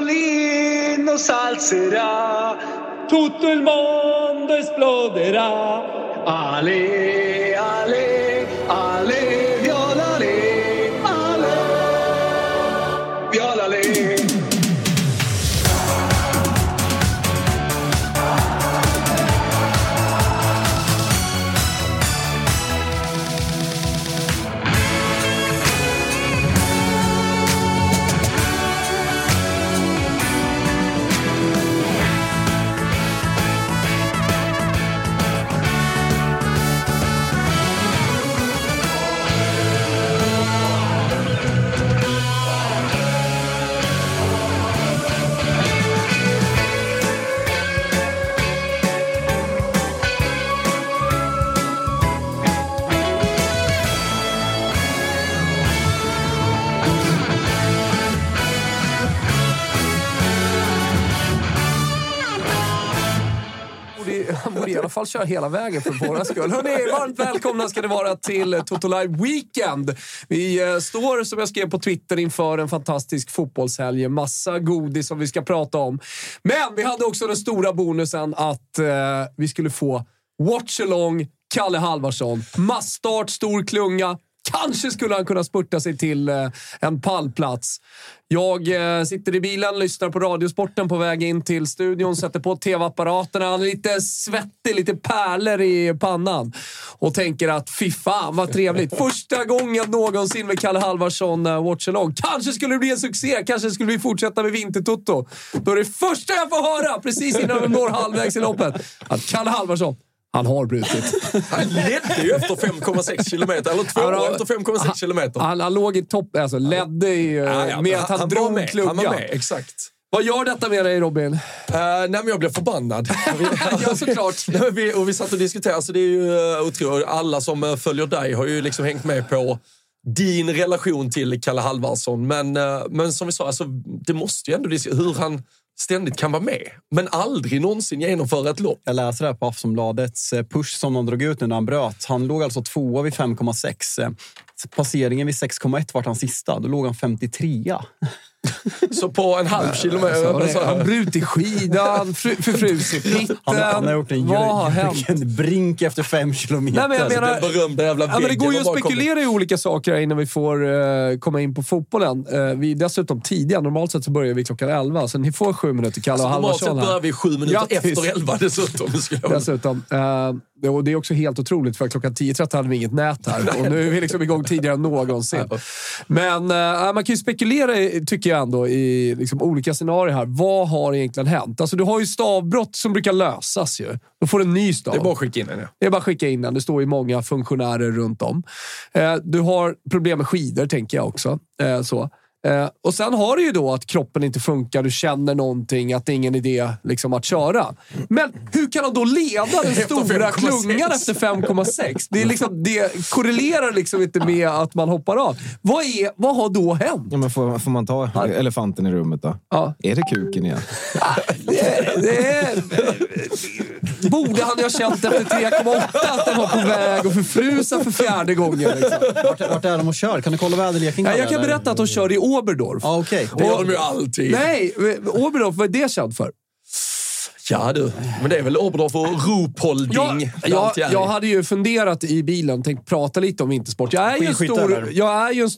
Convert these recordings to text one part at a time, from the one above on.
l'ino s'alzerà, tutto il mondo esploderà. Ale, ale, ale, viola le, ale, viola le. Han borde i alla fall köra hela vägen för våra skull. Hörrni, varmt välkomna ska det vara till Toto Live Weekend. Vi står, som jag skrev på Twitter, inför en fantastisk fotbollshelg. Massa godis som vi ska prata om. Men vi hade också den stora bonusen att vi skulle få watch-along Kalle Halvarsson. Massstart, stor klunga. Kanske skulle han kunna spurta sig till en pallplats. Jag sitter i bilen, lyssnar på Radiosporten på väg in till studion, sätter på tv-apparaterna. Han är lite svettig, lite pärlor i pannan. Och tänker att fy fan vad trevligt. Första gången någonsin med Kalle Halvarsson watch-along. Kanske skulle det bli en succé, kanske skulle vi fortsätta med Vintertoto. Då är det första jag får höra, precis innan vi når halvvägs i loppet, att Kalle Halvarsson, han har brutit. Han ledde ju efter 5,6 kilometer. Eller 2 efter 5,6 kilometer. Han låg i topp, alltså ledde med att han drog kluggan. Han var med, exakt. Vad gör detta med dig, Robin? Nej, men jag blev förbannad. Ja, såklart. Och vi satt och diskuterade, så det är ju otroligt. Alla som följer dig har ju liksom hängt med på din relation till Kalle Halvarsson. Men som vi sa, alltså, det måste ju ändå hur han ständigt kan vara med, men aldrig någonsin genomföra ett lopp. Jag läser det här på Aftonbladets push som de drog ut nu när han bröt. Han låg alltså 2 vid 5,6. Passeringen vid 6,1 var han sista. Då låg han 53. Så på en halv kilometer. Han brut i skidan, förfrus i pitten. Han har gjort en brink efter 5 kilometer. Nej, men jag menar, den berömda jävla väggen. Men det går ju att spekulera i olika saker innan vi får komma in på fotbollen. Vi är dessutom tidiga. Normalt sett så börjar vi klockan 11. Så ni får 7 minuter Kalle och Halvarsson. Normalt sett börjar vi 7 minuter efter 11 dessutom. Och det är också helt otroligt, för klockan 10:30 hade vi inget nät här. Och nu är vi liksom igång tidigare än någonsin. Men man kan ju spekulera, tycker jag ändå, i liksom olika scenarier här. Vad har egentligen hänt? Alltså, du har ju stavbrott som brukar lösas ju. Då får du en ny stav. Det är bara att skicka in den. Ja. Det är bara att skicka in den. Det står ju många funktionärer runt om. Du har problem med skidor, tänker jag också. Och sen har du ju då att kroppen inte funkar, du känner någonting, att det är ingen idé liksom att köra. Men hur kan han då leda den stora klungan efter 5,6? Det är liksom, det korrelerar liksom inte med att man hoppar av. Vad har då hänt? Ja, men får man ta elefanten i rummet då? Ja. Är det kuken igen? Borde han ju ha känt efter 3,8 att den var på väg och förfrusa för 4:e gången. Liksom. Vart är de och kör? Kan du kolla väderleken? Jag kan berätta att de kör i Oberdorf. Ja, okej. Det gör de ju alltid. Nej, Oberdorf, vad är det känd för? Ja du, men det är väl Oberdorf och Ruhpolding. Jag hade ju funderat i bilen, tänkt prata lite om vintersport. Jag är ju en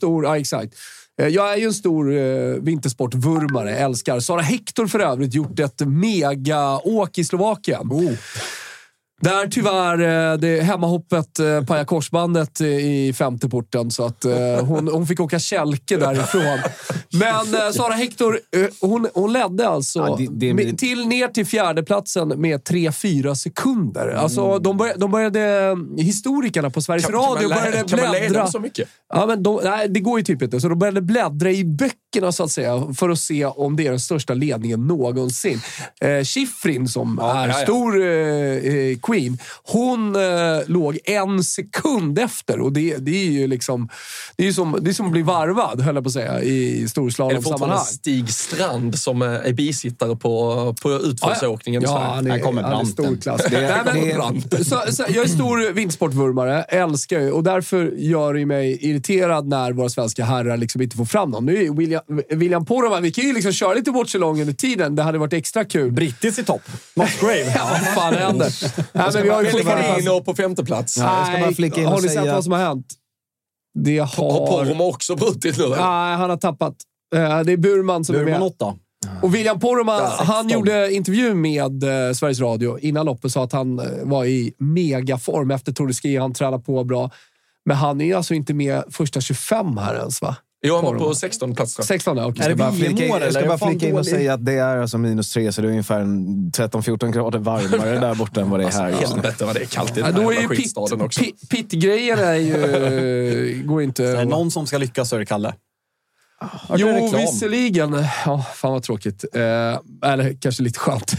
stor vintersportvurmare, älskar. Sara Hector för övrigt gjort ett mega-åk i Slovakien. Där tyvärr det hemmahoppet pajar korsbandet i 5:e porten, så att hon fick åka kälke därifrån. Men Sara Hector, hon ledde alltså ner till 4:e platsen med 3-4 sekunder. Alltså de började historikerna på Sveriges Radio började bläddra så mycket. Ja, men det går ju typ inte. Så de började bläddra i böckerna så att säga, för att se om det är den största ledningen någonsin. Schifrin som är stor queen, hon låg 1 sekund efter, och det är ju liksom det är som att bli varvad, höll jag på att säga, i storslalom-sammanhang. Är det Stig Strand som är bisittare på utförsåkningen? Ja, han kommer Branten. Jag är stor vintersportvurmare, älskar ju, och dör för gör det mig irriterad när våra svenska herrar liksom inte får fram dem. Nu är William Poromaa. Vi kan ju liksom köra lite watchalong under tiden. Det hade varit extra kul. Brittis i topp. Musgrave. Ja, vad fan händer? Men vi har ju fortfarande på 5:e plats. Ja, jag ska bara flika in har och ni säga... sett vad som har hänt? Det har... Poromaa också brutit nu. Nej, han har tappat. Det är Burman som är med. 8. Och William Poromaa, han gjorde intervju med Sveriges Radio innan loppet, sa att han var i megaform. Efter Tour de Ski, han tränar på bra. Men han är alltså inte med första 25 här ens, va? Jo, han var på 16 plats. 16, okej. Jag ska bara flika in och säga att det är alltså -3, så det är ungefär 13-14 grader varmare där borta än vad det är här. Helvete vad det är kallt i den här jävla skitstaden också. Pit-grejen är ju... går inte... Det är någon som ska lyckas, så är det Kalle. Jo, visserligen. Ja, fan vad tråkigt. Eller kanske lite skönt.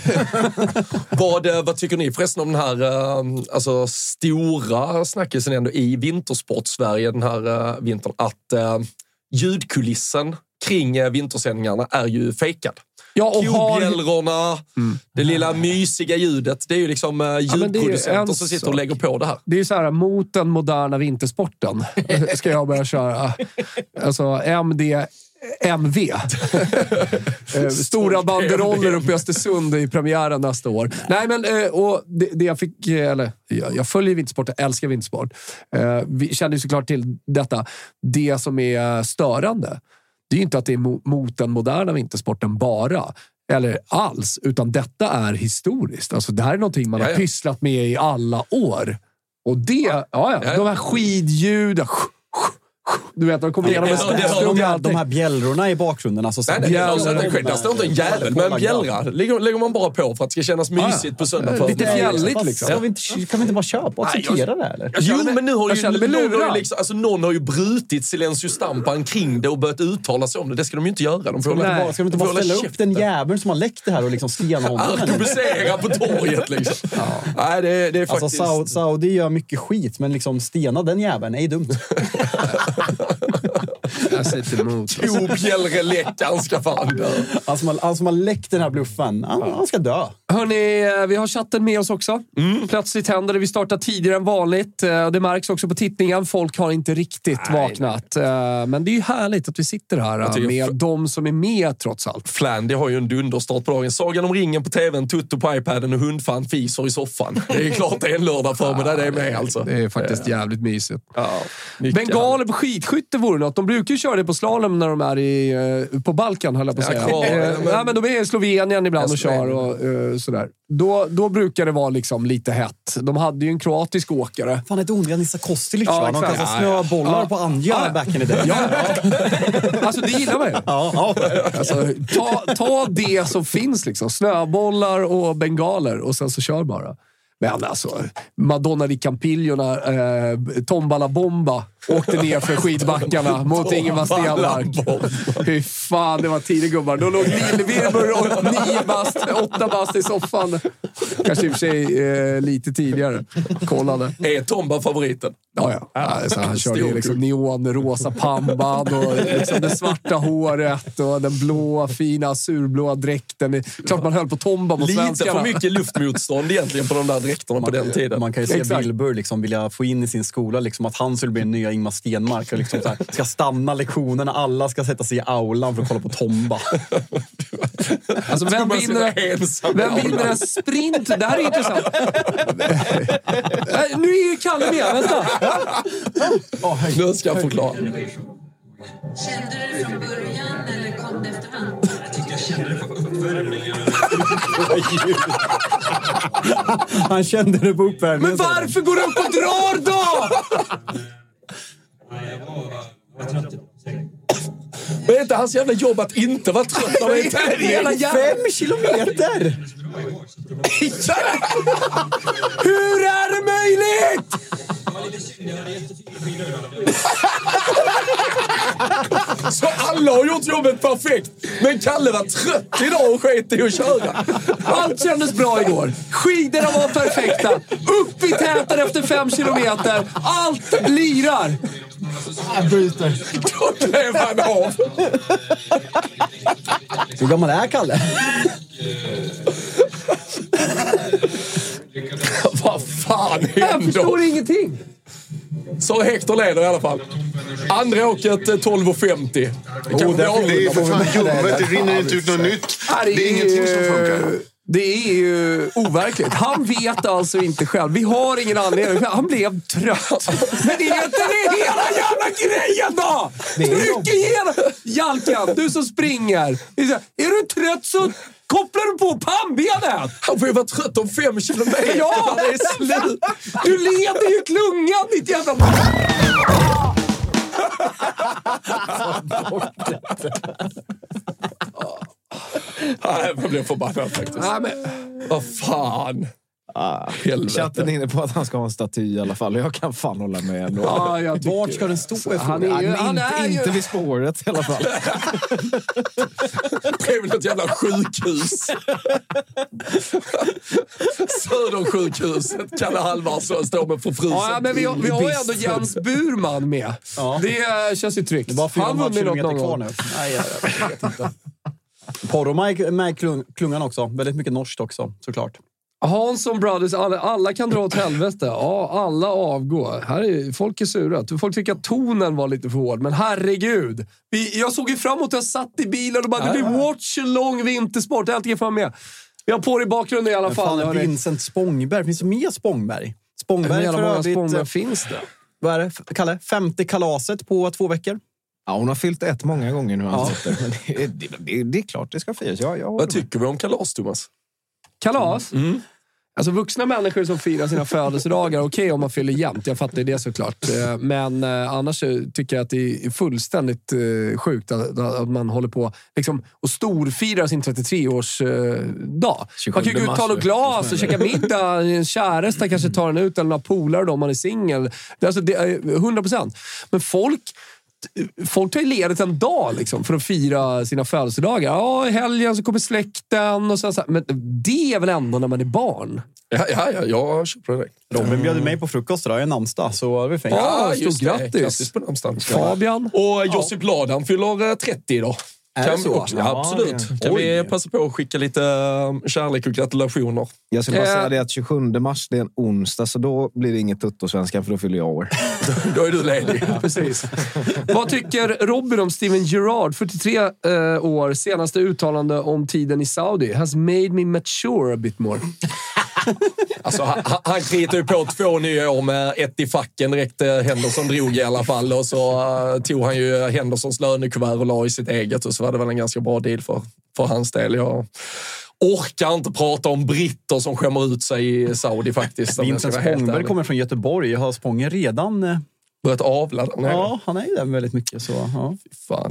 Vad tycker ni förresten om den här alltså, stora snackisen ändå i vintersport-Sverige den här vintern? Att ljudkulissen kring vintersändningarna är ju fejkad. Ja, och Kobjällrorna, det lilla mysiga ljudet. Det är ju liksom ljudproducenter som sitter och lägger på det här. Det är ju så här, mot den moderna vintersporten ska jag börja köra. Alltså MV. Stora banderoller uppe i Östersund i premiären nästa år. Nej, men och det jag fick, eller jag följer vintersport, jag älskar vintersport. Vi kände ju såklart till detta. Det som är störande, det är ju inte att det är mot den moderna vintersporten bara, eller alls, utan detta är historiskt. Alltså det här är någonting man har pysslat med i alla år. Och det, de här skidljuden, du vet, de kommer igenom de här bjällrorna i bakgrunden. Alltså, där står inte en jävel, men bjällra lägger man bara på för att det ska kännas mysigt på söndag. Lite fjälligt liksom. Kan vi inte bara köpa och acceptera det, eller? Jo, men nu har ju någon har ju brutit silencio-stampan kring det och börjat uttala sig om det. Det ska de ju inte göra. De ska de inte bara ställa upp den jäveln som har läckt det här och liksom stena honom? Arkebusera på torget liksom. Nej, det är faktiskt... Alltså, Saudi gör mycket skit, men liksom stena den jäveln är dumt. Jag sitter emot. Kobjällreläckaren ska fan dö. Han som har läckt den här bluffen, han ska dö. Hörrni, vi har chatten med oss också. Plötsligt händer det. Vi startar tidigare än vanligt. Det märks också på tittningen. Folk har inte riktigt vaknat. Men det är ju härligt att vi sitter här med de som är med trots allt. Flandy har ju en dunderstart på dagen. Sagan om ringen på tvn, Tutto på iPaden och hundfan fiser i soffan. Det är klart det är en lördag för mig där det är med alltså. Det är faktiskt jävligt mysigt. Ja, bengaler på skidskytte vore något. De brukar ju köra det på slalom när de är på Balkan, höll jag på att säga. Men de är i Slovenien ibland och kör och sådär. Då brukar det vara liksom lite hett. De hade ju en kroatisk åkare. Fan, ett ond Janissa Kostelic, va? De kastar snöbollar på Anja back in the day. Alltså, det gillar man ju. Alltså, ta det som finns liksom. Snöbollar och bengaler och sen så kör bara. Men alltså, Madonna di Campiglio när Tombala Bomba åkte ner för skidbackarna mot Ingemar Stenmark. Hur fan, det var tidig gubbar. Då låg Lillvirmur och 9 bast, 8 bast i soffan. Kanske i och för sig lite tidigare. Kollade. Är Tomba favoriten? Ja. Alltså, han körde ju liksom neonrosa pannband och liksom det svarta håret och den blåa, fina, surblåa dräkten. Klart man höll på Tomba mot svenskarna. Lite för mycket luftmotstånd egentligen på de där dräkterna på den tiden. Man kan ju se Wilbur liksom vilja få in i sin skola liksom att han skulle bli en nya Ingmar Stenmark och liksom så här, ska stanna lektionerna, alla ska sätta sig i aulan för att kolla på Tomba. Alltså vem vinner en sprint? Det här är intressant. Nu är ju Kalle med, vänta. Nu ska jag förklara. Kände du det från början eller kom det efterhand? Jag tycker jag kände det från uppvärmningen. Han kände det på uppvärmningen. Men varför går du upp och drar då? Jag var trött. Men är inte hans jävla jobb att inte vara trött av en tävling? 5 kilometer! Hur är det möjligt? Så alla har gjort jobbet perfekt. Men Kalle var trött idag och sket i att köra. Allt kändes bra igår. Skidorna var perfekta. Upp i täten efter 5 kilometer. Allt lirar. Jag bryter. Då klev han av. Hur gammal är Kalle? Vad fan händer? Jag förstår ingenting. Så Hector leder i alla fall. Andra åket 12:50. Det är för fan jobbet, det rinner inte ut något nytt. Det är ingenting som funkar. Det är ju overkligt. Han vet alltså inte själv. Vi har ingen anledning. Han blev trött. Men det är inte det hela jävla grejen då! Tryck igenom! Jalkan, du som springer. Är du trött så kopplar du på pannbenet. Han får ju vara trött om 5 kilometer. Ja, det är slut. Du leder ju klungan, ditt jävla... Nej, man blir förbannad faktiskt. Nej, men... Vad fan. Chatten är inne på att han ska ha en staty i alla fall. Jag kan fan hålla med ändå. Vart ska den stå ifrån? Han är inte vid spåret i alla fall. Det är väl ett jävla sjukhus. Södersjukhuset. Kalle Halvarsson står med förfrusen. Ja, men vi har ju ändå Jens Burman med. Ja. Det känns ju tryggt. Det var 4 kilometer kvar nu. Nej, jag vet inte. Poro med klungan också. Väldigt mycket norskt också, såklart. Hansson Brothers, alla kan dra åt helvete. Ja, alla avgår. Folk är sura. Folk tycker att tonen var lite för hård. Men herregud. Jag såg ju framåt, jag satt i bilen och bara, det blir watch along vintersport. Äntligen fram med. Vi har på i bakgrunden i alla fall. Fan, Vincent Spångberg. Finns det mer Spångberg? Spångberg för övrigt. Spångberg finns det. Vad är det, Kalle? 50 kalaset på 2 veckor? Ja, hon har fyllt 1 många gånger nu. Ja. Men det är klart det ska firas. Vad tycker vi om kalas, Thomas? Kalas? Mm. Alltså vuxna människor som firar sina födelsedagar, okej om man fyller jämt, jag fattar det såklart. Men annars tycker jag att det är fullständigt sjukt att man håller på liksom, och storfirar sin 33-årsdag. Man kan ju gå ut, ta något glas och käka middag, en käresta kanske tar den ut, eller några polare då om man är singel. Alltså, det är 100%. Men folk tar ju ledigt en dag liksom, för att fira sina födelsedagar. Ja, i helgen så kommer släkten och så. Men det är väl ändå när man är barn? Ja, jag köper det. Robin bjöd mig på frukost då, i namnsdag, så det var fint. Ja, just det. Grattis på namnsdagen. Fabian. Och Josip Ladan fyller 30 idag. Kan så? Också, ja, absolut. Kan vi passa på att skicka lite kärlek och gratulationer? Jag skulle bara säga det att 27 mars det är en onsdag, så då blir det inget Tutto-svenskan, för då fyller jag år. Då är du ledig. Precis. Vad tycker Robin om Steven Gerrard, 43 år, senaste uttalande om tiden i Saudi? Has made me mature a bit more. Alltså, han kritade ju på 2 nya år med 1 i facken direkt. Henderson drog i alla fall, och så tog han ju Hendersons lönekuvert och la i sitt eget, och så var det väl en ganska bra deal för hans del. Jag orkar inte prata om britter som skämmer ut sig i Saudi faktiskt. Vincent Spångberg kommer från Göteborg. Har Spånger redan börjat avla? Ja, han är ju där väldigt mycket. Så, ja. Fy fan.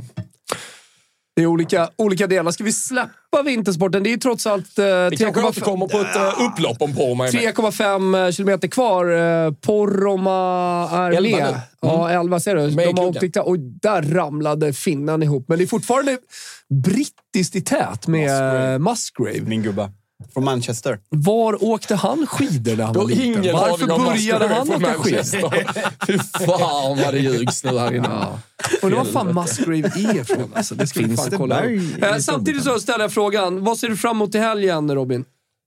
Det är olika delar. Ska vi släppa vintersporten? Det är ju trots allt... Vi kanske återkommer på ett upplopp om Poromaa. 3,5 kilometer kvar. Poromaa är 11 med. nu. Ja, 11 ser du. De har åkt, och där ramlade finnen ihop. Men det är fortfarande brittiskt i tät med Musgrave. Min gubba. Från Manchester. Var åkte han skidor när han var liten? Varför började han åka skidor? Fy fan vad det ljugs nu här inne. Ja. Och det var fan Musgrave är från. Alltså, det ska vi fan kolla upp. Samtidigt så ställer jag frågan. Vad ser du fram emot i helgen, Robin?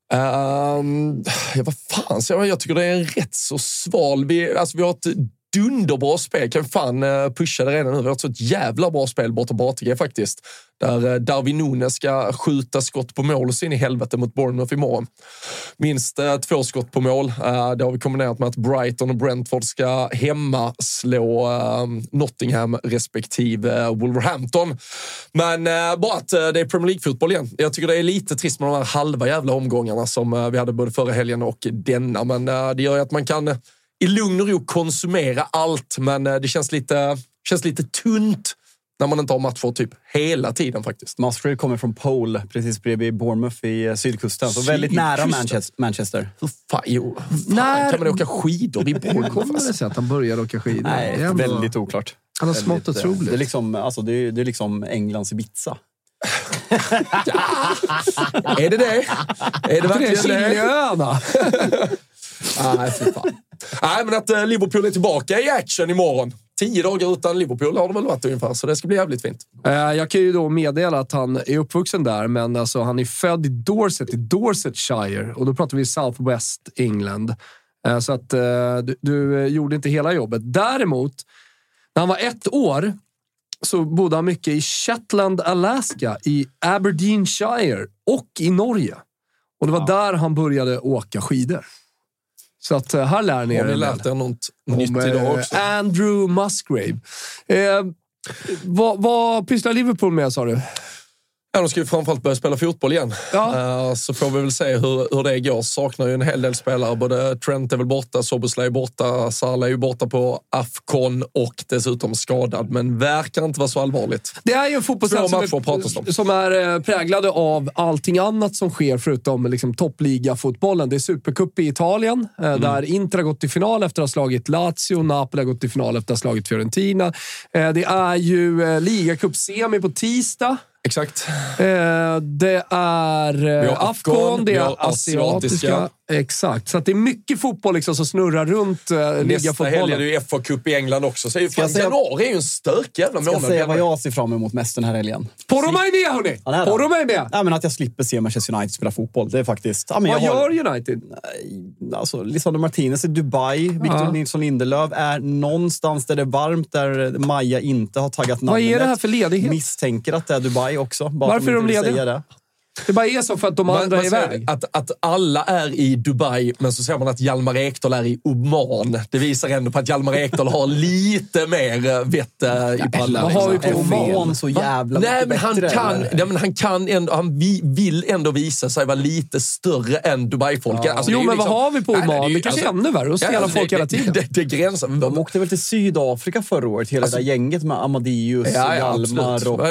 Vad fan, så jag tycker det är en rätt så sval. Vi har ett dunderbra spel. Kan fan pusha det redan nu. Vi har ett jävla bra spel borta på ATG faktiskt. Där Darwin Núñez ska skjuta skott på mål och sin i helvete mot Bournemouth imorgon. Minst 2 skott på mål. Det har vi kombinerat med att Brighton och Brentford ska hemma slå Nottingham respektive Wolverhampton. Men bara att det är Premier League-fotboll igen. Jag tycker det är lite trist med de här halva jävla omgångarna som vi hade både förra helgen och denna. Men det gör ju att man kan i lugn och ro konsumera allt, men det känns lite tunt när man inte har matcher typ hela tiden faktiskt. Musgrave kommer från Pole, precis bredvid Bournemouth i sydkusten. Så väldigt nära Manchester. När kan man åka skidor i Bournemouth? Kommer det sig att han började åka skidor? Nej, det är väldigt oklart. Han har smått otroligt. Det är liksom, alltså, det är liksom Englands Ibiza. Är det det? Är det verkligen det? Chiliöarna. Nej, fy fan. Nej, men att Liverpool är tillbaka i action imorgon. 10 dagar utan Liverpool har det väl varit ungefär, så det ska bli jävligt fint. Jag kan ju då meddela att han är uppvuxen där, men alltså, han är född i Dorset, i Dorsetshire, och då pratar vi South West England. Så att du gjorde inte hela jobbet. Däremot, när han var 1 år så bodde han mycket i Shetland, Alaska, i Aberdeenshire och i Norge. Och det var där han började åka skidor. Så att här lär ni er. Har ni lärt er något nytt idag också? Andrew Musgrave. Vad pysslar Liverpool med, sa du? Ja, de ska ju framförallt börja spela fotboll igen. Ja. Så får vi väl se hur det går. Saknar ju en hel del spelare. Både Trent är väl borta, Szoboszlai är borta, Salah är ju borta på AFCON och dessutom skadad. Men verkar inte vara så allvarligt. Det är ju en fotbollssätt som är präglade av allting annat som sker förutom liksom toppliga-fotbollen. Det är Supercup i Italien där Inter har gått till final efter att ha slagit Lazio. Napoli har gått till final efter att ha slagit Fiorentina. Det är ju Ligacup-semi på tisdag. Exakt. Det är AFCON, det är asiatiska. Exakt, så att det är mycket fotboll liksom som snurrar runt ligafotbollen. Nästa helg är det ju FA-cup i England också. Så januari är ju en stök jävla månad. Ska jag säga vad jag ser fram emot mest den här helgen? Porro mig med, hörni! Porro mig med! Ja, men att jag slipper se Manchester United spela fotboll. Det är faktiskt... Ja, men vad gör United? Alltså, Lisandro Martinez i Dubai. Victor Nilsson Lindelöf är någonstans där det är varmt, där Maja inte har taggat namnet. Vad är det här för ledighet? Misstänker att det är Dubai också. Varför är de lediga? Det bara är så för att de andra är iväg. Att alla är i Dubai, men så ser man att Hjalmar Ekdal är i Oman. Det visar ändå på att Hjalmar Ekdal har lite mer vett i pallen. Vad har vi på Oman så jävla mycket bättre? Han kan ändå, han vill ändå visa sig vara lite större än Dubai-folk. Ja. Alltså, men vad har vi på Oman? Det kanske är ännu värre. Och spelar folk hela tiden. Det gränsar. De åkte väl till Sydafrika förra året. Hela det där gänget med Amadeus, Hjalmar och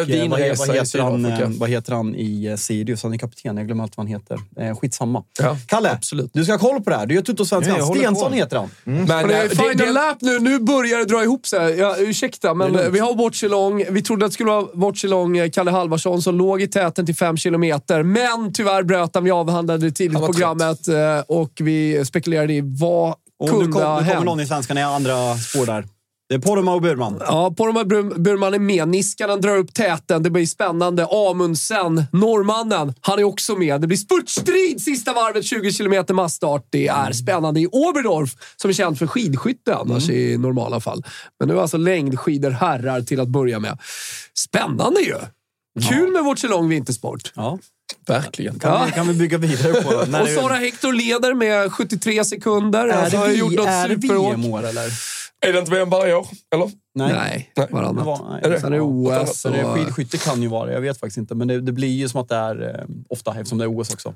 vad heter han i Sirius? Han är kapten, jag glömmer allt vad han heter. Skitsamma. Ja, Kalle, absolut. du ska ha koll på det här. Du gör Tuttosvenskan. Stensson heter han. Men final lap nu börjar det dra ihop sig. Ja, ursäkta, men vi har Watchelong. Vi trodde att det skulle vara Watchelong, Kalle Halvarsson, som låg i täten till 5 kilometer. Men tyvärr bröt han. Vi avhandlade det tidigt i programmet och vi spekulerade i vad kunde ha hänt. Nu kommer någon i svenskan i andra spår där. Det är Poromaa och Burman. Ja, Poromaa och Burman är med. Niskanen drar upp täten. Det blir spännande. Amundsen, norrmannen, han är också med. Det blir spurtstrid sista varvet, 20 kilometer massstart. Det är spännande i Oberdorf, som är känd för skidskytte annars i normala fall. Men nu är alltså längdskidor herrar till att börja med. Spännande ju! Kul med vårt så lång vintersport. Ja. Verkligen. Kan vi bygga vidare på det. Och Sara Hector leder med 73 sekunder. Är det VM-år eller? Är det inte VM varje år? Eller? Nej, varannat. Sen är det OS. Och... Skidskytte kan ju vara, jag vet faktiskt inte. Men det blir ju som att det är ofta, eftersom det är OS också.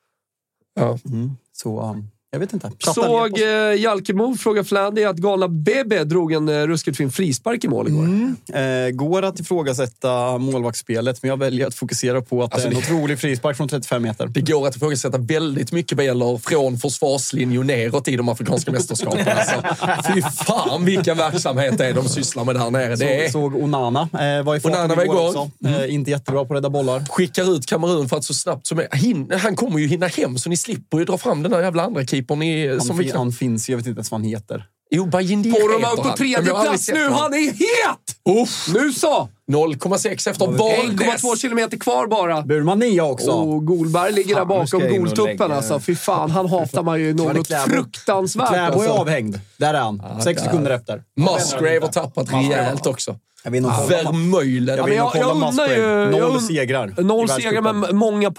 Ja. Så... Jag vet inte. Såg Jalkemo fråga Flandy att galna Bebe drog en ruskigt fin frispark i mål igår. Går att ifrågasätta målvaktsspelet, men jag väljer att fokusera på att det är en otrolig frispark från 35 meter. Det går att ifrågasätta väldigt mycket vad gäller från försvarslinje och neråt i de afrikanska mästerskapen. Alltså, fy fan vilken verksamhet det är de sysslar med där nere. Såg Onana var i farten igår också. Inte jättebra på att rädda bollar. Skickar ut Kamerun för att så snabbt som han kommer ju hinna hem, så ni slipper ju dra fram den där jävla andra keepern. Han finns, jag vet inte ens vad han heter. Jo, Bajindir Poromaa på tredje plats nu, han är het! Nu så! 0,6 efter Valdes. 1,2 kilometer kvar bara. Burman 9 också. Och Golberg ligger där bakom Goltuppen. Alltså, fy fan, han hatar man ju något fruktansvärt. Kläbo är avhängd. Där är han. 6 sekunder efter. Musgrave har tappat rejält också. Vermöjlen. Jag undrar ju... 0 segrar. 0 segrar, men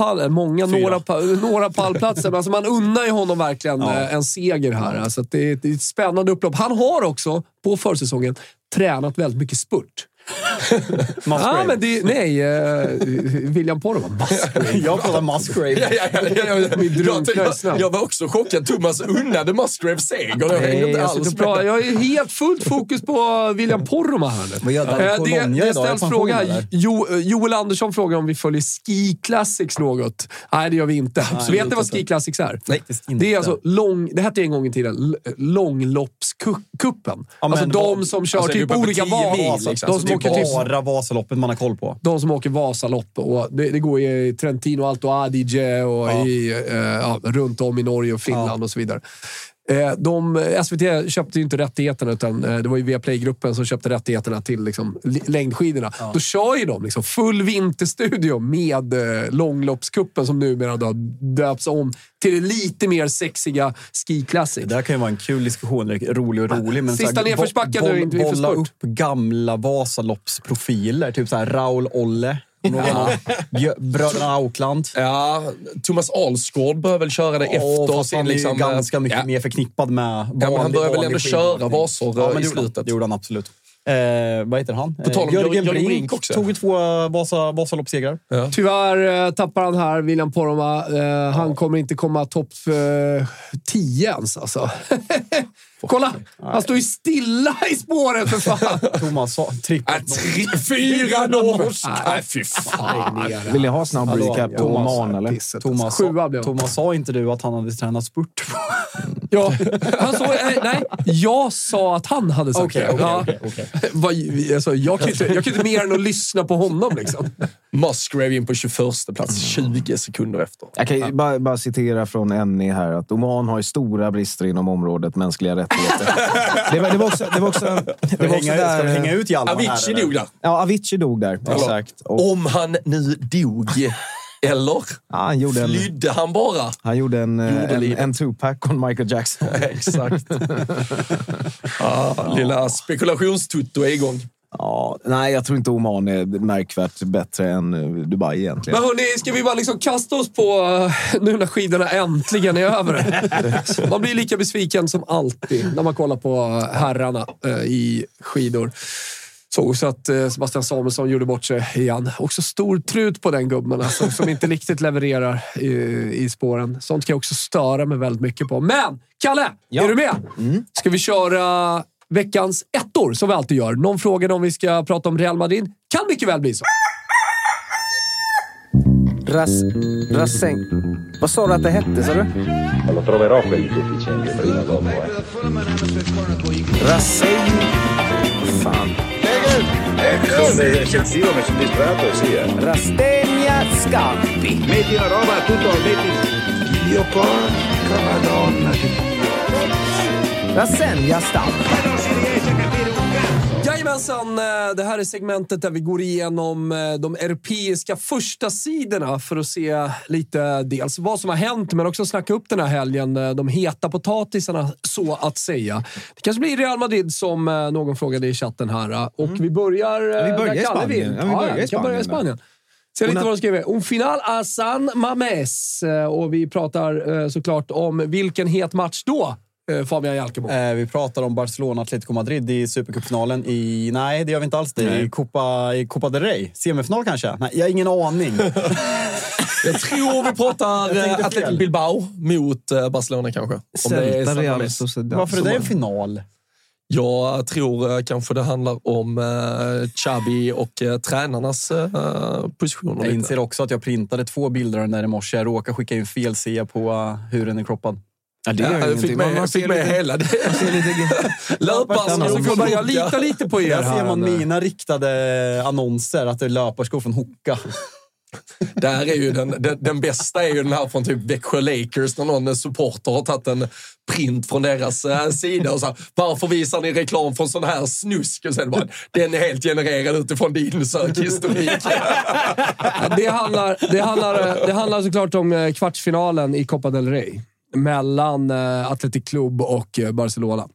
några pallplatser. Men alltså, man undrar ju honom verkligen en seger här. Alltså, det är ett spännande upplopp. Han har också, på försäsongen, tränat väldigt mycket spurt. Ja, men William Poromaa. Jag pratar Musgrave. Jag var också chockad. Thomas unnade Musgrave seger. Jag är helt fullt fokus på William Poromaa här nu. Det ställs fråga här. Joel Andersson frågar om vi följer Ski Classics något. Nej, det gör vi inte. Vet ni vad Ski Classics är? Nej, det är alltså det hette en gång i tiden långloppskuppen. Alltså de som kör typ olika val. Bara Vasaloppet man har koll på. De som åker Vasalopp. Och det går i Trentino, Alto Adige och runt om i Norge och Finland och så vidare. SVT köpte ju inte rättigheterna, utan det var ju Viaplay-gruppen som köpte rättigheterna till liksom, längdskidorna. Ja. Då kör ju de liksom, full vinterstudio med långloppskuppen som numera då döps om till lite mer sexiga Ski Classic. Det här kan ju vara en kul diskussion, rolig. Men sista nedförsbacken är inte bolla upp gamla Vasaloppsprofiler, typ så här Raul Olle. Bröderna Aukland. Ja, Thomas Alsgaard bör väl köra det efter sin liksom, ganska mycket mer förknippad med men han bör väl ändå köra Vasor i slutet. Det gjorde han absolut. Vad heter han? På tal om Jörgen Brink också. Tog 2 Vasaloppssegrar. Ja. Tyvärr tappar han här, William Poromaa. Han kommer inte komma topp 10 ens alltså. Kolla, han står ju stilla i spåret för fan. Thomas sa 4 norsk. Nej, fy fan. Vill ni ha snabb recap på Oman eller? Thomas sa inte du att han hade tränat spurt? Ja, han sa, nej, jag sa att han hade sagt det. Okay. Alltså, jag kan inte mer än att lyssna på honom liksom. Musgrave in på 21 plats 20 sekunder efter. Jag kan ju bara citera från Enni här att Oman har ju stora brister inom området mänskliga rättigheter. Det var också där hänga ut Hjalmar. Avicii dog där. Ja, Avicii dog där. Exakt. Om han nu dog. Eller han gjorde flydde han bara? Han gjorde en two-pack on Michael Jackson. Exakt. Lilla spekulationstutto är igång. Ja, nej, jag tror inte Oman är märkvärt bättre än Dubai egentligen. Men hörni, ska vi bara liksom kasta oss på nu när skidorna äntligen är över? Man blir lika besviken som alltid när man kollar på herrarna i skidor. Så att Sebastian Samuelsson gjorde bort sig igen. Också stor trut på den gubben alltså, som inte riktigt levererar i spåren. Sånt kan jag också störa mig väldigt mycket på. Men, Kalle, är du med? Ska vi köra veckans ettor som vi alltid gör? Någon frågade om vi ska prata om Real Madrid. Kan mycket väl bli så. Rasseng. Vad sa du att det hette, sa du? Lo troverò quel deficiente prima o dopo. Rasseng. Fan. Se sentivo mi sono distratto e sì. Rastegna Scampi. Metti la roba tutto, metti. Io porca madonna. Rastegna Scampi. Jajamensan, det här är segmentet där vi går igenom de europeiska första sidorna för att se lite dels vad som har hänt men också snacka upp den här helgen, de heta potatisarna så att säga. Det kanske blir Real Madrid som någon frågade i chatten här och vi börjar i Spanien. Vi börjar i Spanien. Se lite vad de skriver. Un final a San Mamés och vi pratar såklart om vilken het match då? Fabian Jalkemo. Vi pratar om Barcelona-Atletico Madrid i Supercupfinalen i... Nej, det gör vi inte alls. Det är i Copa del Rey. Semifinal kanske? Nej, jag har ingen aning. Jag tror vi pratar Atletico Bilbao mot Barcelona kanske. Varför är det en final? Jag tror kanske det handlar om Xabi och tränarnas positioner. Jag inser också att jag printade 2 bilder av den där i morse. Jag råkar skicka in fel C på hur den är kroppad. Ja, det jag fick med hela det. Löparskor. Så får jag lita lite på er. Där ser man mina riktade annonser att det är löparskor från Hoka. Där är ju den bästa är ju den här från typ Växjö Lakers när någon supporter har tagit en print från deras sida och så varför visar ni reklam från sån här snusk och sen bara, den är helt genererad utifrån din sökhistorik. Det handlar såklart om kvartsfinalen i Copa del Rey mellan Athletic Club och Barcelona.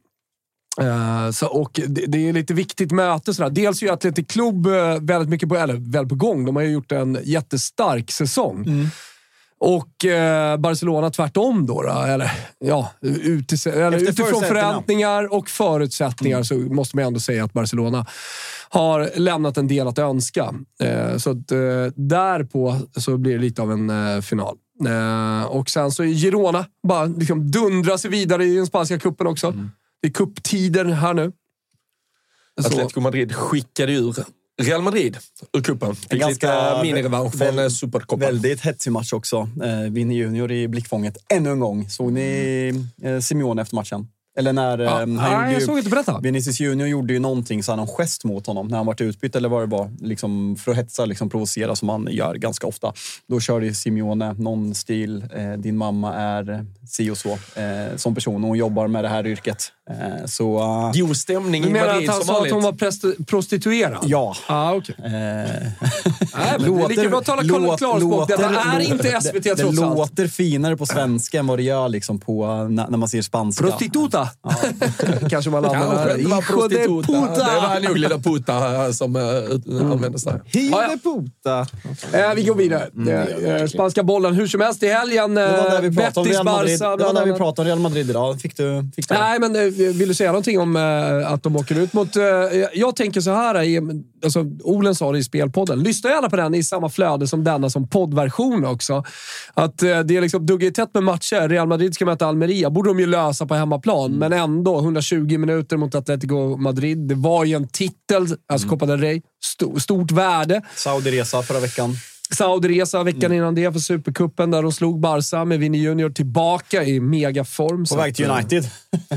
Och det är lite viktigt möte sådär. Dels är ju Athletic Club väldigt mycket väl på gång. De har ju gjort en jättestark säsong. Och Barcelona tvärtom då eller ja, utifrån förväntningar och förutsättningar så måste man ändå säga att Barcelona har lämnat en del att önska. Så att därpå så blir det lite av en final. Och sen så är Girona bara liksom dundrar sig vidare i den spanska kuppen också. Det är kupptider här nu. Atletico Madrid skickade ur Real Madrid ur kuppen. Fick lite minirevansch från Supercopa. Väldigt hetsig match också. Vinny Junior i blickfånget ännu en gång. Såg ni Simeone efter matchen? Eller när jag såg inte berätta. Vinicius Junior gjorde ju någonting, så han en gest mot honom när han var utbytt, eller var det bara liksom för att hetsa, liksom provocera som han gör ganska ofta. Då körde ju Simeone någon stil, din mamma är si och så som person och hon jobbar med det här yrket. God stämning i Madrid. Du menar att han sa att hon var prostituerad? Ja. Okej. Nej, men det är lika bra att tala klarspråk. Det är inte SVT trots allt. Det låter finare på svenska än vad det gör liksom på, när man ser spanska. Prostituta. Ja. Kanske man landar där. Det var prostituta. Det var nog lilla puta som användes där. Hille puta. Vi går vidare. Spanska bollen hur som helst i helgen. Det var där vi pratade om Real Madrid. Det var där vi pratade om Real Madrid idag. Fick du? Nej, men vill du säga någonting om att de åker ut mot... Jag tänker så här, alltså, Olen sa det i spelpodden. Lyssna gärna på den i samma flöde som denna som poddversion också. Att det är liksom dugget tätt med matcher. Real Madrid ska möta Almeria. Borde de ju lösa på hemmaplan. Men ändå, 120 minuter mot Atletico Madrid. Det var ju en titel, alltså Copa del Rey. Stort värde. Saudi-resa förra veckan. Saudi-resa veckan innan det för Supercupen där de slog Barca med Vinny Junior tillbaka i megaform. På väg till United.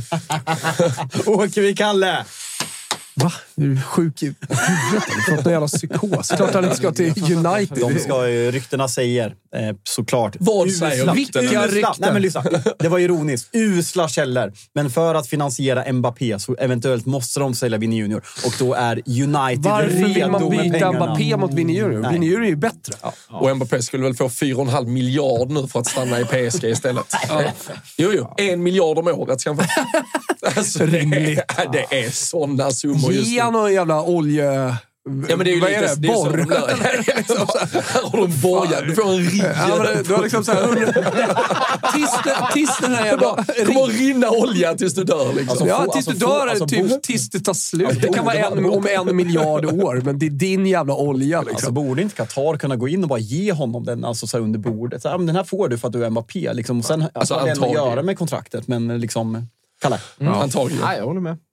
Åker vi, Kalle! Va? Du är sjuk i huvudet. Du har fått en jävla psykos. Klart han inte ska till United. De ska ju, ryktena säger såklart. Vad säger vilka rykten? Nej, men lyssna. Det var ironiskt. Usla källor. Men för att finansiera Mbappé så eventuellt måste de sälja Vinny Junior. Och då är United varför redo med pengarna. Varför vill man byta Mbappé mot Vinny Junior? Vinny Junior är ju bättre. Ja. Och Mbappé skulle väl få 4,5 miljard nu för att stanna i PSG istället. Jo. 1 miljard om året. Alltså, det är sådana summor just nu. Ge någon jävla olje... Ja, men det är ju lite det borr. Här har du en borgare. Du får en rigg. Du har liksom så här... tills den här jävla... Det kommer att rinna olja tills du dör. Liksom. Tills du dör, typ tills det tar slut. Det kan vara om 1 miljard år, men det är din jävla olja. Liksom. Alltså, borde inte Qatar kunna gå in och bara ge honom den alltså, så här, under bordet? Så här, men den här får du för att du är Mbappé. Liksom. Och sen alltså, har det att göra med kontraktet, men liksom... Kalle. Antagligen. Nej, jag håller med.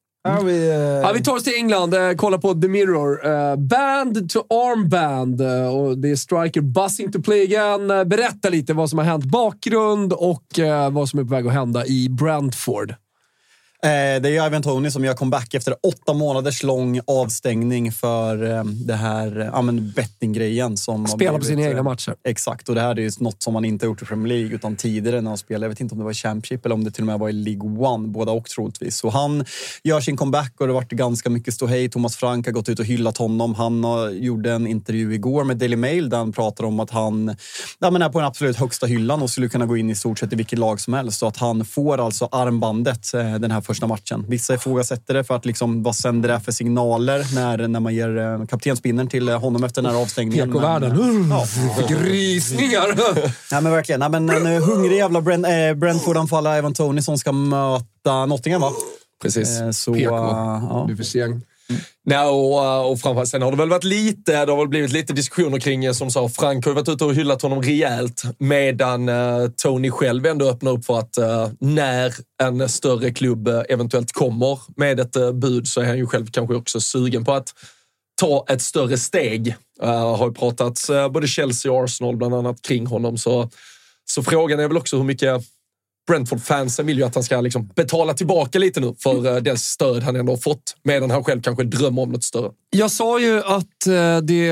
Vi tar oss till England, kolla på The Mirror. Band to armband och det är striker buzzing to play again. Berätta lite vad som har hänt, bakgrund och vad som är på väg att hända i Brentford. Det är ju Ivan Toney som gör comeback efter 8 månaders lång avstängning för det här bettinggrejen som spelar på sina egna matcher. Exakt, och det här är ju något som man inte har gjort i Premier League utan tidigare när han spelade. Jag vet inte om det var i Championship eller om det till och med var i League One, båda och troligtvis. Så han gör sin comeback och det har varit ganska mycket ståhej. Thomas Frank har gått ut och hyllat honom. Han gjorde en intervju igår med Daily Mail där han pratar om att han är på den absolut högsta hyllan och skulle kunna gå in i stort sett i vilket lag som helst. Så att han får alltså armbandet den här första matchen. Vissa ifrågasätter det för att liksom, vad sänder det för signaler när man ger kaptenspinnern till honom efter den här avstängningen. PK-världen. Grisningar! Nej, men verkligen. Nej, men en hungrig jävla Brentford-anfallare Ivan Toney som ska möta Nottingham, va? Precis. Så, PK. Du får se. Nej, och framförallt sen har det väl varit det har väl blivit lite diskussioner kring, som sa, Frank har ju varit ute och hyllat honom rejält, medan Tony själv ändå öppnar upp för att när en större klubb eventuellt kommer med ett bud så är han ju själv kanske också sugen på att ta ett större steg. Har ju pratats både Chelsea och Arsenal bland annat kring honom, så frågan är väl också hur mycket Brentford-fansen vill ju att han ska liksom betala tillbaka lite nu för det stöd han ändå har fått, medan han själv kanske drömmer om något större. Jag sa ju att det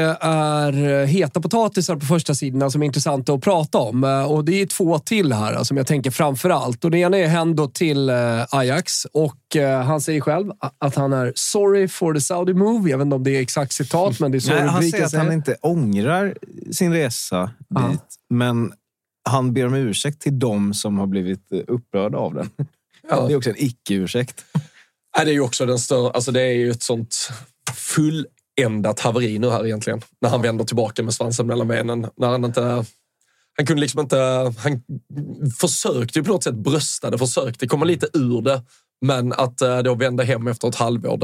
är heta potatisar på första sidorna som är intressanta att prata om. Och det är 2 till här som jag tänker framför allt. Och det ena är Hendo till Ajax. Och han säger själv att han är sorry for the Saudi move. Jag vet inte om det är exakt citat, men det är så rubriken säger. Han säger att han inte ångrar sin resa dit, men han ber om ursäkt till dem som har blivit upprörda av den. Ja. Det är också en icke-ursäkt. Ja, det är ju också den större, alltså det är ju ett sånt fulländat haveri nu här egentligen. När han vänder tillbaka med svansen mellan benen. När han kunde liksom inte, han försökte ju på något sätt brösta det, försökte komma lite ur det. Men att då vända hem efter ett halvår,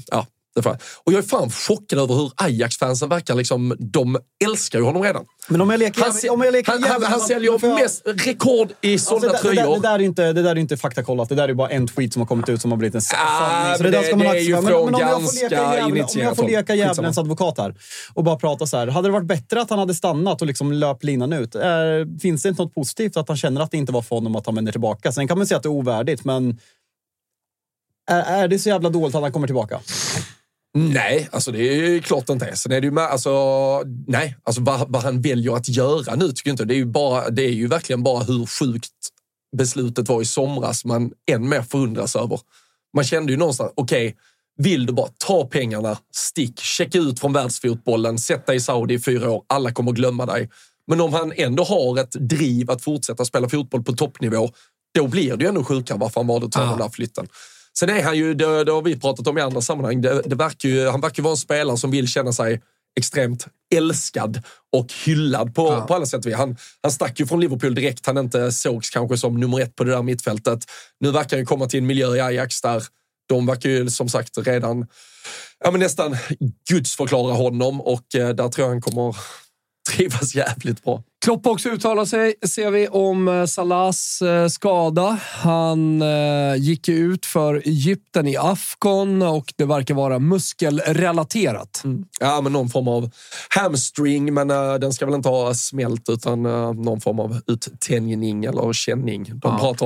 och jag är fan chockad över hur Ajax-fansen verkar liksom, de älskar ju honom redan. Men om jag leker han säljer mest rekord i sådana tröjor. Det där är inte faktakollat. Det där är bara en tweet som har kommit ut som har blivit en sanning. Så det ska man är ju från ganska initierat. Om jag får leka djävulens advokat här och bara prata så här. Hade det varit bättre att han hade stannat och liksom löpt linan ut? Finns det inte något positivt att han känner att det inte var för honom att han vänder tillbaka? Sen kan man säga att det är ovärdigt, men Är det så jävla dåligt att han kommer tillbaka? Nej, alltså det är ju klart inte. Sen är det ju med, alltså vad han väljer att göra nu tycker jag inte. Det är ju verkligen bara hur sjukt beslutet var i somras man än mer förundras över. Man kände ju någonstans, okej, vill du bara ta pengarna, stick, checka ut från världsfotbollen, sätta i Saudi i 4 år, alla kommer glömma dig. Men om han ändå har ett driv att fortsätta spela fotboll på toppnivå, då blir det ju ändå sjukare varför han valde att ta den där flytten. Sen är han ju, det har vi pratat om i andra sammanhang, han verkar ju vara en spelare som vill känna sig extremt älskad och hyllad på alla sätt. Han stack ju från Liverpool direkt, han inte sågs kanske som nummer 1 på det där mittfältet. Nu verkar han ju komma till en miljö i Ajax där de verkar ju som sagt redan nästan gudsförklara honom och där tror jag han kommer trivas jävligt bra. Klopp också uttalar sig, ser vi, om Salahs skada. Han gick ut för Egypten i Afcon och det verkar vara muskelrelaterat. Ja, men någon form av hamstring, men den ska väl inte ha smält utan någon form av uttänjning eller känning. De pratar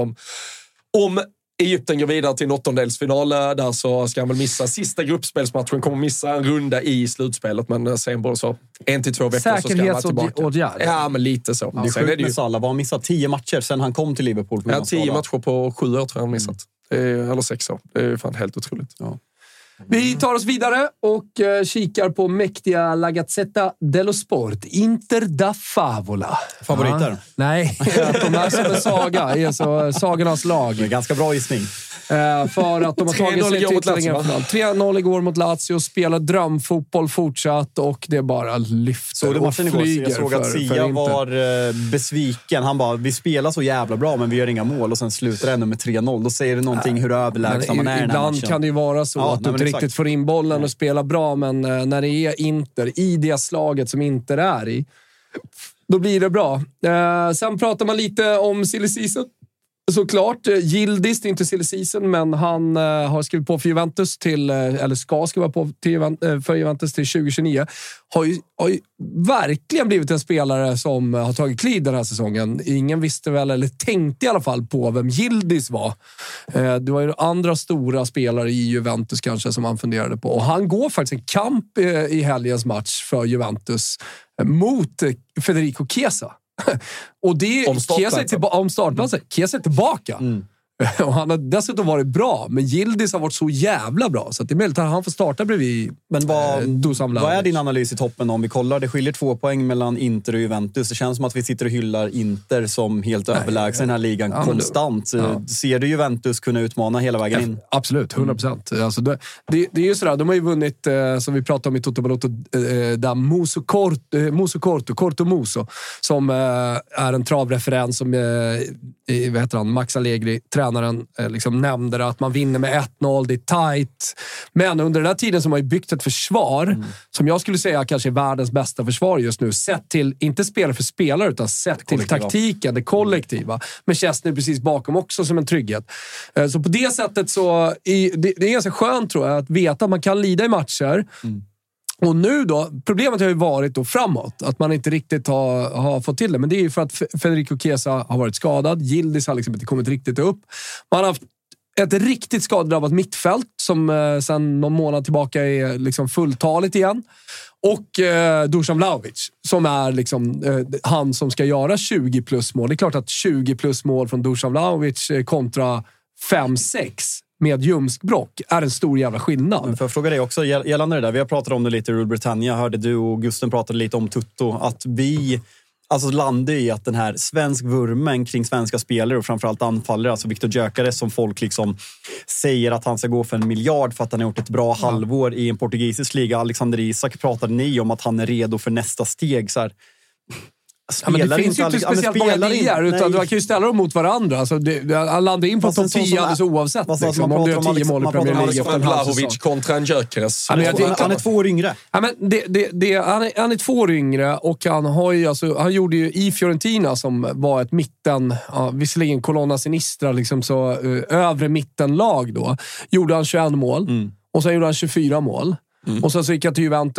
om Egypten går vidare till en 8-delsfinal. Där så ska han väl missa sista gruppspelsmatchen. Kommer missa en runda i slutspelet. Men sen bara så 1 till 2 veckor så ska han vara tillbaka. Ja, men lite så. Det är sjukt med Salah. Han missat 10 matcher sen han kom till Liverpool. 10 matcher på 7 år tror jag han missat. Eller 6 år. Det är fan helt otroligt. Ja. Vi tar oss vidare och kikar på mäktiga La Gazzetta dello Sport. Inter da Favola. Favoriter? Ja. Nej, de är som en saga. Är så sagornas lag. Det är ganska bra gissning. För att de har tagit sig till final. 3-0 igår mot Lazio. Spelar drömfotboll fortsatt och det bara lyfter och flyger. Jag såg att Sia var besviken. Han bara, vi spelar så jävla bra men vi gör inga mål och sen slutar det ändå med 3-0. Då säger det någonting hur överlägsna man är. Ibland kan det ju vara så att du inte riktigt får in bollen och spela bra, men när det är Inter i det slaget som Inter är i, då blir det bra. Sen pratar man lite om silly season. Såklart, Yildiz, det är inte silly season, men han har skrivit på för Juventus eller ska skriva på för Juventus till 2029. Har ju verkligen blivit en spelare som har tagit kliv den här säsongen. Ingen visste väl, eller tänkte i alla fall på vem Yildiz var. Det var ju andra stora spelare i Juventus kanske som han funderade på. Och han går faktiskt en kamp i helgens match för Juventus mot Federico Chiesa. Och det är Chiesa är tillbaka. Och han har dessutom varit bra, men Yildiz har varit så jävla bra så att det är möjligt att han får starta bredvid. Men vad är din analys i toppen om vi kollar? Det skiljer 2 poäng mellan Inter och Juventus. Det känns som att vi sitter och hyllar Inter som helt överlägsen den här ligan konstant. Ja. Ser du Juventus kunna utmana hela vägen in? Absolut, 100%. Alltså det är ju sådär, de har ju vunnit, som vi pratade om i Toto Balotto, där Corto Muso, som är en travreferens som vad heter han, Max Allegri, tränaren, liksom nämnde att man vinner med 1-0, det är tight. Men under den här tiden som har byggt ett försvar som jag skulle säga kanske är världens bästa försvar just nu, sett till, inte spelare för spelare utan sett till taktiken, det kollektiva. Men Chesney precis bakom också som en trygghet. Så på det sättet så det är ganska skönt tror jag att veta att man kan lida i matcher. Och nu då, problemet har ju varit då framåt, att man inte riktigt har fått till det. Men det är ju för att Federico Chiesa har varit skadad. Yildiz har liksom inte kommit riktigt upp. Man har haft ett riktigt skadedrabbat mittfält som sedan någon månad tillbaka är liksom fulltaligt igen. Och Dusan Vlahovic som är liksom han som ska göra 20 plus mål. Det är klart att 20 plus mål från Dusan Vlahovic kontra 5-6 med ljumskbrock är en stor jävla skillnad. Men för att fråga dig också, gällande det där, vi har pratat om det lite i Rule Britannia, hörde du och Gusten pratade lite om Tutto, att vi landar i att den här svensk vurmen kring svenska spelare och framförallt anfallare, alltså Viktor Gyökeres som folk liksom säger att han ska gå för 1 miljard för att han har gjort ett bra halvår i en portugisisk liga. Alexander Isak pratade ni om att han är redo för nästa steg så här. Ja, men det finns ju inte speciellt många ligar utan du kan ju ställa dem mot varandra. Alltså han landar in på topp 10 alldeles oavsett. Liksom, om du har 10 mål i Premier League efter en Vlahovic kontra en Gyökeres. Han är 2 år yngre. Ja, men han är 2 år yngre och han har ju, alltså, han gjorde ju i Fiorentina som var ett mitten, visserligen Colonna Sinistra, liksom så övre mittenlag då. Gjorde han 21 mål och sen gjorde han 24 mål. Och sen så gick han till Juventus.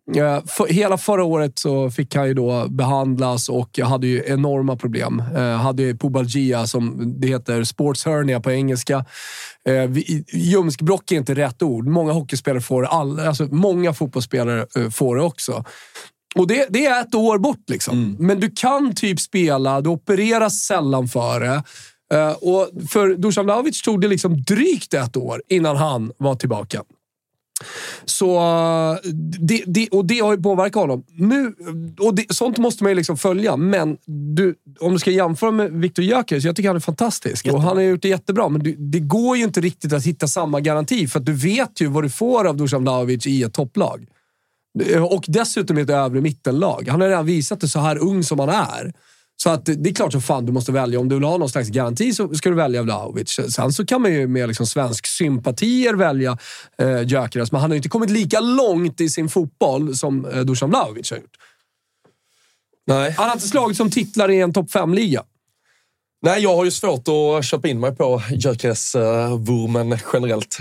Hela förra året så fick han ju då behandlas och hade ju enorma problem. Hade ju pubalgia, som det heter, sports hernia på engelska. Ljumskbråck är inte rätt ord. Många hockeyspelare får alltså många fotbollsspelare får det också. Och det är ett år bort liksom. Men du kan typ spela, du opereras sällan för det. Och för Dusan Vlahovic tog det liksom drygt ett år innan han var tillbaka. Så det har ju påverkat honom nu, och sånt måste man ju liksom följa. Men om du ska jämföra med Viktor Gyökeres, jag tycker han är fantastisk. Och han har gjort det jättebra, men det går ju inte riktigt att hitta samma garanti, för att du vet ju vad du får av Dusan Vlahovic i ett topplag. Och dessutom i ett övre mittenlag. Han har redan visat det så här ung som han är. Så att det är klart så fan du måste välja. Om du vill ha någon slags garanti så ska du välja Vlahovic. Sen så kan man ju med liksom svensk sympatier välja Gyökeres. Men han har ju inte kommit lika långt i sin fotboll som Dusan Vlahovic har gjort. Nej. Han har inte slagit som titlar i en topp 5-liga. Nej, jag har ju svårt att köpa in mig på Gyökeres-vurmen generellt.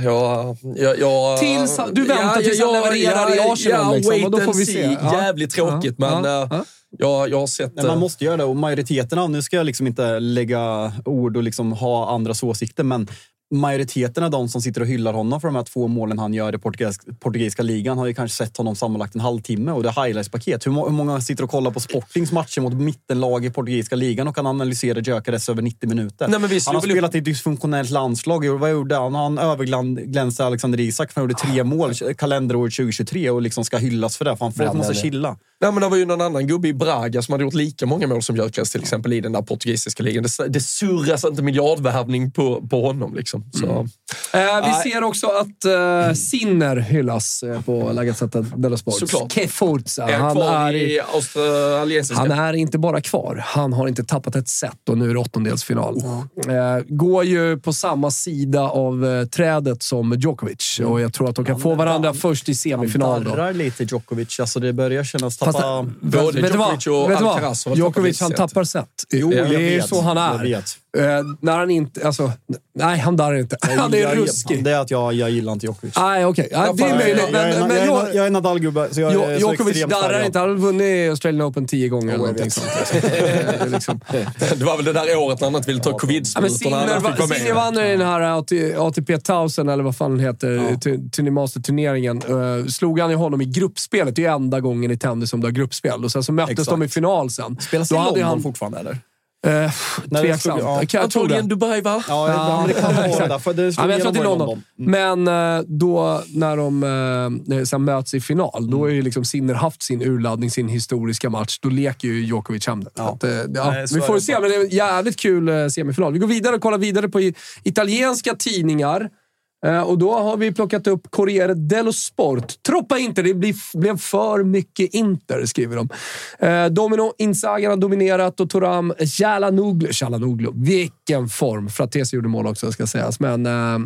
Du väntar tills han levererar i Arsenal liksom, och då får vi se. Jävligt tråkigt, men jag har sett... Men man måste göra det, och majoriteten nu ska jag liksom inte lägga ord och liksom ha andras åsikter, men majoriteten av de som sitter och hyllar honom för de här 2 målen han gör i portugisiska ligan har ju kanske sett honom sammanlagt en halvtimme, och det är highlights-paket. Hur många sitter och kollar på Sportings matcher mot mittenlag i portugisiska ligan och kan analysera Gyökeres över 90 minuter? Nej, men han har spelat i ett dysfunktionellt landslag. Vad gjorde han? Han överglänste Alexander Isak, för han gjorde 3 mål kalenderåret 2023 och liksom ska hyllas för det, för han måste chilla. Nej, men det var ju någon annan gubbe i Braga som hade gjort lika många mål som Gyökeres till exempel i den där portugisiska ligan. Det surras inte miljardvärvning på honom liksom. Så. Vi ser också att Sinner hyllas på La Gazzetta dello Sport. Såklart. Che Forza. Han är inte bara kvar. Han har inte tappat ett set, och nu är det 8-delsfinal. Går ju på samma sida av trädet som Djokovic. Och jag tror att de kan få varandra först i semifinal. Han darrar lite Djokovic. Alltså det börjar kännas tappa... Både Djokovic och Alcaraz. Djokovic, han tappar set. Jo, det är så han är. När han inte... Alltså, nej, han darrar inte. Han är ruskig. Det är att jag gillar inte Djokovic. Nej, okej. Det är möjligt. Jag är Nadal-gubbe. Djokovic darrar inte. Han har vunnit Australian Open 10 gånger eller någonting sånt. Det var väl det där året när han inte ville ta covid-sprutorna. Sinner vann i den här ATP 1000, eller vad fan den heter, Master-turneringen. Slog han i honom i gruppspelet. Det är enda gången i tennis som det har gruppspel. Och sen så möttes de i final sen. Spelas i London fortfarande, eller? Tveksamt. Jag tror det är en Dubai, va? Ja, det kan vara det. För det jag tror att det är London. Men då, när de sen möts i final, då är ju liksom Sinner haft sin urladdning, sin historiska match. Då leker ju Djokovic hem det. Vi får se, men det är en jävligt kul semifinal. Vi går vidare och kollar vidare på italienska tidningar. Och då har vi plockat upp Corriere dello Sport. Troppa inte, det blev för mycket Inter, skriver de. Domino Inzagan har dominerat, och Thuram Çalhanoğlu. Vilken form. Fratesi gjorde mål också, ska sägas. Men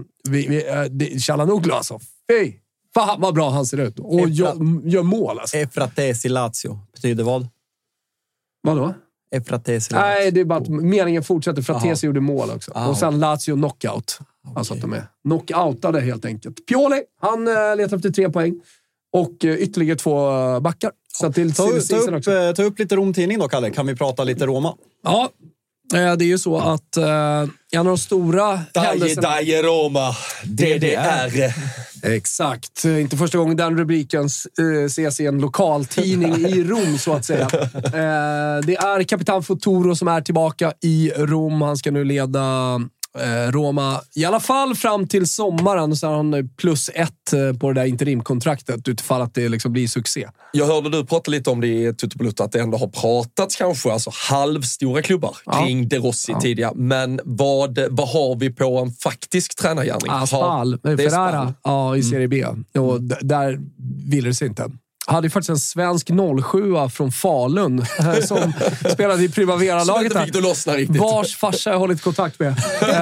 Çalhanoğlu alltså. Fy! Fan vad bra han ser ut. Och gör mål alltså. Fratesi Lazio. Betyder vad? Vadå? Nej, det är bara att meningen fortsätter. Fratesi gjorde mål också. Och sen Lazio knockout. Alltså att de är knockoutade helt enkelt. Pioli, han letar efter 3 poäng. Och ytterligare 2 backar. Så till ta upp lite Rom-tidning då, Kalle. Kan vi prata lite Roma? Ja, det är ju så att en av de stora händelserna... Dai Roma, DDR. Exakt. Inte första gången den rubriken ses i en lokaltidning i Rom, så att säga. Det är kapitan Futuro som är tillbaka i Rom. Han ska nu leda Roma i alla fall fram till sommaren, så har han +1 på det där interimkontraktet utifall att det liksom blir succé. Jag hörde du prata lite om det i Tuttobalutta, att det ändå har pratats kanske alltså halvstora klubbar kring De Rossi tidigare, men vad har vi på en faktisk tränargärning? Spal, Ferrara i Serie B, och där ville det sig inte. Hade ju faktiskt en svensk 07 från Falun som spelade i Primavera-laget där. Vars farsa jag hållit kontakt med.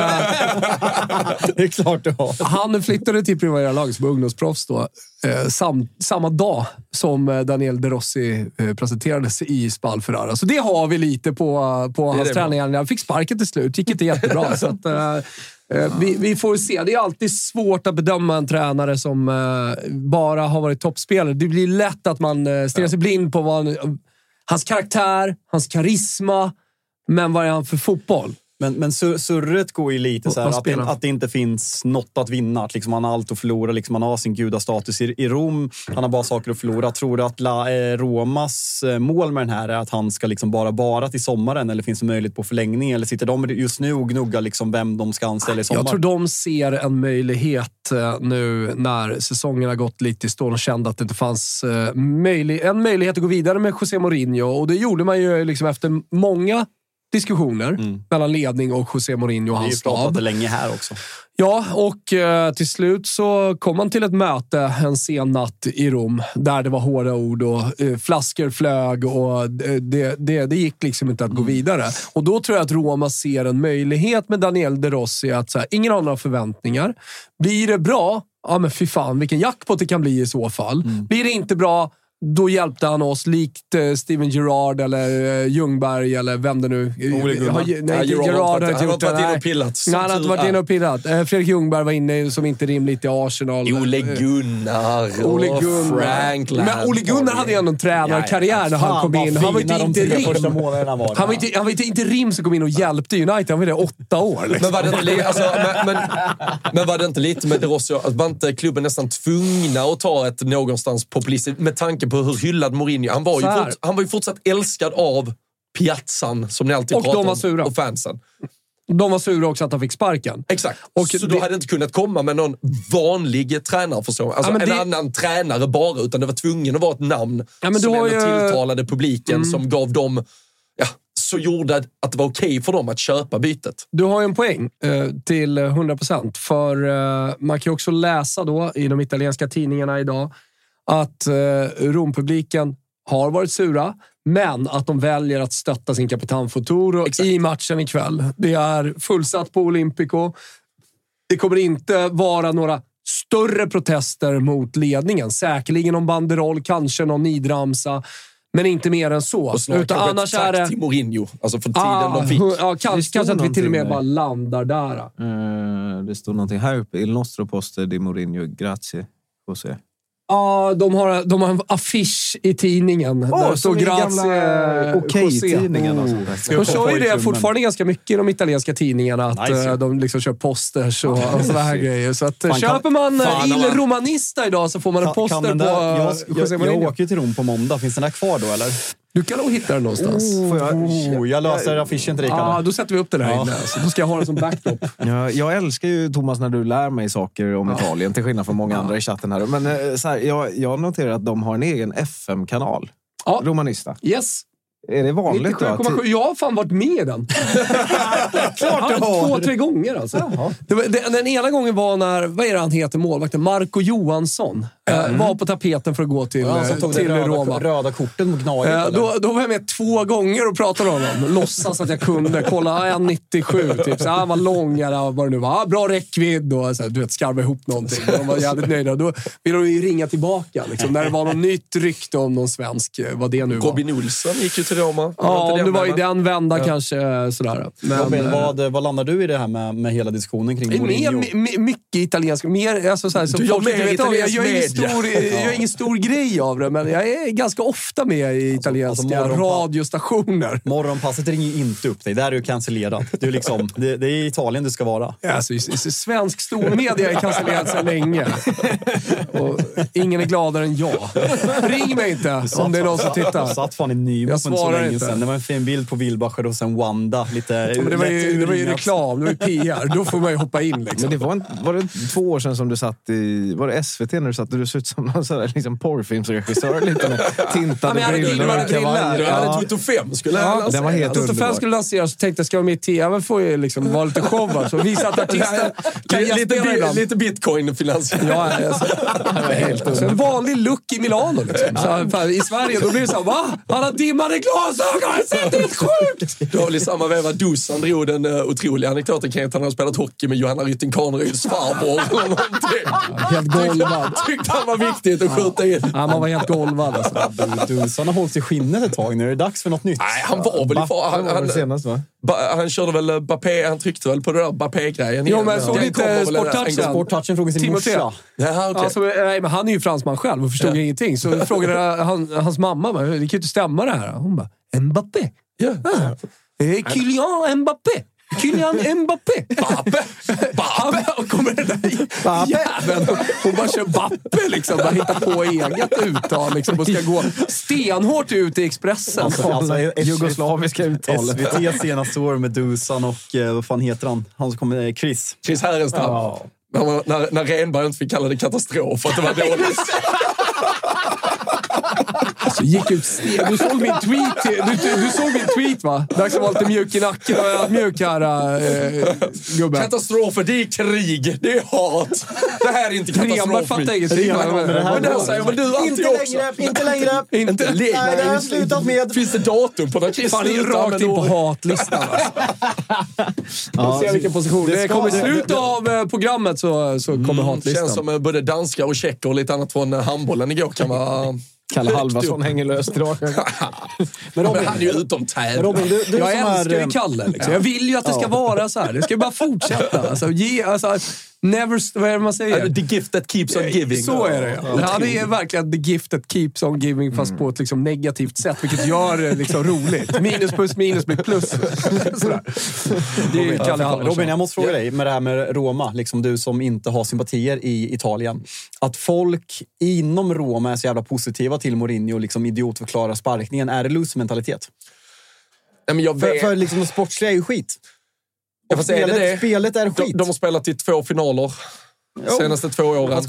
Det är klart du har. Han flyttade till Primavera-laget som ungdomsproffs då. Samma dag som Daniel De Rossi presenterades i Spal Ferrara. Så det har vi lite på hans träningar. Han fick sparken till slut. Gick inte jättebra. Så att, Vi får se. Det är alltid svårt att bedöma en tränare som bara har varit toppspelare. Det blir lätt att man stirrar sig blind på hans karaktär, hans karisma, men vad är han för fotboll? Men surret går ju lite så här att det inte finns något att vinna. Att liksom han har allt att förlora. Liksom han har sin gudastatus i Rom. Han har bara saker att förlora. Tror du att Romas mål med den här är att han ska liksom bara till sommaren? Eller finns det möjlighet på förlängning? Eller sitter de just nu och gnuggar liksom vem de ska anställa i sommar? Jag tror de ser en möjlighet nu när säsongen har gått lite i stå och kände att det inte fanns en möjlighet att gå vidare med José Mourinho. Och det gjorde man ju liksom efter många diskussioner mellan ledning och José Mourinho och hans stab. Vi har pratat länge här också. Ja, och till slut så kom man till ett möte en sen natt i Rom där det var hårda ord och flaskor flög och det gick liksom inte att gå vidare. Och då tror jag att Roma ser en möjlighet med Daniel De Rossi att så här, ingen har några förväntningar. Blir det bra? Ja, men fy fan, vilken jackpot det kan bli i så fall. Blir det inte bra, då hjälpte han oss likt Steven Gerrard eller Ljungberg eller vem det nu... Gerrard har inte varit inne och pillat. Nej, han har inte varit inne och pillat. Fredrik Ljungberg var inne som inte rimligt i Arsenal. Ole Gunnar Frank Lampard. Men Ole Gunnar hade ju ändå en tränarkarriär när han kom in. Han var inte interim. Han var inte interim som kom in och hjälpte United. Han var det 8 år. Liksom. Men var det inte lite med De Rossi att var inte klubben nästan tvungna att ta ett någonstans populistiskt med tanke på hur hyllad Mourinho. Han var ju fortsatt älskad av piazzan som ni alltid pratar om och fansen. De var sura också att han fick sparken. Exakt. Och så då hade inte kunnat komma med någon vanlig tränare en annan tränare bara, utan det var tvungen att vara ett namn som tilltalade publiken som gav dem så gjorde att det var okej för dem att köpa bytet. Du har ju en poäng till 100%. För man kan ju också läsa då i de italienska tidningarna idag att Rompubliken har varit sura, men att de väljer att stötta sin kapitan Futuro i matchen ikväll. Det är fullsatt på Olympico. Det kommer inte vara några större protester mot ledningen. Säkerligen någon banderoll, kanske någon nidramsa. Men inte mer än så. Utan annars är det till Mourinho. Alltså för tiden de fick. Kanske att vi till och med bara landar där. Det står någonting här uppe. Il nostro poste di Mourinho. Grazie, José. Ja, de har en affisch i tidningen. Där det står grazie Okej-tidningen. De kör ju det fortfarande ganska mycket i de italienska tidningarna. Att de liksom kör posters och sådana här grejer. Så att köper man Il Romanista idag så får man en poster på José Mourinho. Jag åker till Rom på måndag. Finns den där kvar då, eller? Du kan nog hitta den någonstans. Jag löser affischen till dig. Då sätter vi upp den här inne. Så då ska jag ha den som backdrop. Jag älskar ju, Thomas, när du lär mig saker om Italien, till skillnad från många andra i chatten här. Men så här, jag noterar att de har en egen FM-kanal. Romanista. Yes. Är det vanligt 97,7. Jag har fan varit med i den. Klart jag har. 2-3 gånger alltså. Den ena gången var när, vad är det han heter, målvakten? Marco Johansson. Var på tapeten för att gå till Roma. Röda korten mot Gnaget. Då var jag med 2 gånger och pratade om honom. Låtsas att jag kunde. Kolla, 1,97 typ. Så han var lång, vad det nu var. Bra räckvidd och så, du vet, skarva ihop någonting. De var jävligt nöjda. Då ville de ju ringa tillbaka. Liksom, när det var något nytt rykte om någon svensk, vad det nu var. Robin Olsson gick ju till Roma. Ja, om det var i den vända kanske sådär. Men vad landar du i det här med hela diskussionen kring Mourinho? Mycket italiensk. Mer, alltså, såhär, som folk vet, jag är ingen stor grej av det, men jag är ganska ofta med i italienska radiostationer. Morgonpasset ringer inte upp dig. Där är du cancellerad. Du liksom, det är i Italien du ska vara. Alltså, svensk stormedia är cancellerad sedan länge. Och ingen är gladare än jag. Ring mig inte om det är någon som tittar. Jag satt fan i Nymo för så länge sedan. Det var en fin bild på Wilbacher och sen Wanda. Lite, det var ju reklam, det var ju PR. Då får man ju hoppa in. Liksom. Men det var det 2 år sedan som du satt i... Var det SVT när du satt och du såg ut som någon sådär, liksom porrfilmsregissör lite med tintade brillor och kavajer. Jag hade Toto 5 skulle jag lanseras. Den var helt underbar. Toto 5 skulle lanseras så tänkte jag ska vara med i TV får ju liksom vara lite show. Så visa att artisten kan lite bitcoin-finansiering. Ja, alltså. Så en vanlig look i Milano liksom. Så, i Sverige då blir det så här, va? Han har dimmade glasögon, det ser helt sjukt! Då har i samma veva Dusan drog den otroliga anekdoten kring att han har spelat hockey med Johanna Rytting Kaneröds farbror. Helt golvad. Tyckte fan vad viktigt att skjuta in. Ja, man var helt golvad. Alltså. Dusan har hållit i skinnet ett tag. Nu är det dags för något nytt. Nej, han var väl Han senast, va? Han körde väl Bappé, han tryckte väl på det där Bappé-grejen. Jo, men såg lite Sporttouchen frågade sin morsa. Ja, okay. Alltså, nej, men han är ju fransman själv och förstod ingenting. Så frågade hans mamma, det kan ju inte stämma det här. Hon bara, Mbappé? Ja. Kylian Mbappé. Kylian Mbappé. Bappe. Och kommer det där jäveln. Hon bara kör Bappe liksom. Bara hittar på eget uttal liksom. Och ska gå stenhårt ut i Expressen. Alltså, jugoslaviska uttalet. SVT senaste år med Dusan och vad fan heter han? Han som kommer, Chris Härenstam. Ja. När Renberg inte fick kalla det katastrof för att det var dåligt. Alltså, gick ut du såg min tweet. Du såg min tweet, va? Dags att vara lite mjuk i nacken och jag mjuk här, gubben. Katastrofer, det är krig. Det är hat. Det här är inte katastrof. Renberg fattar ingenting. Men det här säger väl du alltid också. Inte längre. Inte längre. Nej, det har slutat med. Finns det datum på när Chris Fan, det är rakt in på hatlistan. Se vilken position. Det kommer i slutet av programmet så kommer hatlistan. Känns som både danskar och tjecker och lite annat från handbollen igår kan vara... Kalle Halvarsson hänger löst idag. Men han är ju utom tävling. Robin, du jag älskar ju Kalle. Liksom. Jag vill ju att det ska vara så här. Det ska bara fortsätta. Alltså, never, vad är det man säger? The gift that keeps on giving. Så är det. Ja, det är verkligen the gift that keeps on giving, fast på ett liksom negativt sätt, vilket gör det liksom roligt. Minus plus minus blir plus. Det är Kalle Halvarsson. Robin, jag måste fråga dig med det här med Roma, liksom du som inte har sympatier i Italien. Att folk inom Roma är så jävla positiva till Mourinho och liksom idiotförklarar sparkningen. Är det loose-mentalitet? För liksom de sportsliga är ju skit. Spelet är skit. De har spelat i 2 finaler senaste 2 åren.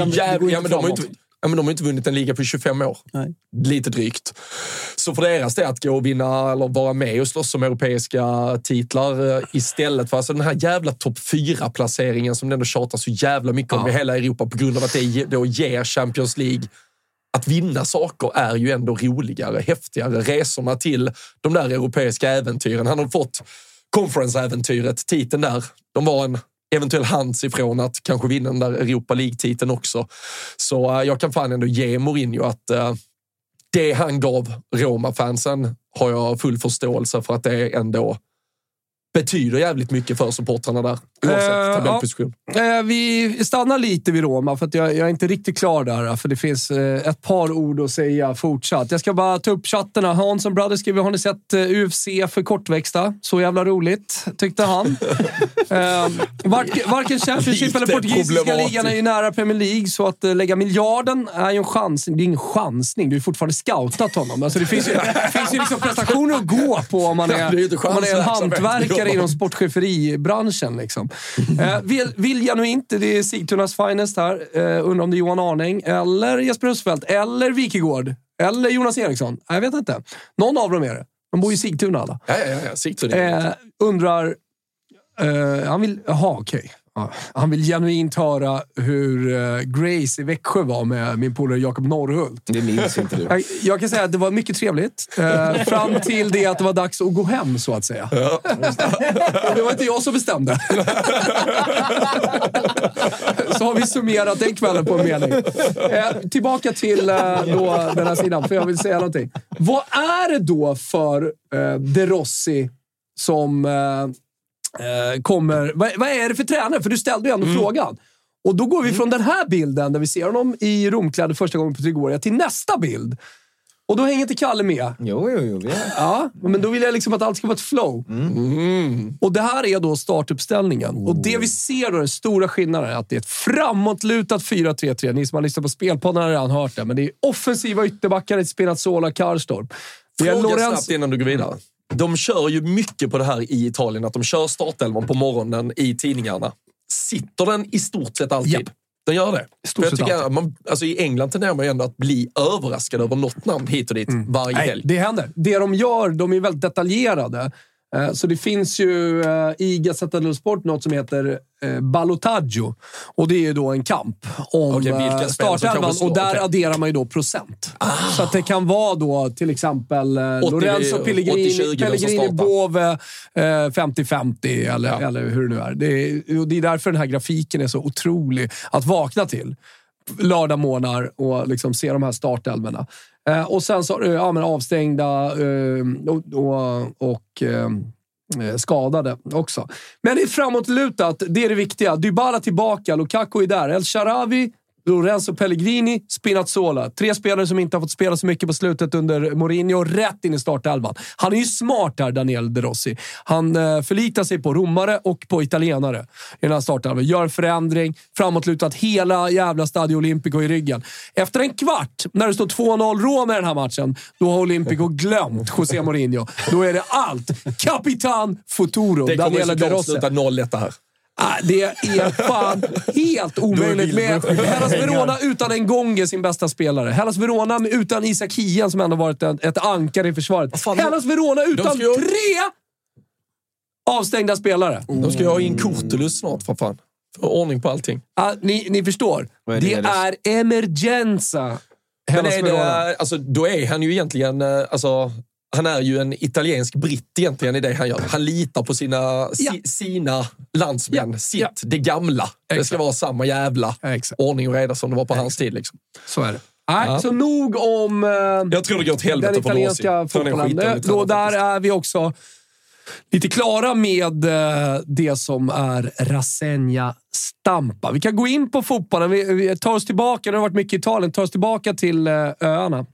De har inte vunnit en liga på 25 år. Nej. Lite drygt. Så för deras det att gå och vinna eller vara med och slåss som europeiska titlar istället för alltså den här jävla topp 4-placeringen som ändå tjatar så jävla mycket om i hela Europa på grund av att det då ger Champions League. Att vinna saker är ju ändå roligare, häftigare. Resorna till de där europeiska äventyren. Han har fått Conference-äventyret, titeln där. De var en eventuell hands ifrån att kanske vinna den där Europa League-titeln också. Så jag kan fan ändå ge Mourinho att det han gav Roma-fansen har jag full förståelse för att det ändå betyder jävligt mycket för supportrarna där. Oavsett tabellposition. Vi stannar lite vid Roma för att jag är inte riktigt klar där. För det finns ett par ord att säga fortsatt. Jag ska bara ta upp chatterna. Hansson Brothers skriver, har ni sett UFC för kortväxta? Så jävla roligt, tyckte han. Varken Championship eller portugisiska ligan är ju nära Premier League, så att lägga miljarden är ju en chans. Det är ingen chansning. Du är fortfarande scoutat honom. Alltså det finns ju liksom prestationer att gå på om man är en hantverkare inom sportcheferibranschen liksom. Vill jag nu inte, det är Sigtunas finest här. Undrar om det är Johan Arning eller Jesper Husfeldt eller Wikegård eller Jonas Eriksson. Jag vet inte. Någon av dem är det. De bor i Sigtuna alla. Ja, Sigtuna. Undrar han vill, okej. Ja, han vill genuint höra hur Grace i Växjö var med min polare Jakob Norrhult. Det minns inte du. Jag kan säga att det var mycket trevligt. Fram till det att det var dags att gå hem, så att säga. Ja. Och det var inte jag som bestämde. Så har vi summerat den kvällen på en mening. Tillbaka till då, den här sidan, för jag vill säga någonting. Vad är det då för De Rossi som... vad är det för tränare? För du ställde ju ändå frågan. Och då går vi från den här bilden där vi ser honom i romkläder första gången på Trigoria till nästa bild. Och då hänger inte Kalle med. Jo. Ja, men då vill jag liksom att allt ska vara ett flow. Och det här är då startuppställningen. Och det vi ser då, den stora skillnaden är att det är ett framåtlutat 4-3-3. Ni som har lyssnat på spelpodden har redan hört det. Men det är offensiva ytterbackar, ett Spinazzola, Karstorp. Fråga snabbt innan du går vidare. De kör ju mycket på det här i Italien, att de kör startelvan på morgonen i tidningarna. Sitter den i stort sett alltid? Japp. Den gör det. Stort sett alltså i England tenderar man ju ändå att bli överraskad över något namn hit och dit varje helg. Det händer. Det de gör, de är väldigt detaljerade. Så det finns ju i Gazzetta dello Sport något som heter ballottaggio. Och det är ju då en kamp om startelvan. Och där adderar man ju då procent. Så att det kan vara då till exempel Lorenzo Pellegrini Bove 50-50 eller hur det nu är. Det är därför den här grafiken är så otrolig att vakna till. lördagmorgnar och liksom se de här startelverna. Och sen så avstängda och skadade också. Men det är framåtlutat, det är det viktiga. Dybala tillbaka, Lukaku är där. El Shaarawy, Lorenzo Pellegrini, Spinazzola. 3 spelare som inte har fått spela så mycket på slutet under Mourinho, rätt in i startelvan. Han är ju smart här, Daniel De Rossi. Han förlitar sig på romare och på italienare i den här startelvan. Gör förändring, framåtlutat hela jävla Stadio Olimpico i ryggen. Efter en kvart, när det står 2-0 Roma i den här matchen, då har Olimpico glömt José Mourinho. Då är det allt. Kapitan Futuro, Daniel De Rossi. Det kommer sluta 0-1 här. Det är fan helt omöjligt med Hellas Verona utan en gång sin bästa spelare. Hellas Verona utan Isak Hien som ändå varit ett ankare i försvaret. Hellas Verona utan 3 avstängda spelare. De ska ju ha in Kurtulus snart för fan. För ordning på allting. Ni förstår. Det är emergenza. Hellas Verona. Alltså, då är han ju egentligen... han är ju en italiensk britt egentligen i det han gör. Han litar på sina landsmän. Det gamla. Exakt. Det ska vara samma jävla ordning och reda som det var på hans tid. Liksom. Så är det. Nej, så nog om jag tror det går åt helvete den italienska fotbollen. Där är vi också lite klara med det som är Rasenja Stampa. Vi kan gå in på fotbollen. Vi tar oss tillbaka. Det har varit mycket i Italien. Tar oss tillbaka till öarna.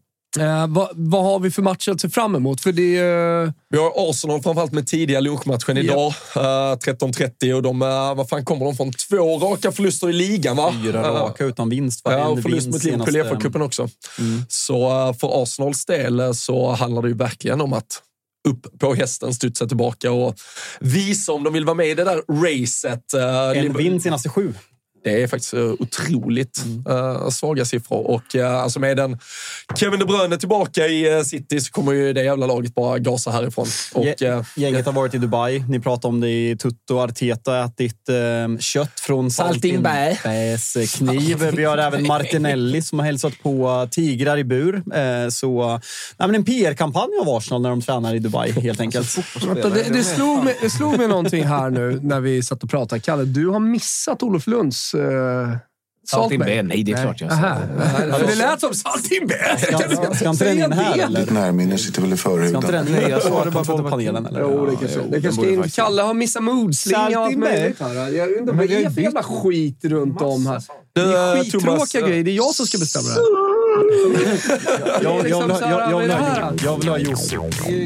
Vad har vi för matcher att se fram emot? För det, vi har Arsenal framförallt med tidiga lunchmatchen idag. 13.30 och vad fan kommer de från? 2 raka förluster i ligan, va? 4 raka utan vinst. Och förlust mot Liverpool i FA-cupen också. Så för Arsenals del så handlar det ju verkligen om att upp på hästen, studsa tillbaka och visa om de vill vara med i det där racet. En vinst senaste 7. Det är faktiskt otroligt svaga siffror. Och alltså med den Kevin De Bruyne tillbaka i City så kommer ju det jävla laget bara gasa härifrån. Och, gänget har varit i Dubai. Ni pratade om det i Tutto. Arteta ätit kött från Saltinbergs kniv. Vi har även Martinelli som har hälsat på tigrar i bur. En PR-kampanj av Arsenal när de tränar i Dubai helt enkelt. Det slog mig någonting här nu när vi satt och pratade. Kalle, du har missat Olof Lunds Saltinberg? Nej, det är klart jag sa. Det lät som Saltinberg. Ska inte den in här eller? Ditt närminne sitter väl i förhuden. Ska inte den in? Jag sa det bara för panelen eller? Jo, det kanske in. Kalle har missat moodslinga. Jag undrar vad det är för jävla skit runt om här. Det är skittråkiga grejer. Det är jag som ska bestämma det här. Jag vill ha Jussi.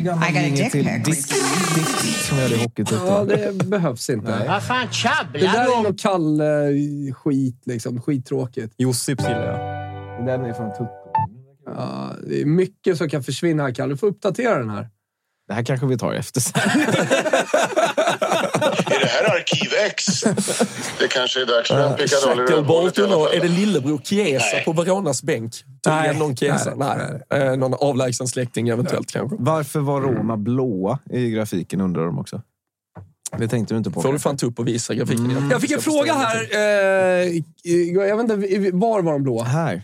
Som jag hade hockeyt. Ja, det behövs inte. Vad fan tjabblar det där är någon kall skit liksom. Skittråkigt. Jussi gillar jag. Den är från Tutto. Ja, det är mycket som kan försvinna här, Kalle. Du får uppdatera den här. Det här kanske vi tar efter sen. Är det här Arkiv X? Det kanske är dags för en pickadoll. Är det lillebror Chiesa på Veronas bänk? Någon Chiesa? Nej. Någon avlägsen släkting eventuellt kanske. Varför var Roma blåa i grafiken undrar de också? Det tänkte du inte på. Får du fan ta upp och visa grafiken. Jag fick en fråga här. Jag vet inte, var de blåa? Här.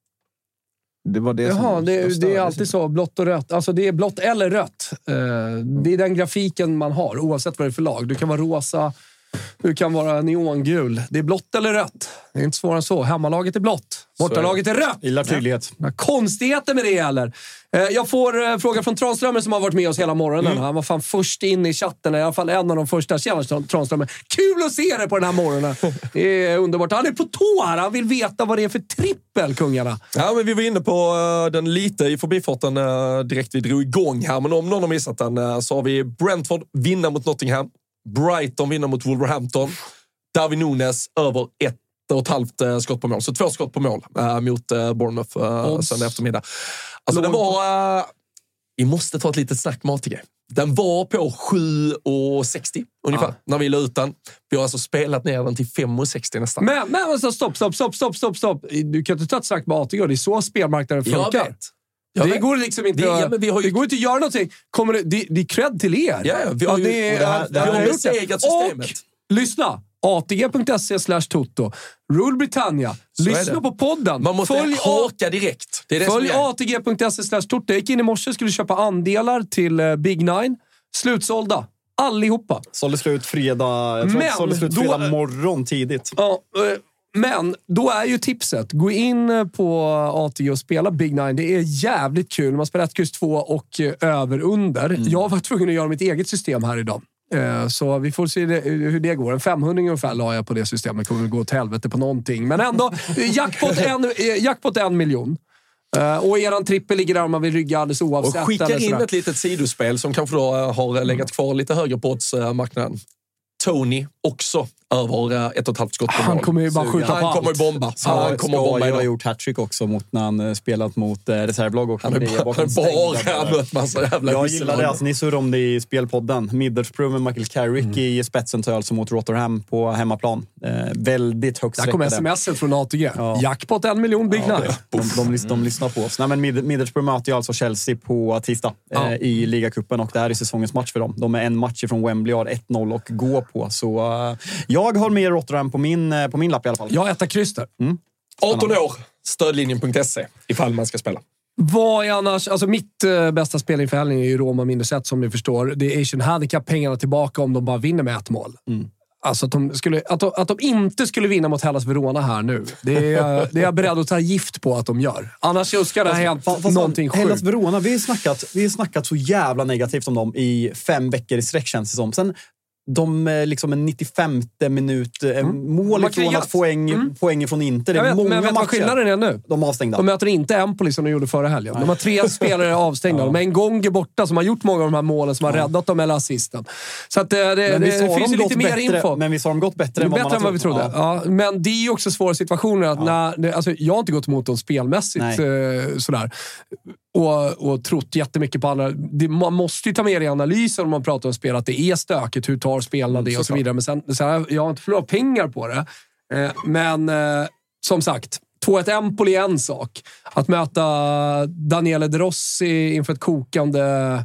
Det var det. Jaha, det är alltid så, blått och rött. Alltså det är blått eller rött. Det är den grafiken man har, oavsett vad det är för lag. Du kan vara rosa, du kan vara neongul. Det är blått eller rött. Det är inte svårare än så. Hemmalaget är blått. Bortalaget är rött. Gillar tydlighet. Konstigheter med det eller? Jag får fråga från Tranströmer som har varit med oss hela morgonen. Han var fan först in i chatten. I alla fall en av de första. Tjena Tranströmer. Kul att se dig på den här morgonen. Det är underbart. Han är på tå här. Han vill veta vad det är för trippel, kungarna. Ja, men vi var inne på den lite i förbifarten direkt vi drog igång här. Men om någon har missat den så har vi Brentford vinna mot Nottingham. Brighton vinner mot Wolverhampton. Darwin Núñez över 1,5 skott på mål. Så 2 skott på mål mot Bournemouth söndag eftermiddag. Alltså den var... vi måste ta ett litet snack med ATG. Den var på 7,60 ungefär när vi la ut den. Vi har alltså spelat ner den till 5,60 nästan. Men alltså, stopp. Du kan inte ta ett snack med ATG. Det är så spelmarknaden funkar. Det går liksom inte det går inte att göra någonting. Det är cred till er. Ja, vi har ju besegrat systemet. Och lyssna. ATG.se/Toto. Rule Britannia. Lyssna på podden. Man måste haka direkt. Det är det följ ATG.se/Toto. Jag gick in i morse och skulle köpa andelar till Big Nine. Slutsålda. Allihopa. Sålde slut fredag. Jag tror sålde slut fredag morgon tidigt. Ja, Men då är ju tipset. Gå in på ATG och spela Big Nine. Det är jävligt kul. Man spelar 1-2 och över-under. Jag var tvungen att göra mitt eget system här idag. Så vi får se hur det går. En 500 ungefär la jag på det systemet. Kommer gå till helvete på någonting. Men ändå, jackpot 1 miljon. Och eran trippel ligger där om man vill rygga alldeles oavsett. Och skicka in ett litet sidospel som kanske då har legat kvar lite högre på oddsmarknaden. Tony också över 1,5 skott på mål. Han kommer ju bara skjuta på allt. Han kommer ju bomba. Så han kommer bomba. Jag har gjort hattrick också när han spelat mot reservlag också. Han är bara mött massa jävla jag gillar det. Alltså, ni surrar om det i spelpodden. Middlesbrough med Michael Carrick i spetsen tar alltså mot Rotherham på hemmaplan. Väldigt högt sträckade. Där kommer sms från ATG. Ja. Jackpot 1 miljon Big Nine. De lyssnar på oss. Nej, men Middlesbrough möter ju alltså Chelsea på tisdag i ligacupen och det här är säsongens match för dem. De är en match från Wembley och har 1-0 och gå på. Så jag har med Rotherham på min lapp i alla fall. Jag äter kryss där. 18 år, stödlinjen.se ifall man ska spela. Vad är annars? Alltså mitt bästa spel inför helgen är ju Roma minus 1 som ni förstår. Det är Asian Handicap, pengarna tillbaka om de bara vinner med 1 mål. Alltså att de inte skulle vinna mot Hellas Verona här nu. Det är jag beredd att ta gift på att de gör. Annars ska det ha hänt någonting sjukt. Hellas Verona, vi har snackat så jävla negativt om dem i 5 veckor i sträck känns det som. Sen de liksom en 95:e minut mål ifrån att poäng från Inter. Det är många men vet vad skillnaden är nu? De är avstängda. De möter inte Empoli som de gjorde förra helgen. De har 3 spelare avstängda. De är en gång borta som har gjort många av de här målen som har räddat dem eller assisten. Så att det finns ju lite mer info. Men vi har de gått bättre än vad vi trodde. Ja, men det är ju också svåra situationer att alltså, jag har inte gått emot dem spelmässigt sådär. Och trott jättemycket på alla. Man måste ju ta med i analysen om man pratar om spel att det är stökigt. Hur tar spelarna det och så vidare. Men sen jag har inte förlorat pengar på det. Men som sagt, 2-1 Empoli är en sak. Att möta Daniele De Rossi inför ett kokande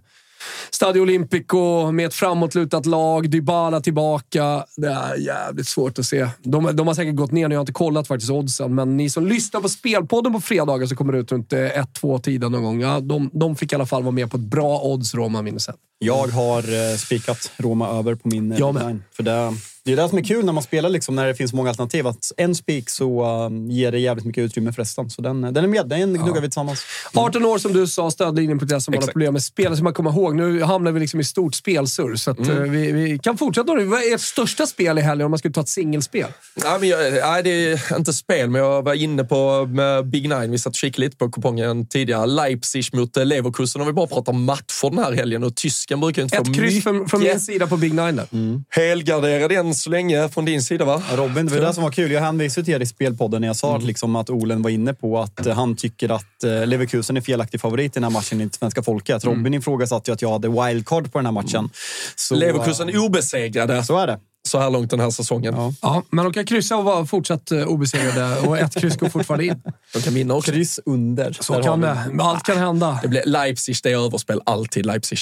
Stadio Olimpico med ett framåtlutat lag, Dybala tillbaka. Det är jävligt svårt att se. De har säkert gått ner, jag har inte kollat faktiskt oddsen, men ni som lyssnar på Spelpodden på fredagar så kommer det ut runt 1-2 tiden någon gång. Ja, de fick i alla fall vara med på ett bra odds Roma minus 1. Jag har spikat Roma över på min line. För det är det som är kul när man spelar liksom, när det finns många alternativ. Att en spik så ger det jävligt mycket utrymme för resten. Så den är med, den gnuggar vi tillsammans. 18 år som du sa, stödlinjen på det som har problem med spel. Som man kommer ihåg, nu hamnar vi liksom i stort spelsur. Så att vi kan fortsätta. Vad är ert största spel i helgen om man skulle ta ett singelspel? Nej, det är inte spel, men jag var inne på med Big Nine. Vi satt och kikade lite på kupongen tidigare. Leipzig mot Leverkusen. Om vi bara pratar matcher den här helgen. Och tysken brukar inte få mycket. Ett kryss från min sida på Big Nine där. Helgarderad än så länge från din sida, va? Robin, det var det som var kul. Jag hänvisade till er i spelpodden när jag sa att Olen var inne på att han tycker att Leverkusen är felaktig favorit i den här matchen i svenska folket. Robin ifrågasatte ju att jag hade wildcard på den här matchen. Så, Leverkusen är obesegrade. Så är det. Så här långt den här säsongen. Ja, men de kan kryssa och vara fortsatt obesegrade. Och ett kryss går fortfarande in. De kan vinna också. Kryss under. Så kan det. Allt kan hända. Det blir Leipzig, det är överspel. Alltid Leipzig.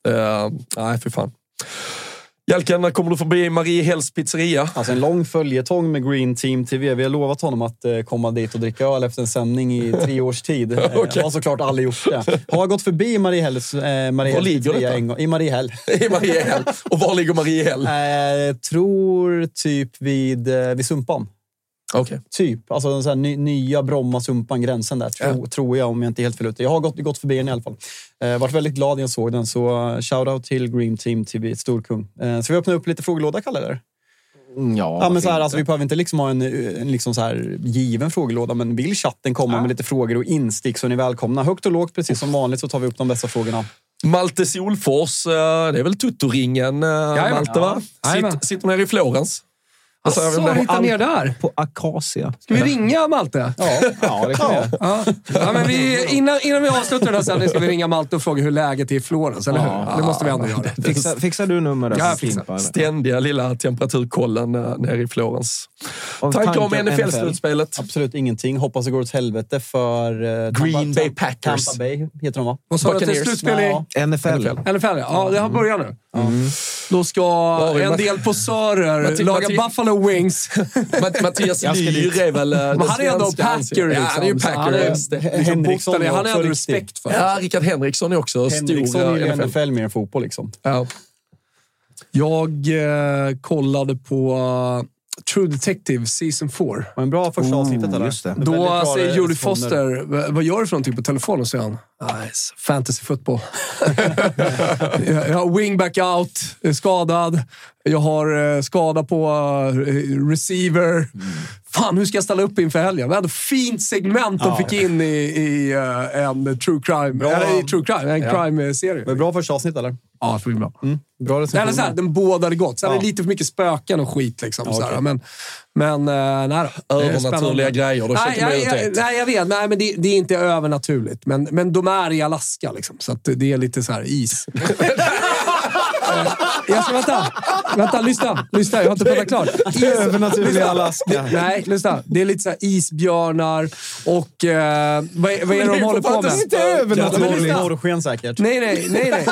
Nej, för fan. Hjälken, när kommer du förbi Marie Hells pizzeria? Alltså en lång följetong med Green Team TV. Vi har lovat honom att komma dit och dricka öl efter en sändning i 3 års tid. Okay. Har såklart aldrig gjort det. Har gått förbi Marie Hells pizzeria en gång. I Mariehäll. I Mariehäll. Och var ligger Mariehäll? Tror typ vid Sumpan. Okay. Typ, alltså den så här nya Bromma-Sumpan-gränsen där, tror jag, om jag inte är helt fel ute. Jag har gått förbi den i alla fall. Varit väldigt glad när jag såg den, så shoutout till Green Team TV, storkung. Så vi öppnar upp lite frågelåda, kallar det? Ja, men så här, alltså, vi behöver inte liksom ha en liksom så här given frågelåda, men vill chatten komma med lite frågor och instick så är ni välkomna. Högt och lågt, precis som vanligt, så tar vi upp de bästa frågorna. Malte Solfors, det är väl Tuttoringen, Malte, va? Sitter nere i Florens. Alltså, hittar ner där? På Acacia. Ska vi ringa Malte? Ja, det kan vi. Ja, men innan vi avslutar den här sändningen ska vi ringa Malte och fråga hur läget är i Florens, eller hur? Det måste vi ändå göra. Fixar du nummer där? Ja, fixar. Ständiga lilla temperaturkollen nere i Florens. Tankar om NFL-slutspelet? Absolut ingenting. Hoppas det går åt helvete för Green Bay Packers. Tampa Bay heter de, va? Vad sa du till slutspel i? NFL. Ja, det har börjat nu. Då ska en del posörer laga Buffalo Wings. Mattias Lyr är väl men han är ändå Packer. Ja, han är ju Packer. Han är ändå respekt för. Ja, Rickard Henriksson är också Henriksson är ju NFL mer än fotboll liksom. Ja. Jag kollade på True Detective Season 4. En bra första avsnittet eller? Just det. Då säger Jodie Foster, vad gör du för någonting på telefonen? Säger han. Nice. Fantasy football. Jag har wingback out, är skadad. Jag har skada på receiver. Fan, hur ska jag ställa upp inför helgen? Det var ett fint segment de fick in i en true crime. Eller i true crime, en crime-serie. Var det bra första avsnitt eller? Ja, det var bra. Bra recension. Eller såhär, den bådade gott. Sen är det lite för mycket spöken och skit liksom. Ja, såhär. Men nej då. Övernaturliga grejer. Då Nej, jag vet. Nej, men det är inte övernaturligt. Men de är i Alaska liksom. Så att det är lite så här is. Jag ska vänta, lyssna. Jag har inte pratat klart. Övernaturliga Alaska. Nej, lyssna. Det är lite så här isbjörnar och vad är det de håller på med? Inte övernaturliga. Norrsken säkert. Nej.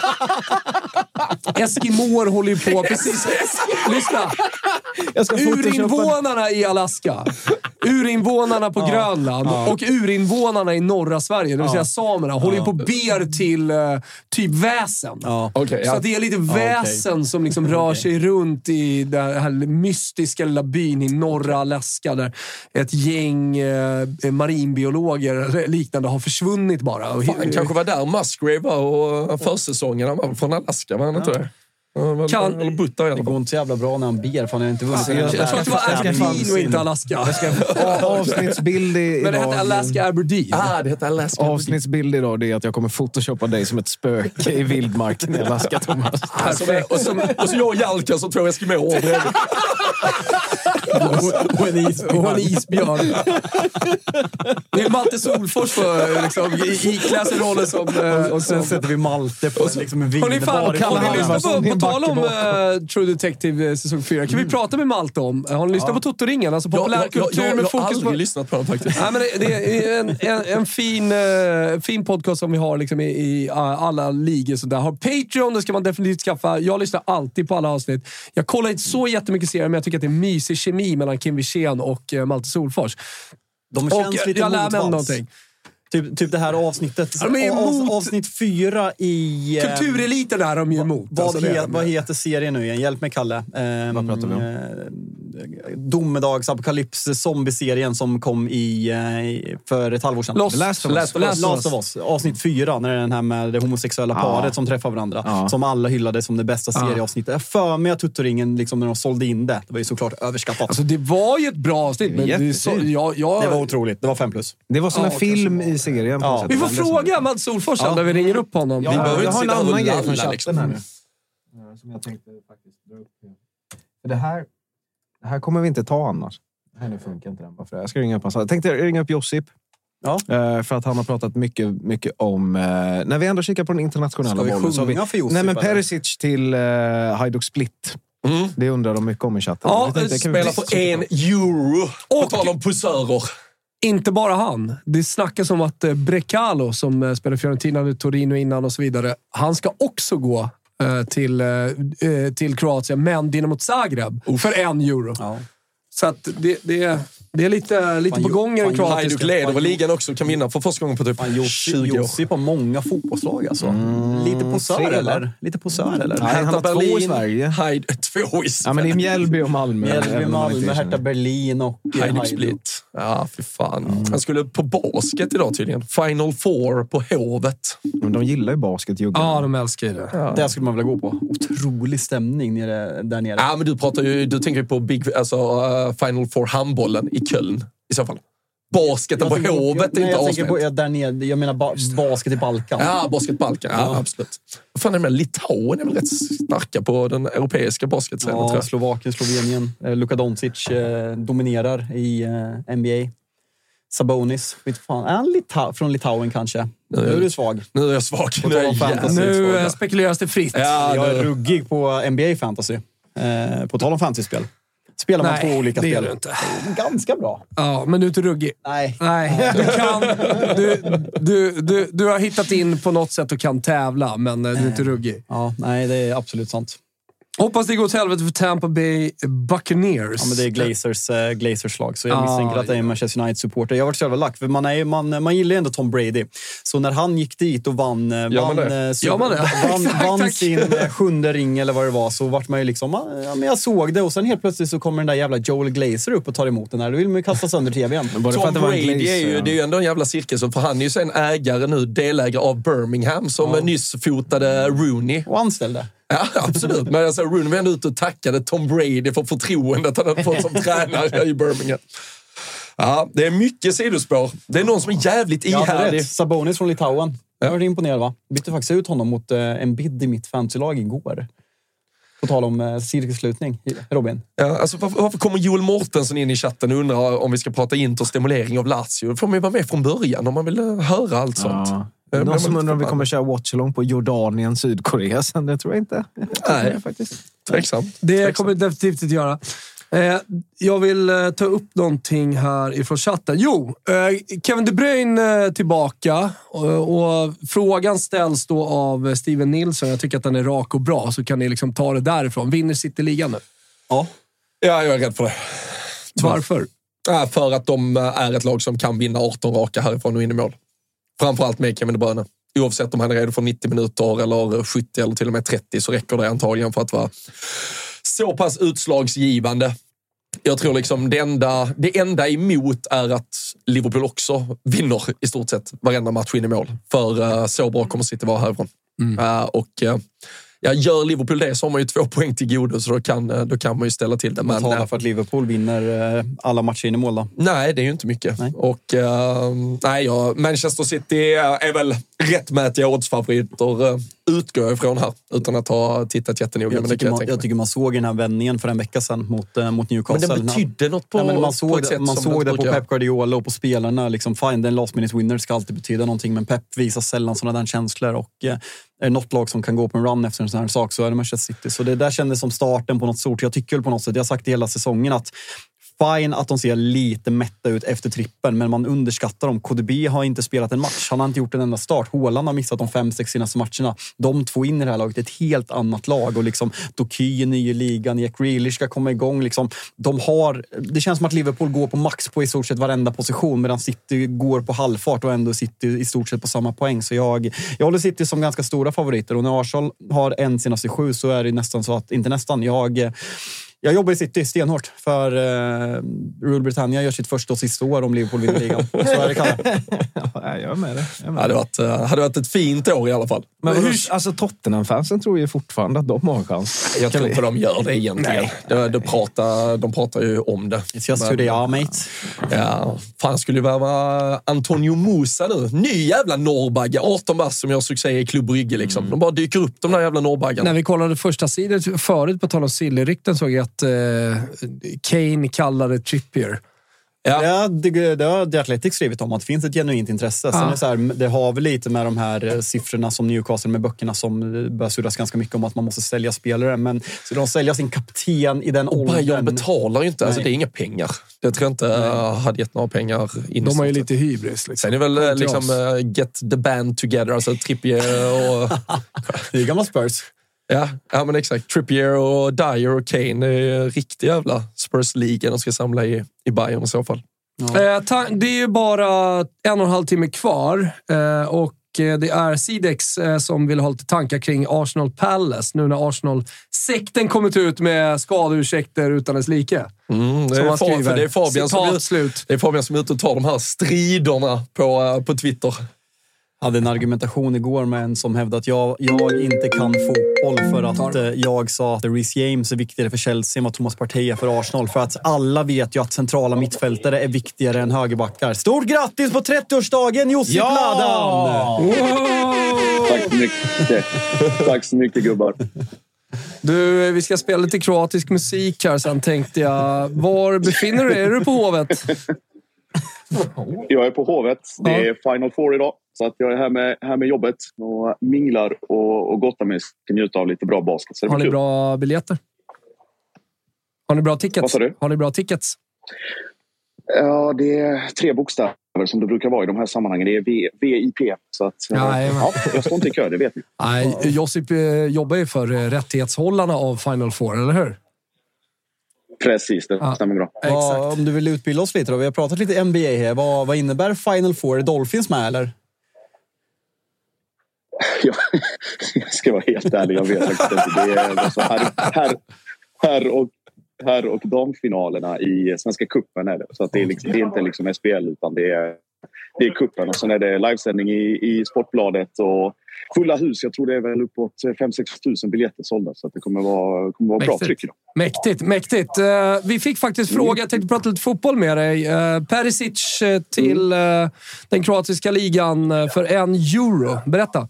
Eskimoer håller ju på precis. Lyssna. Urinvånarna i Alaska, urinvånarna på Grönland och urinvånarna i norra Sverige, det vill säga samerna, håller ju på ber till typ väsen. Så det är lite väsen som liksom rör sig runt i den här mystiska lilla byn i norra Alaska där ett gäng marinbiologer liknande har försvunnit bara. Fan, kanske var där Musgrave var och försäsongen var från Alaska, var han inte det? Det går inte så jävla bra när han ber, för han har inte vunnit. Jag tror att det var Aberdeen och inte Alaska. Avsnittsbild idag. Men det hette Alaska Aberdeen. Det heter Alaska. Avsnittsbild idag, det är att jag kommer photoshoppa dig som ett spöke i vildmarken i Alaska, Thomas. Och så jag och Jalka som tror eskimoer bredvid. Och en isbjörn. Det är Malte Solfors för liksom, ikläs i rollen som... och sen sätter vi Malte på liksom en Har ni lyssnat på tal om True Detective säsong 4? Kan vi prata med Malte om? Har ni lyssnat på Totoringen? Alltså populärkultur med fokus på... Jag har aldrig lyssnat på den faktiskt. Nej, men det är en fin podcast som vi har liksom i alla ligor. Så där. Har Patreon, det ska man definitivt skaffa. Jag lyssnar alltid på alla avsnitt. Jag kollar inte så jättemycket serier, men jag tycker att det är mysig kemi mellan Kim Wirsén och Malte Solfors. De känns lite jag lär mig motvalls. någonting. Typ det här avsnittet. Avsnitt 4 i... Kultureliten är de ju emot. Vad heter serien nu igen? Hjälp mig, Kalle. Vad pratar vi om? Domedagsapokalyps zombie-serien som kom för ett halvår sedan. Last of Us. Avsnitt 4, när det är den här med det homosexuella paret som träffar varandra. Som alla hyllade som det bästa serieavsnittet. Jag för mig att Tutoringen, liksom, när de sålde in det var ju såklart överskattat. Alltså, det var ju ett bra avsnitt. Men det var otroligt. Det var 5 plus. Det var som en film i serien. Vi får fråga Malte Solfors när vi ringer upp honom. Jag har en annan grej från chatten här nu. Som jag tänkte faktiskt dra upp. För det här kommer vi inte ta annars. Det här funkar inte den bara för det. Jag ska ringa upp honom. Jag tänkte ringa upp Josip. För att han har pratat mycket om... när vi ändå kikar på den internationella bollen. Ska vi sjunga för Josip? Nej, men Perisic till Hajduk Split. Det undrar de mycket om i chatten. Ja, spelar på €1. Och tal om pussörer. Inte bara han. Det snackas om att Brecalo, som spelar Fiorentina, Torino innan och så vidare, han ska också gå till Kroatien, men Dinamo Zagreb för €1. Ja. Så att det är lite på gång i den kroatiska. Hajduk leder och ligan också kan vinna för första gången på typ 20 år. Josip på många fotbollslag alltså. Lite posör eller? Nej, han har 2 i Sverige. Hajduk 2 i Sverige. Ja, men det är Mjällby och Malmö. Hertha Berlin och Hajduk Split. Ja, för fan. Han skulle på basket idag tydligen. Final Four på Hovet. Men de gillar ju basket, Juggen. Ja, de älskar ju det. Ja. Det skulle man vilja gå på. Otrolig stämning där nere. Ja, men du tänker ju på Final Four handbollen i Köln i så fall. Basketen på Hovet är inte avsnitt. Där nere, jag menar basket i Balkan. Ja, basket Balkan. Ja, absolut. Vad fan är det med? Litauen är väl rätt starka på den europeiska basketscenen, tror jag. Slovakien, Slovenien. Luka Doncic dominerar i NBA. Sabonis. Är han från Litauen kanske? Nu är du svag. Nu är jag svag. Nu spekuleras det fritt. Ja, jag är ruggig på NBA Fantasy. På tal om fantasy-spel. Spelar man 2 olika spel. Nej, det inte. Ganska bra. Ja, men du är inte ruggig. Nej. Du har hittat in på något sätt och kan tävla, men du är inte ruggig. Ja, nej, det är absolut sant. Hoppas det går till helvete för Tampa Bay Buccaneers. Ja, men det är Glazers lag, så jag misstänker att det är en Manchester United-supporter. Jag har varit så jävla lack, för man gillar ju ändå Tom Brady. Så när han gick dit och vann sin 7:e ring eller vad det var, så vart man ju liksom, men jag såg det, och sen helt plötsligt så kommer den där jävla Joel Glazer upp och tar emot den här. Då vill man ju kasta sönder tvn. Tom Brady det är ju ändå en jävla cirkus, för han är ju sen ägare nu, delägare av Birmingham, som nyss fotade Rooney. Och anställde. Ja, absolut. Men alltså, Rooney var ändå ute och tackade Tom Brady för förtroendet han hade fått som tränare i Birmingham. Ja, det är mycket sidospår. Det är någon som är jävligt ihärdig. Sabonis från Litauen. Jag var imponerad, va? Bytte faktiskt ut honom mot en bid i mitt fantasylag igår. På tal om cirkelslutning, Robin. Ja, alltså, varför kommer Joel Mortensen in i chatten och undrar om vi ska prata interstimulering av Lazio? Då får man ju vara med från början om man vill höra allt sånt. Någon som undrar om vi kommer köra watchalong på Jordanien, Sydkorea sen, det tror jag inte. Nej, faktiskt. Tveksamt. Det kommer definitivt inte göra. Jag vill ta upp någonting här ifrån chatten. Kevin De Bruyne tillbaka och frågan ställs då av Steven Nilsson. Jag tycker att den är rak och bra, så kan ni liksom ta det därifrån. Vinner City-ligan nu? Ja, jag är rädd för det. Varför? För att de är ett lag som kan vinna 18 raka härifrån och in i mål. Framförallt med Kevin De Bruyne. Oavsett om han är redo för 90 minuter eller 70 eller till och med 30, så räcker det antagligen för att vara så pass utslagsgivande. Jag tror liksom det enda emot är att Liverpool också vinner i stort sett varenda match in i mål. För så bra kommer City vara härifrån. Gör Liverpool det så har man ju 2 poäng till godo, så då kan man ju ställa till det. Men talar för att Liverpool vinner alla matcher in i mål då? Nej, det är ju inte mycket. Nej. Och Manchester City är väl rättmätiga oddsfavoriter, utgår jag ifrån här, utan att ha tittat jättenoga. Jag tycker man såg den här vändningen för en vecka sedan mot Newcastle. Men den betydde något på, man såg ett sätt man som såg det på Pep Guardiola och på spelarna. Liksom, fine, den last minute winner ska alltid betyda någonting, men Pep visar sällan sådana där känslor, och är något lag som kan gå på en run efter en sån här sak, så är det Manchester City. Så det där kändes som starten på något stort. Jag tycker på något sätt, jag har sagt det hela säsongen, att fine att de ser lite mätta ut efter trippen, men man underskattar dem. KDB har inte spelat en match. Han har inte gjort en enda start. Haaland har missat de 5-6 senaste matcherna. De två in i det här laget, ett helt annat lag. Och liksom Doky i nya ligan, Jack Grealish ska komma igång. Liksom, det känns som att Liverpool går på max på i stort sett varenda position, medan City går på halvfart och ändå City i stort sett på samma poäng. Så jag håller City som ganska stora favoriter. Och när Arsenal har en senaste 7, så är det nästan så att, inte nästan, jag jobbar i City stenhårt, för Rule Britannia gör sitt första och sista år om Liverpool vinner ligan. Så är det kallat. Jag är med det. Hade varit ett fint år i alla fall. Men alltså Tottenham-fansen tror ju fortfarande att de har en chans. Jag tror inte de gör det egentligen. De pratar ju om det. It's just who they are, mate. Ja, fan skulle ju vara Antonio Musa nu. Ny jävla norrbagge. 18 bass som gör succé i Klubb Brygge liksom. De bara dyker upp, de där jävla norrbaggarna. När vi kollade första sidan förut på tal om Silly-rykten, såg jag att Kane kallade Trippier. Ja, det har The Athletic skrivit om, att det finns ett genuint intresse. Sen är det, så här, det har väl lite med de här siffrorna som Newcastle med böckerna, som börjar surras ganska mycket om att man måste sälja spelare. Men så de säljer sin kapten i den åldern. Bayern betalar ju inte, alltså det är inga pengar. Jag tror inte hade gett några pengar in. De har ju lite hybris. Liksom. Sen är det väl liksom get the band together, alltså Trippier och... Det är gamla Spurs. Ja, men exakt. Trippier och Dyer och Kane är riktig jävla Spurs-liga de ska samla i Bayern i så fall. Ja. Det är ju bara 1,5 timme kvar och det är Sidex som vill ha lite tankar kring Arsenal Palace nu när Arsenal-sekten kommit ut med skadeursäkter utan dess like. Det är Fabian som är ute och tar de här striderna på Twitter. Jag hade en argumentation igår med en som hävdade att jag inte kan fotboll för att jag sa att Reece James är viktigare för Chelsea än vad Thomas Partey är för Arsenal. För att alla vet ju att centrala mittfältare är viktigare än högerbackar. Stort grattis på 30-årsdagen, Josip Ladan! Wow! Tack så mycket gubbar. Du, vi ska spela lite kroatisk musik här, sen tänkte jag, var befinner du dig? Är du på Hovet? Jag är på Hovet. Det är Final Four idag. Så att jag är här med jobbet och minglar och gottar mig, ska njuta av lite bra basket. Så har ni bra biljetter? Har ni bra tickets? Vad sa du? Har ni bra tickets? Ja, det är 3 bokstäver. som det brukar vara i de här sammanhangen. Det är VIP. Så att, jag står inte i kö, det vet ni. Nej, Josip jobbar ju för rättighetshållarna av Final Four, eller hur? Precis, det stämmer bra. Exakt. Om du vill utbilda oss lite då. Vi har pratat lite NBA här. Vad innebär Final Four? Är Dolphins med, eller? Jag ska vara helt ärlig, jag vet faktiskt inte. Det är så herr- och damfinalerna i Svenska cupen är det. Så att det är inte liksom SPL, utan det är cupen. Och sen är det livesändning i Sportbladet och fulla hus. Jag tror det är väl uppåt 5-6 tusen biljetter sålda. Så att det kommer vara bra tryck idag. Mäktigt. Vi fick faktiskt fråga, jag tänkte prata lite fotboll med dig. Perisic till den kroatiska ligan för €1. Berätta.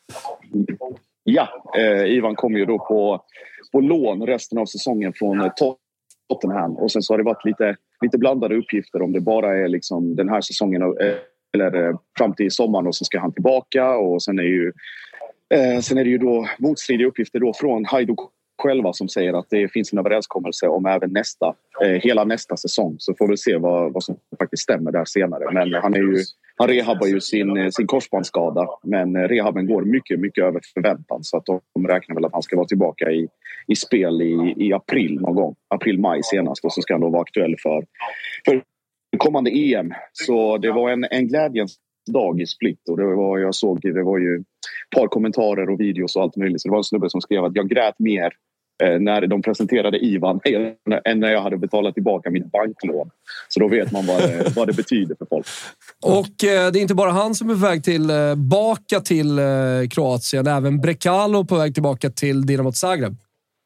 Ja, Ivan kommer ju då på lån resten av säsongen från Tottenham. Och sen så har det varit lite blandade uppgifter om det bara är liksom den här säsongen eller fram till sommaren och så ska han tillbaka. Och sen är det ju då motstridiga uppgifter då från Hajduk själva som säger att det finns en överenskommelse om även hela nästa säsong. Så får vi se vad som faktiskt stämmer där senare. Men han rehabbar ju sin korsbandsskada, men rehaben går mycket, mycket över förväntan, så att de räknar väl att han ska vara tillbaka i spel i april någon gång. April-maj senast, och så ska han då vara aktuell för kommande EM. Så det var en glädjens dag i Split, och det var ju ett par kommentarer och videos och allt möjligt. Så det var en snubbe som skrev att jag grät mer när de presenterade Ivan än när jag hade betalat tillbaka mitt banklån. Så då vet man vad det betyder för folk. Och det är inte bara han som är på väg tillbaka till Kroatien. Även Brekalo på väg tillbaka till Dinamo Zagreb.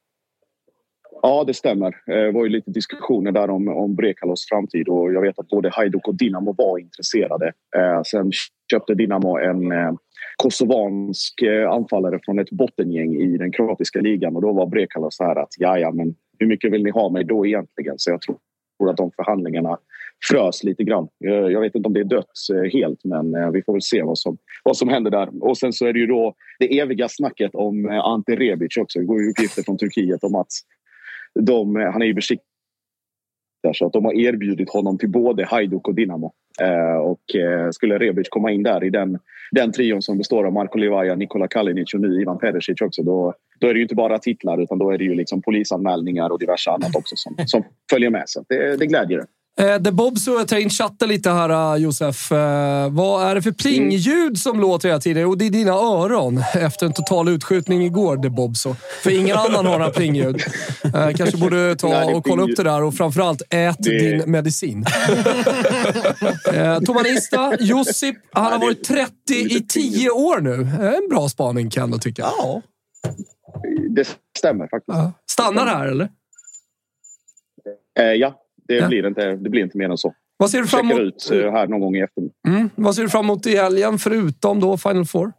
Ja, det stämmer. Det var ju lite diskussioner där om Brekalos framtid, och jag vet att både Hajduk och Dinamo var intresserade. Sen köpte Dinamo en kosovansk anfallare från ett bottengäng i den kroatiska ligan, och då var Brekalos så här att ja, men hur mycket vill ni ha mig då egentligen? Så jag tror att de förhandlingarna frös lite grann. Jag vet inte om det är dött helt, men vi får väl se vad som händer där. Och sen så är det ju då det eviga snacket om Ante Rebic också. Det går ju uppgifter från Turkiet om att han är ju Besiktas, så att de har erbjudit honom till både Hajduk och Dinamo. Och skulle Rebic komma in där i den trion som består av Marko Livaja, Nikola Kalinic och nu Ivan Perisic också, då är det ju inte bara titlar, utan då är det ju liksom polisanmälningar och diverse annat också som följer med. Så det glädjer det. The Bobso, jag tar in chatten lite här, Josef. Vad är det för plingljud som låter hela tiden? Och det är dina öron efter en total utskjutning igår, The Bobso. För ingen annan har några plingljud. Kanske borde ta och kolla upp det där, och framförallt din medicin. Tomanista, Josip, han har varit 30 i 10 år nu. En bra spaning, kan jag tycka. Ja, det stämmer faktiskt. Stannar här, eller? Ja. Det blir inte mer än så. Vad ser du fram emot ut här någon gång i eftermiddag? Vad ser du fram emot i helgen förutom då Final Four?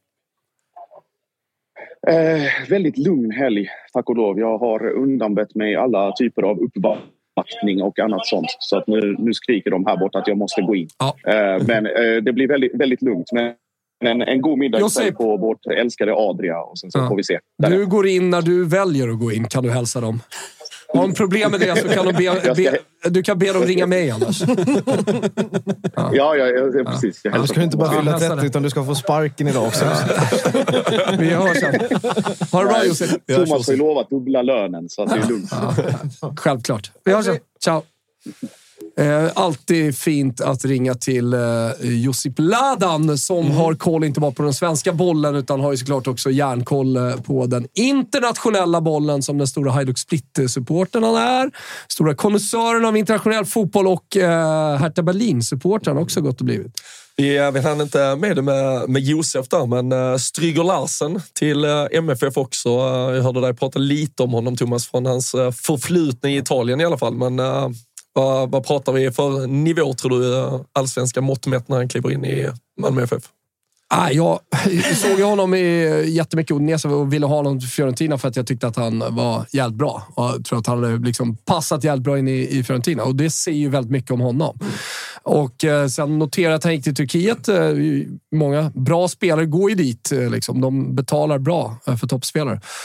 Väldigt lugn helg, tack och lov. Jag har undanbett mig alla typer av uppvaktning och annat sånt. Så att nu skriker de här borta att jag måste gå in. Ja. Men det blir väldigt, väldigt lugnt. Men en god middag på vårt älskade Adria, och sen så får vi se. Du går in när du väljer att gå in, kan du hälsa dem. Om problem med det så kan du kan be dem ringa mig annars. Ja, precis. Du ska inte bara fylla 30, utan du ska få sparken idag också. Vi hörs sen. Ha det bra, Josef. Thomas har ju lovat dubbla lönen, så att det är lugnt. Självklart. Vi hörs sen. Ciao. Alltid fint att ringa till Josip Ladan som har koll inte bara på den svenska bollen, utan har ju såklart också järnkoll på den internationella bollen, som den stora Hajduk Split-supporten han är. Stora konnässören av internationell fotboll, och Hertha Berlin-supporten också gott och blivit. Vi hann inte med Josef där, men Stryger Larsen till MFF också. Jag hörde dig prata lite om honom, Thomas, från hans förflutna i Italien i alla fall, men vad pratar vi för nivå, tror du, allsvenska mått mätt när han kliver in i Malmö FF? Jag såg honom jättemycket och ville ha honom till Fiorentina för att jag tyckte att han var jävligt bra. Och jag tror att han hade liksom passat jävligt bra in i Fiorentina. Och det säger ju väldigt mycket om honom. Och sen noterade att han gick till Turkiet. Många bra spelare går ju dit. Liksom. De betalar bra för toppspelare.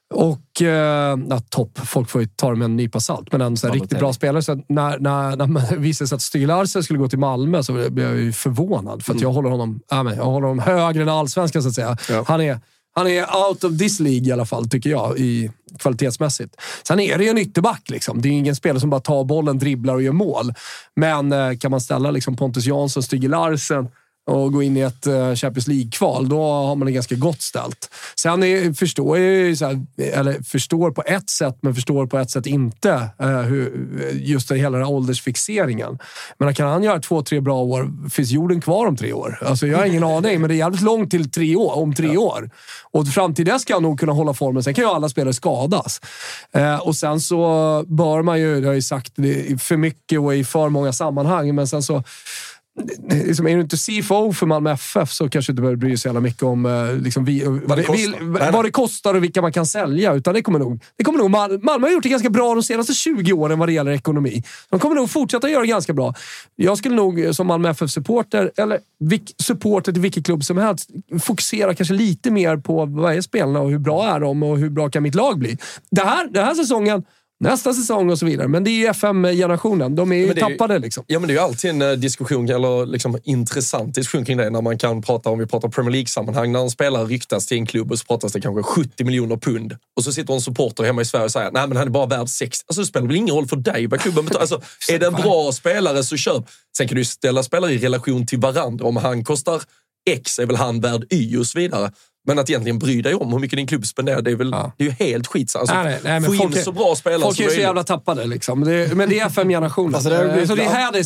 Och topp, folk får ju ta det med en nypa salt, men en så här riktigt bra spelare. Så när man visade sig att Ståge Larsen skulle gå till Malmö så blev jag ju förvånad, för att jag håller honom högre än allsvenskan, så att säga. Ja. Han är out of this League i alla fall, tycker jag, i kvalitetsmässigt. Sen är det ju en ytterback liksom. Det är ingen spelare som bara tar bollen, dribblar och gör mål. Men kan man ställa liksom Pontus Jansson, Ståge Larsen och gå in i ett Champions League-kval, då har man det ganska gott ställt. Sen förstår på ett sätt, men förstår på ett sätt inte just det, hela den här åldersfixeringen. Men kan han göra 2-3 bra år, finns jorden kvar om 3 år? Alltså jag har ingen aning, men det är jävligt långt till 3 år, om 3 år. Och fram till det ska han nog kunna hålla formen. Sen kan ju alla spelare skadas. Och sen så bör man ju, det har ju sagt det för mycket och i för många sammanhang, men sen så liksom, är du inte CFO för Malmö FF så kanske du inte behöver bry sig så mycket om vad det kostar och vilka man kan sälja, utan det kommer nog Malmö har gjort det ganska bra de senaste 20 åren vad det gäller ekonomi. De kommer nog fortsätta göra det ganska bra. Jag skulle nog som Malmö FF-supporter eller supporter till vilken klubb som helst fokusera kanske lite mer på vad är spelarna och hur bra är de och hur bra kan mitt lag bli. Den här säsongen, nästa säsong och så vidare. Men det är ju FM-generationen. De är ju tappade liksom. Ja, men det är ju alltid en diskussion, eller liksom intressant diskussion kring det, när man kan prata, om vi pratar Premier League-sammanhang, när en spelare ryktas till en klubb och så pratas det kanske 70 miljoner pund. Och så sitter en supporter hemma i Sverige och säger, nej men han är bara värd 60. Alltså det spelar väl ingen roll för dig vad klubben betalar. Alltså är det en bra spelare så köp. Sen kan du ställa spelare i relation till varandra. Om han kostar X är väl han värd Y och så vidare. Men att egentligen bry dig om hur mycket din klubb spenderar, det är väl det är ju helt skit. Alltså, nej, få in så bra spelare folk som är så möjligt. jävla tappade liksom. Men det är FM-generationen. Alltså, det är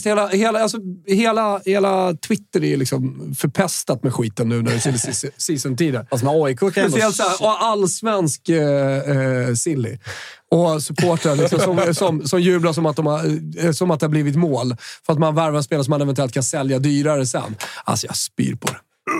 härligt. Hela Twitter är liksom förpestat med skiten nu när det är season-tider. Alltså med AIK kan speciellt såhär, och allsvensk silly. Och supportrar liksom, som jublar som att det har blivit mål. För att man värvar spelare som man eventuellt kan sälja dyrare sen. Alltså jag spyr på det.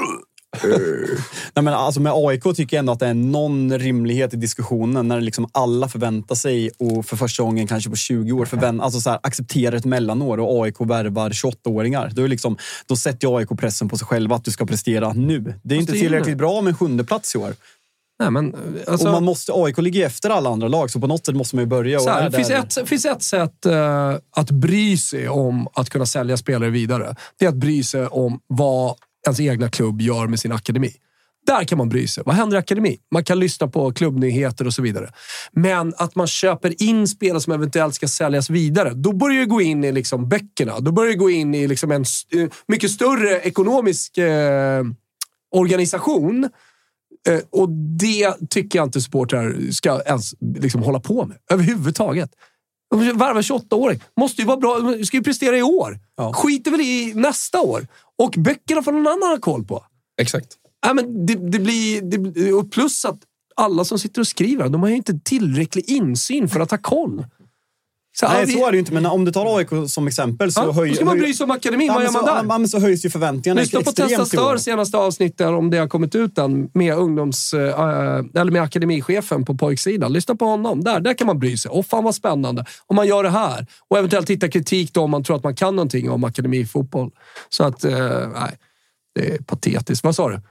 Nej, men alltså med AIK tycker jag ändå att det är någon rimlighet i diskussionen när liksom alla förväntar sig och för första gången kanske på 20 år alltså så här, accepterar ett mellanår och AIK värvar 28-åringar. Då sätter AIK pressen på sig själva att du ska prestera nu. Det är inte tillräckligt bra med 7:e plats i år. Nej, men, alltså, och AIK ligger efter alla andra lag, så på något sätt måste man ju börja. Och det finns ett sätt att bry sig om att kunna sälja spelare vidare. Det är att bry sig om vad ens egna klubb gör med sin akademi. Där kan man bry sig. Vad händer i akademi? Man kan lyssna på klubbnyheter och så vidare. Men att man köper in spelare som eventuellt ska säljas vidare, då börjar det gå in i liksom böckerna. Då börjar det gå in i liksom en mycket större ekonomisk organisation. Och det tycker jag inte supportrar ska ens liksom hålla på med. Överhuvudtaget. Varva 28-åring. Måste ju vara bra. Ska ju prestera i år. Ja. Skiter väl i nästa år. Och böckerna får någon annan ha koll på. Exakt. Ja, men det blir och plus att alla som sitter och skriver, de har ju inte tillräcklig insyn för att ha koll. Så är det ju inte, men om du tar AIK som exempel så ska man bry sig om akademin, vad gör man där? Men så höjs ju förväntningarna extremt. Lyssna på Testa Stör senaste avsnittet, om det har kommit ut än med eller med akademichefen på pojksidan. Lyssna på honom, där kan man bry sig. Och fan vad spännande om man gör det här. Och eventuellt hitta kritik då om man tror att man kan någonting om akademifotboll. Så att, nej, det är patetiskt. Vad sa du?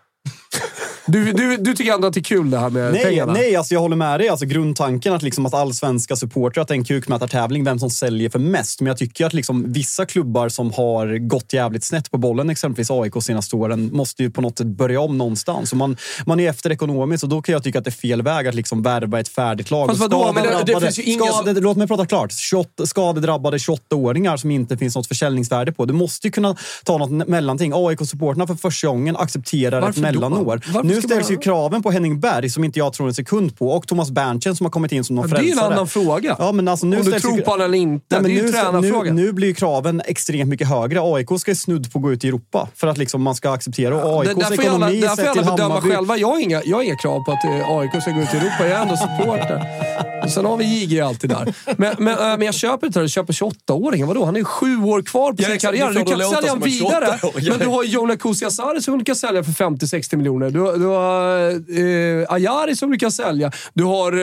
Du tycker ändå att det är kul det här med pengarna? Nej, alltså jag håller med dig. Alltså grundtanken att allsvenska supportrar, att det är en kukmätartävling vem som säljer för mest. Men jag tycker att liksom vissa klubbar som har gått jävligt snett på bollen, exempelvis AIK senaste åren, måste ju på något sätt börja om någonstans. Och man är efter ekonomiskt, och då kan jag tycka att det är fel väg att liksom värva ett färdigt lag. Fast vadå? Låt mig prata klart. Skadedrabbade 28-åringar som inte finns något försäljningsvärde på. Du måste ju kunna ta något mellanting. AIK-supporterna för första gången accepterar ett mellanår. Nu ställs ju kraven på Henning Berg som inte jag tror en sekund på, och Thomas Berntsen som har kommit in som någon frälsare. Det är en annan fråga. Ja, men alltså, nu om du tror på det eller inte, det är ju tränarfråga. Nu blir kraven extremt mycket högre. AIK ska ju snudd på att gå ut i Europa för att liksom man ska acceptera. Och AIKs ekonomi sett till Hammarby. Själva. Jag har inga krav på att AIK ska gå ut i Europa. Jag är ändå supporter. Sen har vi JG alltid där. Men jag köper inte det. Jag köper 28-åringen. Vadå? Han är 7 år kvar på sin karriär. Du kan sälja han vidare. Men du har Jonas Kusiasari som du kan sälja för 50-60 miljoner. Du har Ajari som du kan sälja. Du har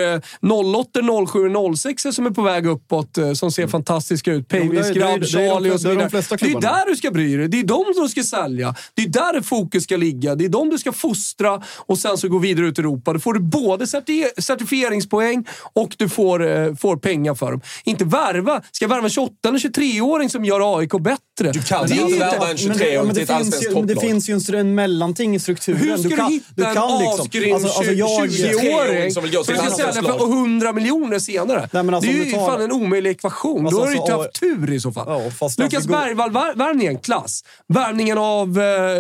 08, 07, 06 som är på väg uppåt. Som ser fantastiska ut. Pavis, Grabb, Charlie och så vidare. Det är där du ska bry dig. Det är de som ska sälja. Det är där fokus ska ligga. Det är de du ska fostra och sen så gå vidare ut i Europa. Då får du både certifieringspoäng och du får pengar för dem. Inte värva. Ska värva en 28 eller 23-åring som gör AIK bättre. Du kan inte värva en 23-åring till ett allsvenskt topplag. Det finns ju en mellanting i strukturen. Hur ska du hitta en avskrym 20-åring som du ska sälja för 100 miljoner senare? Nej, men alltså, det är ju fan en omöjlig ekvation. Då har du inte haft tur i så fall. Lukas Bergvall, värvningen, klass. Värvningen av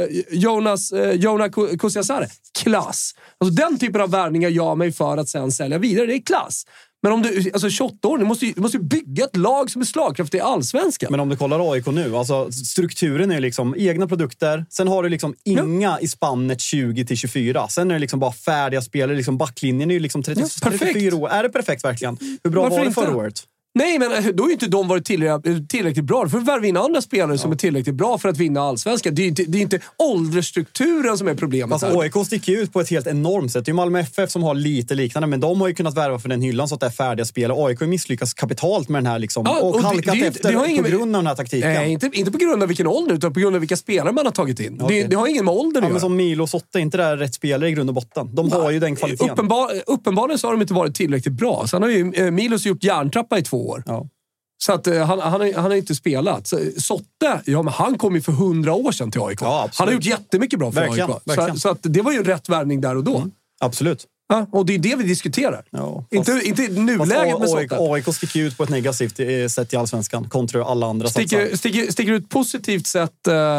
Jonas Kusiasare, klass. Alltså den typen av värvningar gör mig för att sen sälja vidare. Det är klass. Men om du, alltså 28 år, du måste ju bygga ett lag som är slagkraftigt i allsvenskan. Men om du kollar AIK nu, alltså strukturen är liksom egna produkter. Sen har du liksom inga i spannet 20-24. Sen är det liksom bara färdiga spelare. Liksom backlinjen är ju liksom 34 år. Är det perfekt verkligen? Hur bra var det förra året? Nej, men då har ju inte de varit tillräckligt bra. Då får vi värva in andra spelare som är tillräckligt bra för att vinna allsvenskan. Det är inte åldersstrukturen som är problemet. Alltså, AIK sticker ut på ett helt enormt sätt. Det är Malmö FF som har lite liknande, men de har ju kunnat värva för den hyllan så att det är färdiga spel. AIK har misslyckats kapitalt med den här liksom, och halkat efter på grund av den här taktiken. Nej, inte på grund av vilken ålder, utan på grund av vilka spelare man har tagit in. Okay. Det har ingen med ålder att göra. Men som Milo och Sotte, inte där rätt spelare i grund och botten. De har ju den kvaliteten. Uppenbarligen så har de inte varit tillräckligt bra. Sen har ju Milos gjort järntrappa i 2 år. Ja. Så att han har inte spelat. Sotte, men han kom ju för 100 år sedan till AIK. Ja, han har gjort jättemycket bra för AIK. Så att det var ju rätt värvning där och då. Absolut. Ja, och det är det vi diskuterar. Ja, inte nuläget med Sotte. AIK sticker ut på ett negativt sätt i allsvenskan kontra alla andra sticker ut positivt sätt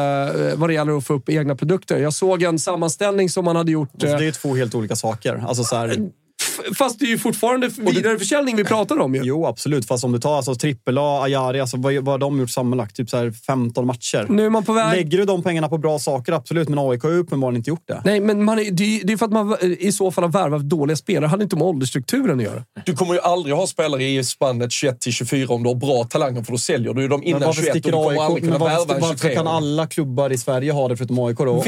vad det gäller att få upp egna produkter. Jag såg en sammanställning som man hade gjort. Alltså, det är 2 helt olika saker. Alltså så här... Fast det är ju fortfarande vidareförsäljning vi pratar om ju. Jo, absolut. Fast om du tar alltså AAA, Ajari, alltså, vad har de gjort sammanlagt? Typ så här 15 matcher. Nu är man på väg... Lägger du de pengarna på bra saker? Absolut, men AIK har ju uppenbarligen inte gjort det. Nej, men det är för att man i så fall har värvat dåliga spelare. Det hade inte med åldersstrukturen att göra. Du kommer ju aldrig ha spelare i spannet 21-24 om du har bra talanger, för då säljer du dem innan 21 och du kommer aldrig kunna värva en 23. Varför kan alla klubbar i Sverige ha det förutom AIK då?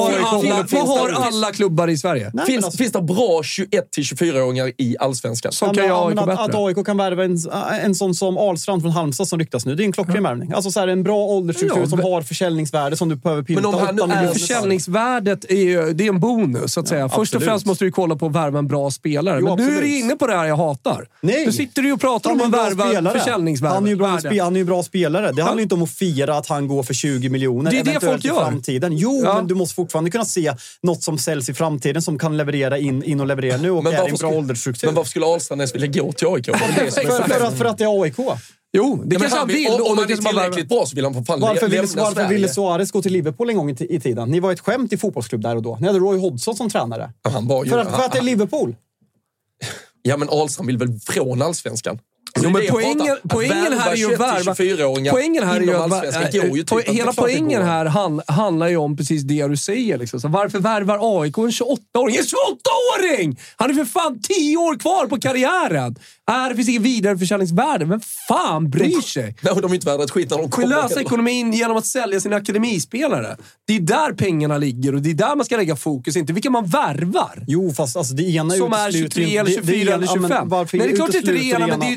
Vad har alla klubbar i Sverige? Finns det bra 21-24-åringar i allsvenskan? Som kan att AIK kan värva en sån som Ahlstrand från Halmstad som ryktas nu. Det är en klockren värvning. Alltså så här, en bra åldersstruktur som har försäljningsvärde som du behöver pynta. Men om han försäljningsvärdet det är en bonus så att säga. Först och främst måste du kolla på att värva en bra spelare. Men nu är du inne på det här jag hatar. Nej. Nu sitter du och pratar om att värva försäljningsvärde. Han är ju bra spelare. Det handlar inte om att fira att han går för 20 miljoner. Det är det folk gör. Framtiden. Jo, men du måste fortfarande kunna se något som säljs i framtiden som kan leverera in och leverera nu och är en bra åldersstruktur. Men varför skulle Ahlstrand ens vilja gå till AIK? För att det är AIK. Jo, det kanske han vill. Om han är tillräckligt bra så vill han på fan Varför ville Suarez gå till Liverpool en gång i tiden? Ni var ett skämt i fotbollsklubb där och då. Ni hade Roy Hodgson som tränare. För att det är Liverpool. Ja, men Ahlstrand vill väl från allsvenskan? Jo, men poängen här är ju att värva. Poängen här är ju att hela poängen här handlar ju om precis det du säger. Liksom. Så varför värvar AIK en 28-åring? En 28-åring! Han är för fan 10 år kvar på karriären. Det finns ingen vidareförsäljningsvärde. Men fan bryr sig? Nej, de är inte värda ett skit när de kommer. Lösa ekonomin genom att sälja sina akademispelare. Det är där pengarna ligger och det är där man ska lägga fokus. Inte vilka man värvar. Jo, fast alltså, det ena som är 23 eller 24 eller 25. Nej, det är klart inte det ena, men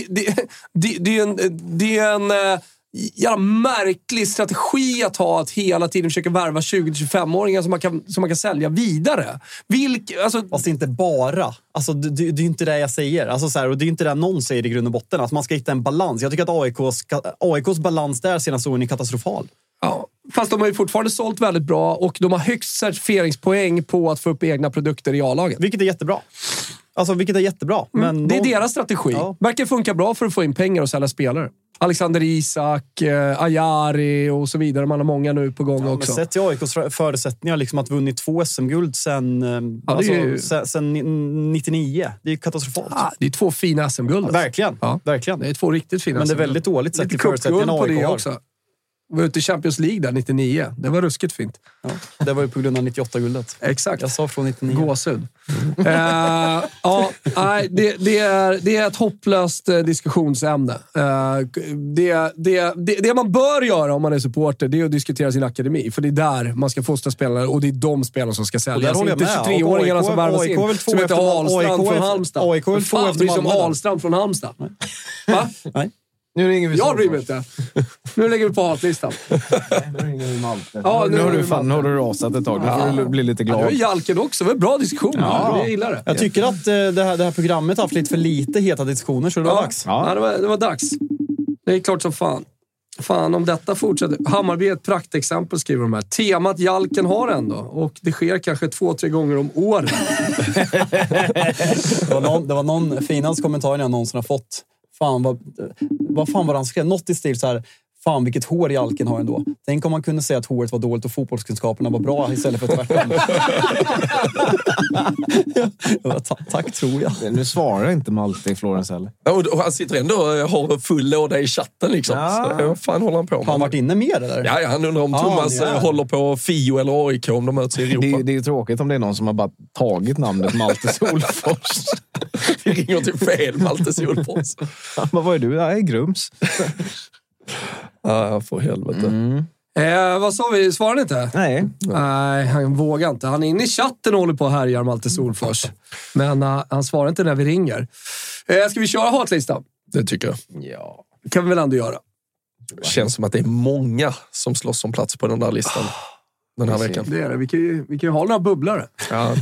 det är en jävla märklig strategi att ha, att hela tiden försöka värva 20-25-åringar som man kan sälja vidare. Fast inte bara. Alltså, det är inte det jag säger. Alltså, så här, och det är inte det någon säger i grund och botten. Alltså, man ska hitta en balans. Jag tycker att AIKs balans där senaste åren är katastrofal. Ja, fast de har ju fortfarande sålt väldigt bra och de har högst certifieringspoäng på att få upp egna produkter i A-laget. Vilket är jättebra. Men det är deras strategi. Ja. Verkar funka bra för att få in pengar och sälja spelare. Alexander Isak, Ajari och så vidare. Man har många nu på gång också. Men sett till AIKs förutsättningar liksom att vunnit 2 SM-guld sen 99. Det är katastrofalt. Ja, det är 2 fina SM-guld. Verkligen. Ja. Verkligen. Det är 2 riktigt fina. Men det är väldigt dåligt sett till förutsättningarna AIK har. Också. var ute i Champions League där 99. Det var ruskigt fint. Ja, det var ju på grund av 98-guldet. Exakt. Jag sa från 99. Gåsud. Det är ett hopplöst diskussionsämne. Det man bör göra om man är supporter, det är att diskutera sin akademi. För det är där man ska fostra spelare och det är de spelarna som ska säljas. Inte 23-åringarna som värvas in. Som heter Ahlstrand från Halmstad. AIK är fan blir som Ahlstrand från Halmstad. Va? Nej. Nu ringer vi. Jag bryr mig inte. Nu lägger vi på hatlistan. Nu ringer vi Malte. Ja, nu har du rasat ett tag. Nu får du bli lite glad. Ja, det var Jalken också. Det var en bra diskussion. Ja. Jag gillar det. Jag tycker att det här programmet har haft lite för lite heta diskussioner, så det var dags. Ja, det var dags. Det är klart som fan. Fan, om detta fortsätter. Hammarby är ett praktexempel, skriver de här. Temat Jalken har ändå. Och det sker kanske 2-3 gånger om året. Det var någon finaste kommentar jag någonsin har fått. Vad fan var han skrev? Något i stil så här: fan vilket hår Jalken har ändå. Tänk om man kunde säga att håret var dåligt och fotbollskunskaperna var bra istället för tvärtom. Tack tror jag. Nu svarar inte Malte i Florens heller. Och han sitter ändå och har full låda i chatten liksom. Ja. Så, vad fan håller han på med? Har han varit inne mer eller? Ja, han undrar om Thomas håller på FIO eller AIK om de möts i Europa. Det är tråkigt om det är någon som har bara tagit namnet Malte Solfors. Vi ringer till fel Malte Solfors. Men vad är du? Jag är Grums. Ja, för helvete. Vad sa vi? Svarar ni inte? Nej. Nej, han vågar inte. Han är inne i chatten och håller på att härja Malte Solfors. Men han svarar inte när vi ringer. Ska vi köra hatlistan? Det tycker jag. Ja. Det kan vi väl ändå göra. Det känns som att det är många som slåss om plats på den där listan den här veckan. Det är det. Vi kan ju ha några bubblare. Ja,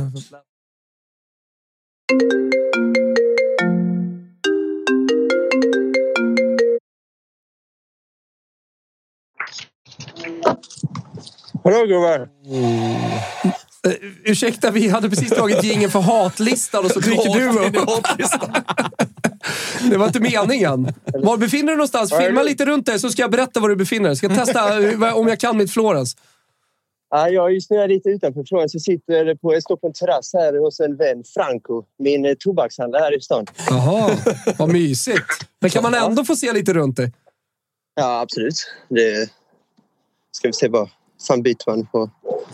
Hallå gubbar. Ursäkta, vi hade precis tagit jingeln för hatlistan och så trycker du upp. Det var inte meningen. Var befinner du någonstans? Filma lite runt dig så ska jag berätta var du befinner dig. Ska testa om jag kan mitt Florens. Ja, jag är just nu lite utanför Florens. Jag står på en terrass här hos en vän, Franco. Min tobakshandlare här i stan. Jaha, vad mysigt. Men kan man ändå få se lite runt dig? Ja, absolut. Det ska vi se vad fan byter man på.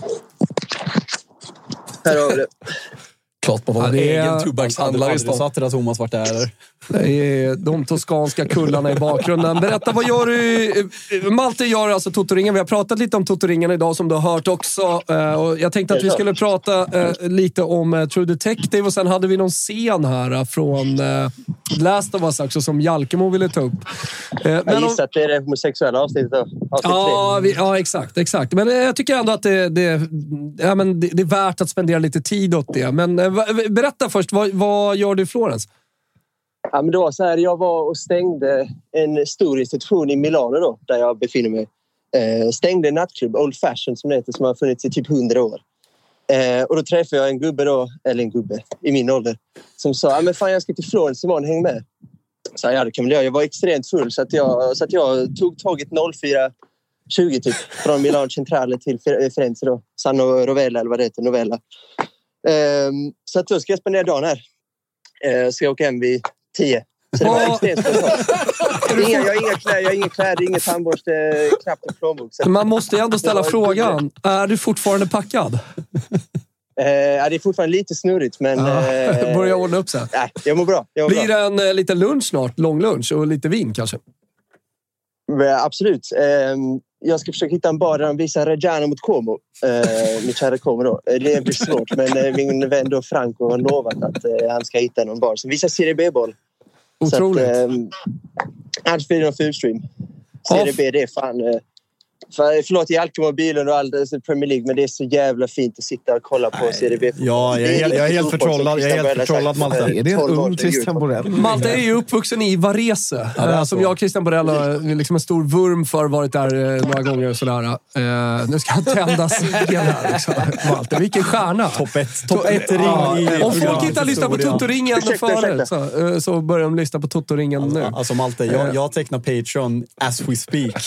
Här har vi det. Klart man har en egen tobakshandlare i stan. Satt det där Thomas vart det är. Det är de toskanska kullarna i bakgrunden. Berätta, vad gör du? Malte gör alltså Totoringen. Vi har pratat lite om Totoringen idag som du har hört också. Och jag tänkte att vi skulle prata lite om True Detective. Och sen hade vi någon scen här från Last of Us också som Jalkemo ville ta upp. Jag gissar att det är det homosexuella avsnittet då. Ja, exakt. Men jag tycker ändå att det är värt att spendera lite tid åt det. Men berätta först, vad gör du i Florens? Ja, men det var så här, jag var och stängde en stor institution i Milano då, där jag befinner mig. Stängde en nattklubb, Old Fashion som det heter, som har funnits i typ 100 år. Och då träffade jag en gubbe i min ålder, som sa, men fan jag ska till Florens imorgon, häng med. Så ja, det kan väl jag var extremt full så att jag tog tåget 04:20 typ, från Milano Centrale till Firenze då, San Rovella eller vad det heter, Novella. Så att då ska jag spendera dagen här. Ska jag åka hem vid 10. Så det var extremt spontant. Jag har inga kläder, ingen tandborste, knappt en plånbok. Man måste ju ändå ställa frågan. Är du fortfarande packad? Det är fortfarande lite snurrigt, men... Börjar ordna upp sig. Nej, jag mår bra. Blir det en liten lunch snart? Lång lunch och lite vin kanske? Absolut. Jag ska försöka hitta en bar där de visar Reggiano mot Como. Mitt kära Como då. Det blir svårt, men min vän då Franco har lovat att han ska hitta någon bar som visar Serie B-boll. Otroligt. Så att, annars blir det någon fulstream. Serie B, det är fan... Förlåt, jag alkar mobilen och allt Premier League, men det är så jävla fint att sitta och kolla på Serie B. Ja, jag är helt förtrollad. Jag är helt förtrollad, Malte. Är det en ung Christian Borrell? Malte är ju uppvuxen i Varese. Som jag och Christian Borrell har liksom en stor vurm för, varit där några gånger och sådär. Nu ska han tändas igen här också. Malte, vilken stjärna. Topp ett ring. Om folk inte har lyssnat på Totoringen förut så börjar de lyssna på Totoringen nu. Alltså Malte, jag tecknar Patreon as we speak.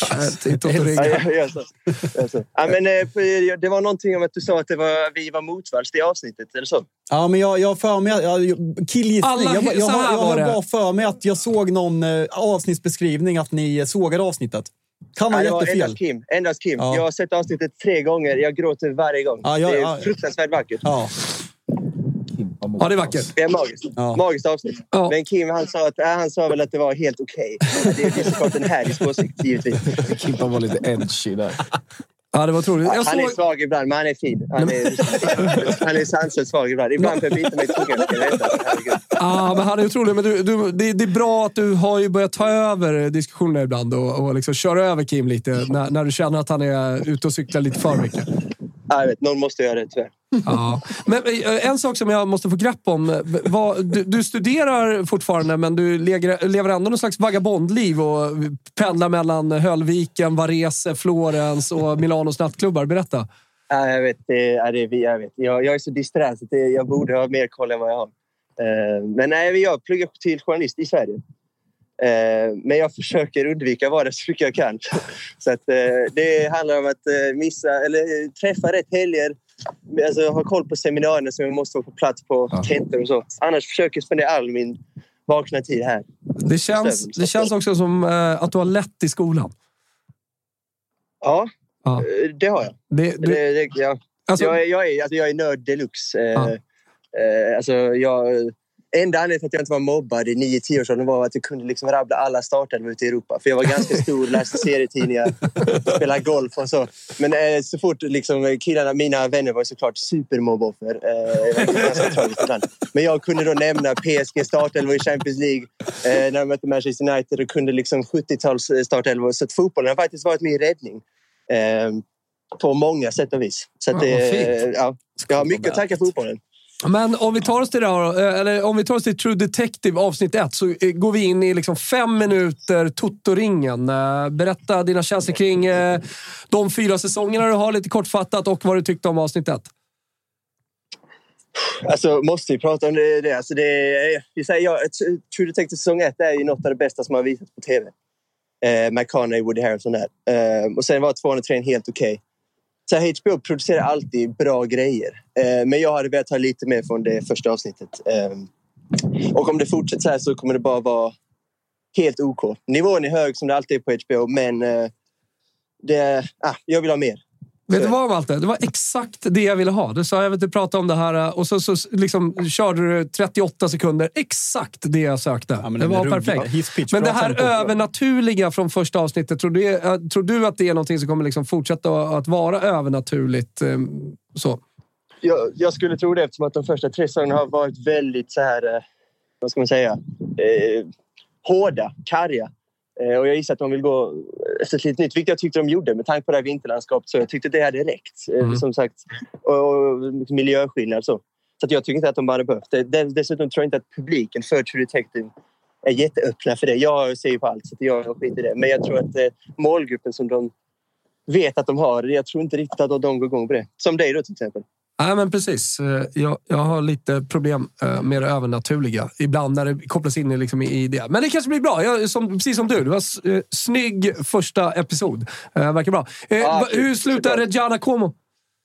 Ja, men det var någonting om att du sa att vi var motvalls det avsnittet, eller så? Ja, men jag för mig killgissning. Jag har bara för mig att jag såg någon avsnittsbeskrivning att ni sågade avsnittet. Kan ha jättefel. Endast Kim. Ja. Jag har sett avsnittet 3 gånger. Jag gråter varje gång. Det är fruktansvärt vackert. Ja. Ja, det är vackert. Det är magiskt. Ja. Magiskt avsnitt. Ja. Men Kim, han sa väl att det var helt okej. Det är såklart en härlig åsikt, givetvis. Kim var lite edgy där. Ja, det var otroligt. Han är svag ibland, men han är fin. Han är sanslöst svag ibland. Ibland får jag bita mig i tungan. Ja, men han är otrolig. Men det är bra att du har ju börjat ta över diskussioner ibland och liksom köra över Kim lite när du känner att han är ute och cyklar lite för mycket. Ja, jag vet. Någon måste göra det, tyvärr. Ja. Men en sak som jag måste få grepp om. Du studerar fortfarande, men du lever ändå någon slags vagabondliv och pendlar mellan Höllviken, Varese, Florens och Milanos nattklubbar. Berätta. Ja, jag vet. Jag vet. Jag är så disträ så jag borde ha mer koll än vad jag har. Men nej, jag pluggar till journalist i Sverige. Men jag försöker undvika vad det så mycket jag kan. Så att, det handlar om att träffa rätt helger. Alltså, ha koll på seminarierna som jag måste vara på plats på tentor och så. Annars försöker jag spendera all min vakna tid här. Det känns också som att du har lätt i skolan. Ja. Det har jag. Jag är nörd deluxe. Enda anledningen till att jag inte var mobbad i 9-10 år sedan var att jag kunde liksom rabbla alla startelvor ute i Europa. För jag var ganska stor, läste serietidningar, spelade golf och så. Men så fort liksom, mina vänner var såklart supermobboffer. Men jag kunde då nämna PSG startelvor i Champions League när de mötte Manchester United och kunde liksom 70-tals startelvor. Så att fotbollen har faktiskt varit min räddning. På många sätt och vis. Så att jag har mycket att tacka fotbollen. Men om vi tar oss till det här, eller om vi tar oss till True Detective avsnitt 1, så går vi in i liksom 5 minuter Toto-ringen. Berätta dina känslor kring de 4 säsongerna du har lite kortfattat och vad du tyckte om avsnitt 1. Alltså, måste vi prata om det? Alltså, True Detective säsong 1 är ju något av det bästa som har visats på tv. McConaughey, Woody Harrelson där. Och sen var 203 helt okej. Så HBO producerar alltid bra grejer. Men jag hade velat ha lite mer från det första avsnittet. Och om det fortsätter så här så kommer det bara vara helt OK. Nivån är hög som det alltid är på HBO. Men jag vill ha mer. Vet du vad, Malte? Det var exakt det jag ville ha. Du sa jag vill inte prata om det här. Och så liksom körde du 38 sekunder. Exakt det jag sökte. Ja, det var perfekt. Men det här övernaturliga från första avsnittet. Tror du att det är någonting som kommer liksom fortsätta att vara övernaturligt? Så? Jag skulle tro det eftersom att de första 3 säsongerna har varit väldigt så här... vad ska man säga? Hårda, karga. Och jag gissar att de vill gå efter ett lite nytt, vilket jag tyckte de gjorde med tanke på det här vinterlandskapet, så jag tyckte det hade räckt som sagt, och miljöskillnad så att jag tycker inte att de bara behövt det. Dessutom tror jag inte att publiken för True Detective är jätteöppna för det. Jag ser ju på allt så jag skiter i det, men jag tror att målgruppen som de vet att de har, jag tror inte riktigt att de går igång på det, som dig då till exempel. Ja, men precis. Jag har lite problem med det övernaturliga. Ibland när det kopplas in liksom i det. Men det kanske blir bra. Precis som du. Det var snygg första episod. Verkar bra. Hur slutar Reggiana Como?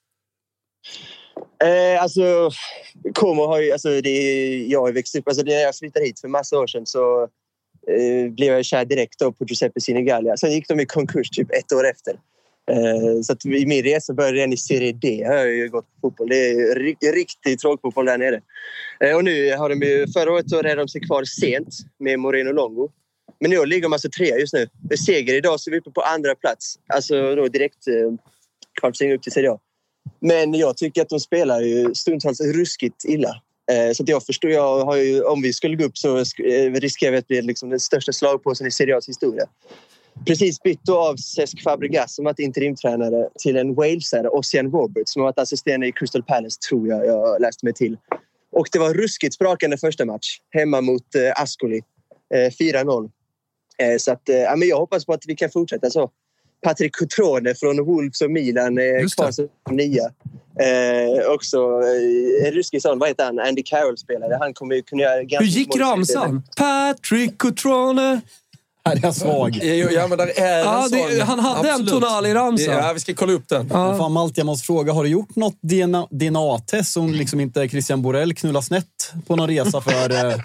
Alltså, Como har ju... Alltså, jag har växt upp... Alltså, när jag flyttade hit för massa år sedan så blev jag kär direkt då på Giuseppe Sinigallia. Sen gick de i konkurs typ 1 år efter. Så att i min resa började redan i Serie D. Jag har ju gått på fotboll. Det är riktigt tråkfotboll där nere. Och nu har de ju... Förra året så räddade de sig kvar sent med Moreno Longo. Men nu ligger de alltså 3 just nu. Med seger idag så är vi uppe på 2:a plats. Alltså då direkt kvalsing upp till Serie A. Men jag tycker att de spelar ju stundtals ruskigt illa. Så att jag förstår, om vi skulle gå upp så riskerar vi att bli liksom den största slagpåsen i Serie A's historia. Precis bytt av Cesc Fabregas som varit interimtränare till en walesare, Ossian Roberts, som har varit assisterande i Crystal Palace, tror jag läste mig till. Och det var ruskigt sprakande första match hemma mot Ascoli. 4-0. Så att, men jag hoppas på att vi kan fortsätta så. Patrick Cutrone från Wolves och Milan kvar som 9. Också en rysk sån, vad heter han? Andy Carroll spelare. Han kommer ju kunna göra ganska... Hur gick ramsan? Patrick Cutrone. Här är jag svag. Ja, men där är han hade absolut en tonal i ramsan. Ja, vi ska kolla upp den. Ja. Fan, Malte, jag måste fråga, har du gjort något DNA-test som liksom inte Christian Borell knullar snett på någon resa för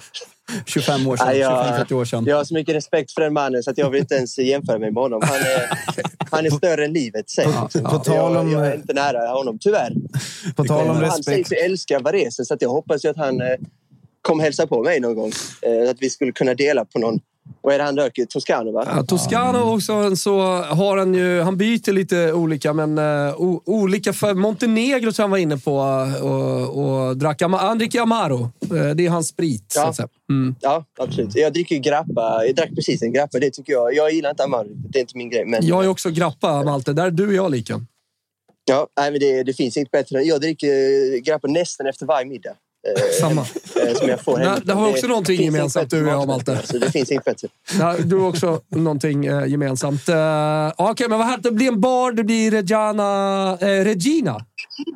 25 år sedan, 25-30 år sedan. Jag har så mycket respekt för den mannen så att jag vill inte ens jämföra mig med honom. Han är större än livet säger. På tal om... Jag är inte nära honom, tyvärr. På tal om Han respekt... säger sig älska Varese så att jag hoppas ju att han kom hälsa på mig någon gång. Att vi skulle kunna dela på någon. Vad är det han röker? Toscano, va? Ja, Toscano också, så har han ju... Han byter lite olika, men olika för Montenegro som han var inne på och drack. Han dricker Amaro. Det är hans sprit, så att säga. Ja, absolut. Jag dricker grappa. Jag drack precis en grappa. Det tycker jag. Jag gillar inte Amaro. Det är inte min grej. Men... Jag är också grappa, Malte. Där är du och jag lika. Ja, nej, men det finns inget bättre. Jag dricker grappa nästan efter varje middag. Samma. Som jag får hem. Det har också någonting gemensamt, du och jag, Malte. Så det finns inget bättre. Du har också någonting gemensamt. Okej, men vad här? Det blir en bar, det blir Regina.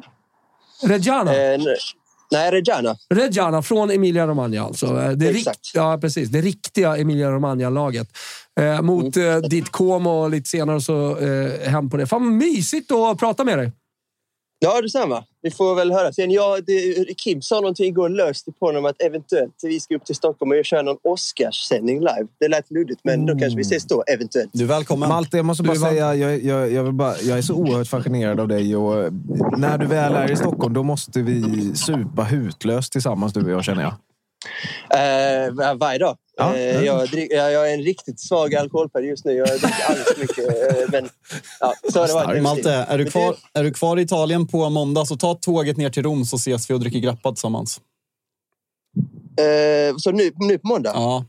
Nej, Reggiana från Emilia-Romagna alltså. Exakt. Ja, precis. Det riktiga Emilia-Romagna-laget. Mot ditt Como lite senare så hem på det. Fan, mysigt att prata med dig. Ja, detsamma. Vi får väl höra sen. Kim sa någonting igår löst på honom att eventuellt vi ska upp till Stockholm och köra någon Oscarssändning live. Det lät luddigt, men då kanske vi ses då, eventuellt. Du är välkommen. Malte, jag måste bara säga, jag är så oerhört fascinerad av dig och när du väl är i Stockholm då måste vi supa hutlöst tillsammans, du och jag, känner jag. Varje dag. Ja. Jag är en riktigt svag alkoholperiod just nu. Jag dricker alldeles för mycket. Men ja, så har det varit. Malte, är du kvar i Italien på måndag så ta tåget ner till Rom så ses vi och dricker grappa tillsammans. Så nu på måndag? Ja.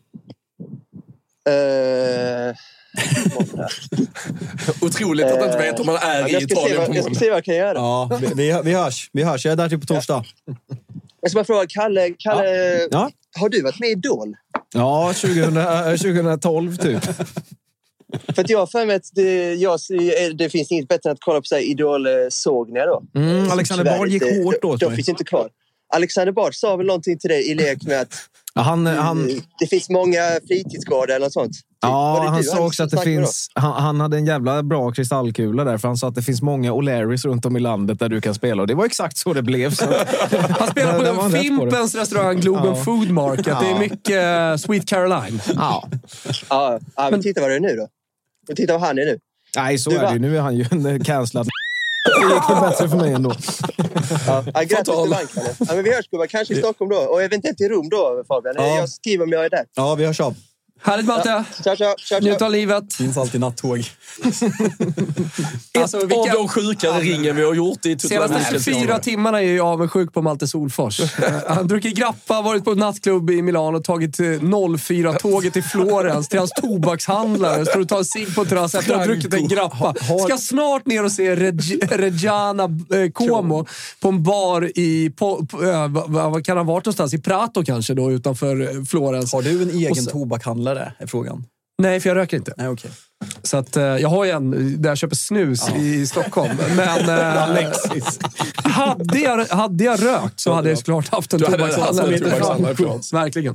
Otroligt att inte vet om man är i Italien på måndag. Jag ska se vad jag kan göra. Ja, vi hörs. Jag är där till på torsdag. Jag ska bara fråga, Kalle, har du varit med i Idol? Ja, 2012 typ. För att jag har för mig att det finns inget bättre än att kolla på sig Idol-sågningar då. Alexander Bard gick hårt åt mig. De finns inte kvar. Alexander Bard sa väl någonting till dig i lek med att det finns många fritidsgårdar eller något sånt. Ja, han sa också att det finns... Han hade en jävla bra kristallkula där, för han sa att det finns många O'Larrys runt om i landet där du kan spela. Och det var exakt så det blev. Så. Han spelar på Fimpens restaurang Globen Food Market. Ja. Det är mycket Sweet Caroline. Ja, men titta vad det är nu då. Och titta vad han är nu. Nej, så är det. Nu är han ju en cancellad. Det gick det bättre för mig ändå. Grattis till Lankanen. Men vi hörs kanske i Stockholm då. Och eventuellt i Rom då, Fabian. Jag skriver om jag är där. Ja, vi hörs av. Härligt, Malte. Ciao. Njut av livet. Finns alltid nattåg. Alltså, av de sjukare ringen vi har gjort i senaste 4 timmarna är jag avundsjuk på Malte Solfors. Han druckit grappa, varit på en nattklubb i Milano och tagit 04-tåget till Florens till hans tobakshandlare. Står och tar en cigg på terrass efter att ha druckit en grappa. Ska snart ner och se Reggiana Como på en bar i... vad kan han ha varit någonstans? I Prato kanske då, utanför Florens. Har du en egen tobakshandlare, är frågan? Nej, för jag röker inte. Nej, okej. Så att jag har ju en där jag köper snus i Stockholm. Men Alexis. hade jag rökt så hade jag såklart haft en tobakshandlare. Verkligen.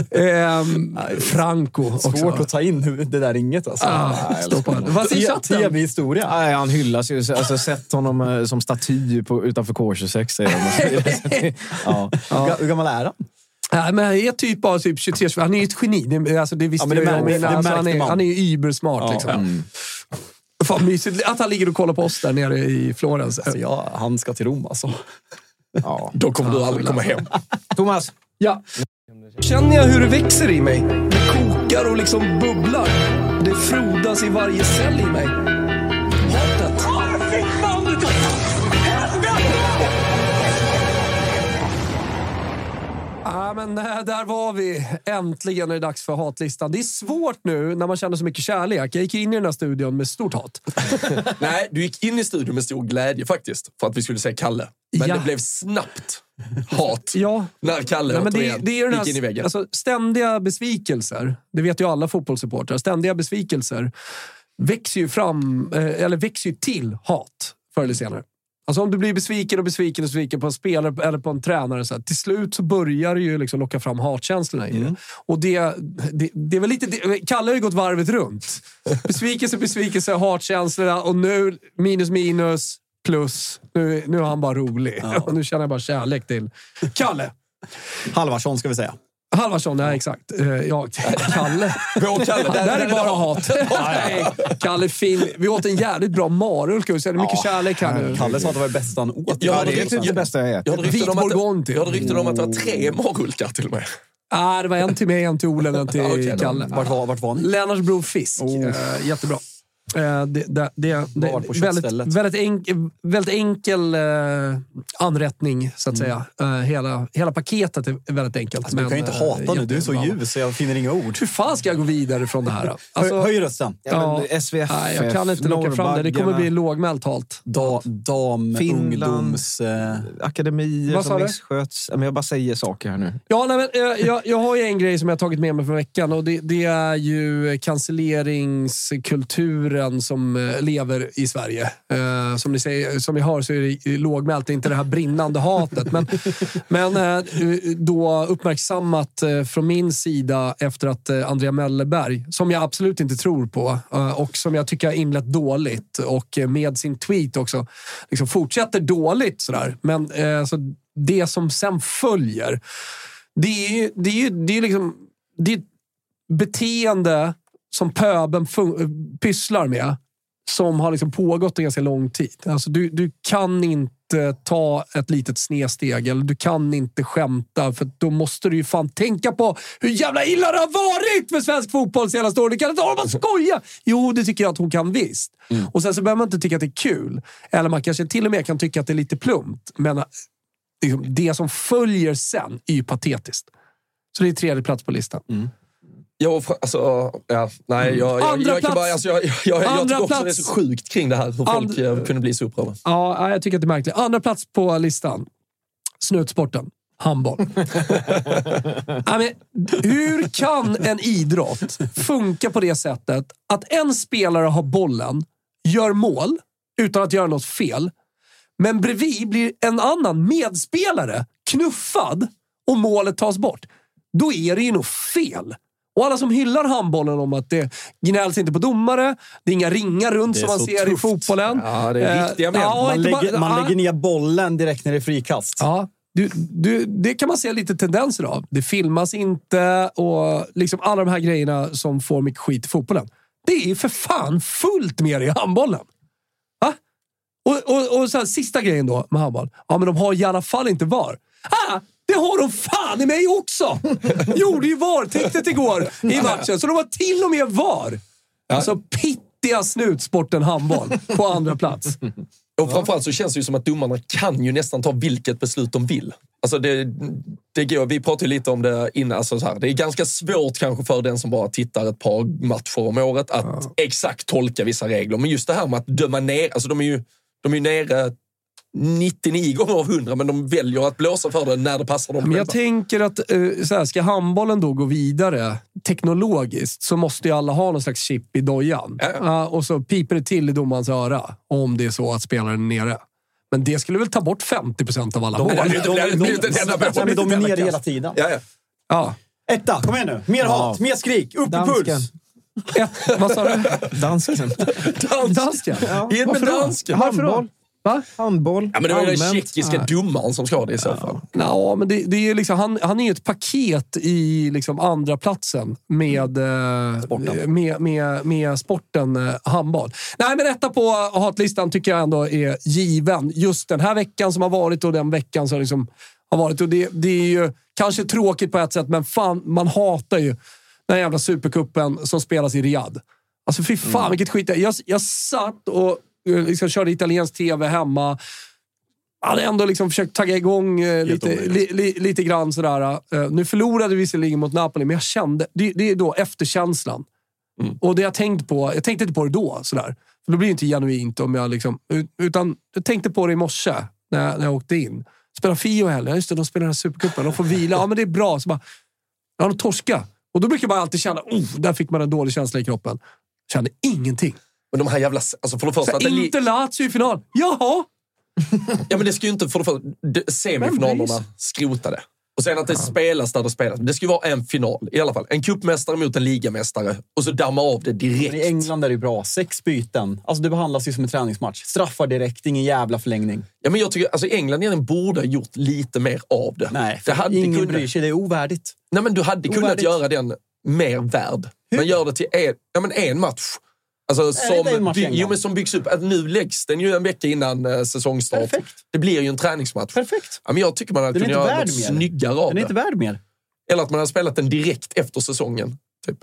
Franco också. Svårt att ta in det där inget alltså. Vad säger chatten? TV-historia. Nej, han hyllas ju. Alltså, sett honom som staty utanför K26. Hur gammal är han? Ja, men är typ av typ 23. Han är ju ett geni. Alltså, det visste han är ju ybersmart liksom. Fan mysigt att han ligger och kollar på oss där nere i Florens. Alltså, han ska till Rom alltså. Ja, då kommer du aldrig komma hem. Thomas. Ja. Känner jag hur det växer i mig? Det kokar och liksom bubblar. Det frodas i varje cell i mig. Hatet. Ja, men där var vi. Äntligen är det dags för hatlistan. Det är svårt nu när man känner så mycket kärlek. Jag gick in i den här studion med stort hat. Nej, du gick in i studion med stor glädje faktiskt. För att vi skulle säga Kalle. Men det blev snabbt hat när Kalle men det är den här, gick in i väggen. Alltså, ständiga besvikelser. Det vet ju alla fotbollssupportrar. Ständiga besvikelser växer ju till hat förr eller senare. Alltså om du blir besviken på en spelare eller på en tränare så här, till slut så börjar det ju liksom locka fram hatkänslorna i det. Och det är väl lite... Kalle har ju gått varvet runt. Besvikelse, hatkänslorna och nu minus plus. Nu är han bara rolig. Och nu känner jag bara kärlek till Kalle. Halvarsson ska vi säga. Halvarsson, ja exakt. Ja, Kalle. Där är bara hat. Nej, Kalle fin. Vi åt en jävligt bra marulk. Det är mycket kärlek här nu. Kalle sa att det var det bästa han åt. Det är typ det bästa jag äter. Jag hade rykten om att det var 3 marulkar till och med. Det var en till mig, en till Ole, en till Kalle. Vart var ni? Lennartsbro fisk. Jättebra. Väldigt enkel anrättning så att säga. Hela paketet är väldigt enkelt. Alltså, men, du kan ju inte hata nu, du är så ljus så jag finner inga ord. Hur fan ska jag gå vidare från det här? Alltså, höj rösten. SVF, nej, jag kan inte locka fram det. Det kommer bli lågmält halt. Ungdoms akademier som missköts. Men jag bara säger saker här nu. Ja, nej, men, jag har ju en grej som jag har tagit med mig för veckan och det är ju cancelleringskulturen som lever i Sverige. Som ni säger, som jag hör så är det lågmält, inte det här brinnande hatet. Men då uppmärksammat från min sida efter att Andrea Melleberg, som jag absolut inte tror på och som jag tycker har inlett dåligt och med sin tweet också liksom fortsätter dåligt sådär. Men så det som sen följer, det är liksom det är ett beteende som pöben pysslar med som har liksom pågått en ganska lång tid. Alltså du kan inte ta ett litet snedsteg eller du kan inte skämta för då måste du ju fan tänka på hur jävla illa det har varit för svensk fotboll senaste året. Du kan inte bara skoja. Jo, det tycker jag att hon kan visst. Och sen så behöver man inte tycka att det är kul. Eller man kanske till och med kan tycka att det är lite plumpt. Men liksom, det som följer sen är ju patetiskt. Så det är 3:e plats på listan. Jag kan bara, alltså, jag tycker också det är så sjukt kring det här hur folk kunde bli så upprörda. Ja, jag tycker att det är märkligt. Andra plats på listan. Snutsporten. Handboll. Hur kan en idrott funka på det sättet att en spelare har bollen, gör mål utan att göra något fel, men bredvid blir en annan medspelare knuffad och målet tas bort? Då är det ju nog fel. Och alla som hyllar handbollen om att det gnälls inte på domare, det är inga ringar runt som man ser tufft i fotbollen. Ja, det är riktiga man lägger ner bollen direkt när det är frikast. Ja, det kan man se lite tendenser av. Det filmas inte och liksom alla de här grejerna som får mycket skit i fotbollen. Det är för fan fullt med i handbollen. Va? Och så här, sista grejen då med handboll. Ja, men de har i alla fall inte VAR. Det har de fan i mig också. Gjorde ju VAR, täckte igår i matchen. Så de har till och med VAR. Alltså pittiga snutsporten handboll på andra plats. Och framförallt så känns det ju som att domarna kan ju nästan ta vilket beslut de vill. Alltså det går, vi pratade ju lite om det innan. Alltså så här, det är ganska svårt kanske för den som bara tittar ett par matcher om året att exakt tolka vissa regler. Men just det här med att döma ner, alltså de är ju nere 99 gånger av 100, men de väljer att blåsa för det när det passar dem. Men jag tänker att så här, ska handbollen då gå vidare teknologiskt så måste ju alla ha någon slags chip i dojan. Och så piper det till i domarens öra om det är så att spelaren är nere. Men det skulle väl ta bort 50% av alla mål. De är nere hela tiden. Ja. Etta, kom igen nu. Mer hat, mer skrik, upp i puls. Vad sa du? Dansken. Dansken? In med dansken. Varför? Va? Handboll. Ja, men det var ju den tjeckiska domaren som ska ha det i så fall. Ja, men det är liksom, han är ju ett paket i liksom andra platsen med sporten handboll. Nej, men detta på hatlistan tycker jag ändå är given. Just den här veckan som har varit och den veckan som liksom har varit. Och det är ju kanske tråkigt på ett sätt, men fan, man hatar ju den jävla supercupen som spelas i Riyadh. Alltså fy fan, vilket skit. Jag satt och liksom körde italiensk tv hemma. Jag hade ändå liksom försökt tagga igång lite grann sådär. Nu förlorade vi visserligen mot Napoli, men jag kände, det är då efterkänslan. Och det jag tänkte inte på det då sådär. För då blir det inte genuint om jag liksom, utan jag tänkte på det i morse när jag åkte in. Spelar Fio heller, just det, de spelar den här supercupen, de får vila, ja men det är bra. Så bara, ja de torska. Och då brukar man alltid känna, där fick man en dålig känsla i kroppen. Kände ingenting. Men de här jävla, alltså för det första att inte Lazio i final. Jaha. Ja, men det ska ju inte för det första semifinalerna skrotade. Och sen att det spelas där det spelas. Det ska ju vara en final i alla fall. En cupmästare mot en ligamästare. Och så damma av det direkt. I England är det bra. 6 byten. Alltså det behandlas ju som en träningsmatch. Straffar direkt, ingen jävla förlängning. Ja, men jag tycker, alltså England egentligen borde ha gjort lite mer av det. Nej, det hade ingen bryr sig. Det är ovärdigt. Nej, men du hade kunnat göra den mer värd. Man gör det till en match. Alltså som byggs upp. Att nu läggs den ju en vecka innan säsongstart. Perfekt. Det blir ju en träningsmatch. Perfekt. Ja, men jag tycker man hade kunnat göra något snyggare av det. Den är inte värd mer. Eller att man hade spelat den direkt efter säsongen. Typ.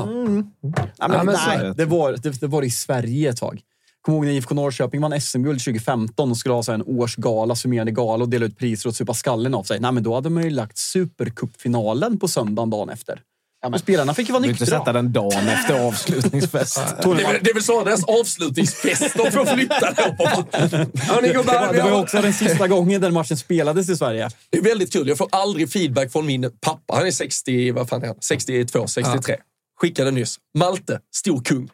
Det var i Sverige ett tag. Kom ihåg när IFK Norrköping vann SM-guld 2015 och skulle ha så en årsgala, summerande gala och dela ut priser och supa skallen av sig. Nej, men då hade man ju lagt Supercup-finalen på söndagen dagen efter. Ja, men spelarna fick ju vara nyktra. Du inte sätta den dagen efter avslutningsfest. Det är väl så deras avslutningsfest de får flytta då. Det var också den sista gången den matchen spelades i Sverige. Det är väldigt kul. Jag får aldrig feedback från min pappa. Han är 60, vad fan är han? 62, 63. Skickade nyss. Malte, stor kung.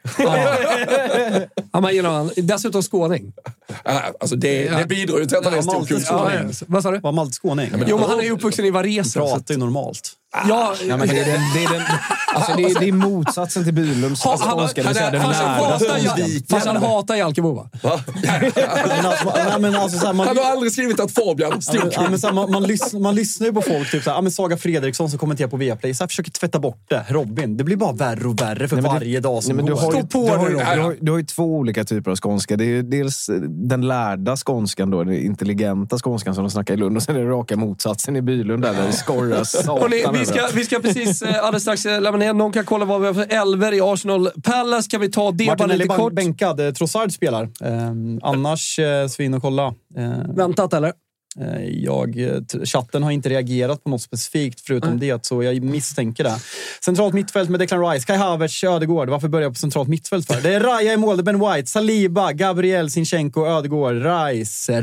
Dessutom skåning. Alltså det bidrar ju till att han är stor kung. Vad sa du? Var Malte skåning? Jo, men han är ju uppvuxen i Varese. Han pratar ju normalt. Ja, men det är motsatsen till Bylunds skånska. Han hatar Jalkebo, va? Han har aldrig skrivit att Fabian man lyssnar ju på folk typ såhär, Saga Fredriksson som kommenterar på Viaplay så försöker tvätta bort det. Robin, det blir bara värre och värre för varje dag som går. Du har ju 2 olika typer av skånska. Det är dels den lärda skånskan då, den intelligenta skånskan som de snackar i Lund, och sen är det raka motsatsen i Bylund där det skorras. Vi ska precis alldeles strax lämna ner. Någon kan kolla vad vi har för elver i Arsenal Palace. Kan vi ta det bara lite kort? Bänkad. Trossard spelar. Annars svin och kolla. Väntat eller? Chatten har inte reagerat på något specifikt förutom det, så jag misstänker det. Centralt mittfält med Declan Rice, Kai Havertz, Ödegård. Varför börjar jag på centralt mittfält för? Det är Raya i mål, Ben White, Saliba, Gabriel, Zinchenko, Ödegård, Rice.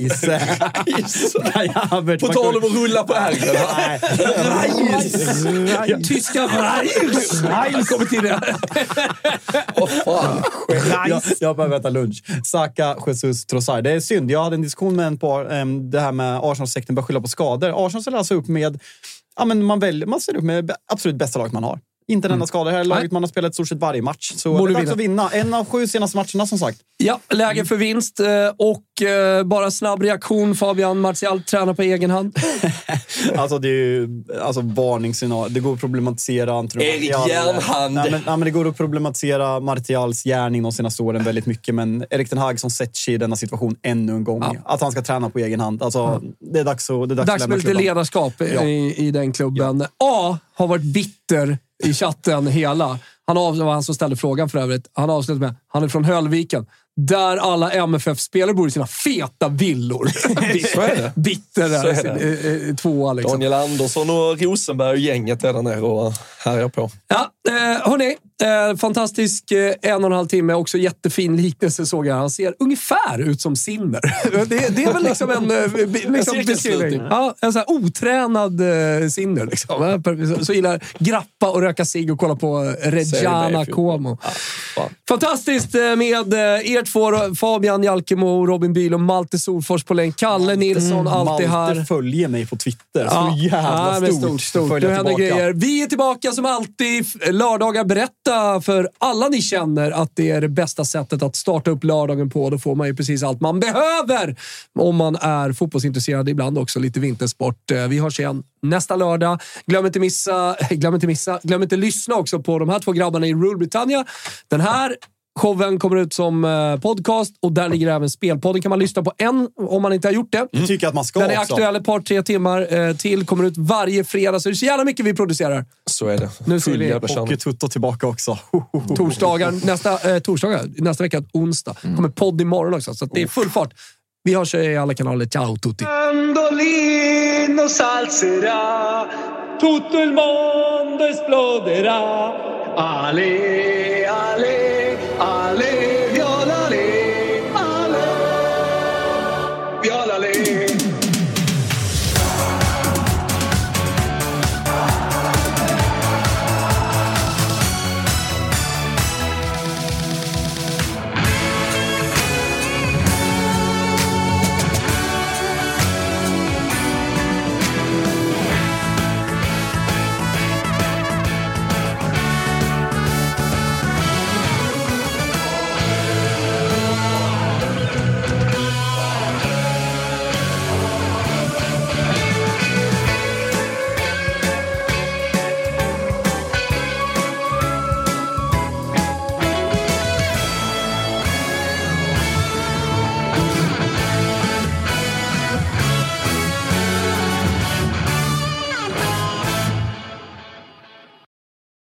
Kai Havertz. På tal om att rulla på ärgen. Rice. Tyska Rice kommer till det. Jag behöver äta lunch. Saka, Jesus, Trossard. Det är synd. Jag hade en diskussion med en par det här med Arsenal-sekten bör skylla på skador. Arsenal ställer alltså upp med man ställer upp med absolut bästa laget man har. Inte den enda skada här. Laget man har spelat stort sett varje match. Så det är dags att vinna. En av 7 senaste matcherna som sagt. Ja, läge för vinst. Och bara snabb reaktion. Fabian Martial tränar på egen hand. Alltså det är ju varningssignal. Det går att problematisera Erik Järnhand. Men det går att problematisera Martials gärning de senaste åren väldigt mycket. Men Erik Ten Hag som sätter sig i denna situation ännu en gång. Ja. Att han ska träna på egen hand. Alltså, det är dags att med lite ledarskap i den klubben. Ja. Har varit bitter i chatten hela. Det var han som ställde frågan för övrigt. Han avslutade med, han är från Höllviken. Där alla MFF-spelare bor i sina feta villor. Bitter där. 2 liksom. Daniel Andersson och Rosenberg och gänget är där nere och härjar på. Ja, hörni. Fantastisk 1,5 timme. Också jättefin liknelse såg jag. Han ser ungefär ut som Sinner. Det är väl liksom en beskrivning. Ja, en sån här otränad Sinner liksom. Så gillar grappa och röka cigg och kolla på Reggiana Como. Fantastiskt med er 2, Fabian Jalkemo, Robin Bühl och Malte Solfors på länk. Kalle Nilsson alltid här. Malte följer mig på Twitter. Så jävla stort. Det händer grejer. Vi är tillbaka som alltid lördagar. Berätta för alla ni känner att det är det bästa sättet att starta upp lördagen på. Då får man ju precis allt man behöver om man är fotbollsintresserad. Ibland också lite vintersport. Vi hörs igen nästa lördag. Glöm inte lyssna också på de här 2 grabbarna i Rule Britannia. Den här showen kommer ut som podcast och där ligger även spelpodden. Kan man lyssna på en om man inte har gjort det. Jag tycker att man ska den är också aktuell ett par 3 timmar till. Kommer ut varje fredag. Så det är så jävla mycket vi producerar. Så är det. Nu ser vi och Tutto tillbaka också. Torsdagar nästa vecka, onsdag. Kommer podd imorgon också. Så det är full fart. Vi hörs i alla kanaler. Ciao tutti. Mandolino salserà, tutto il mondo esploderà. Ale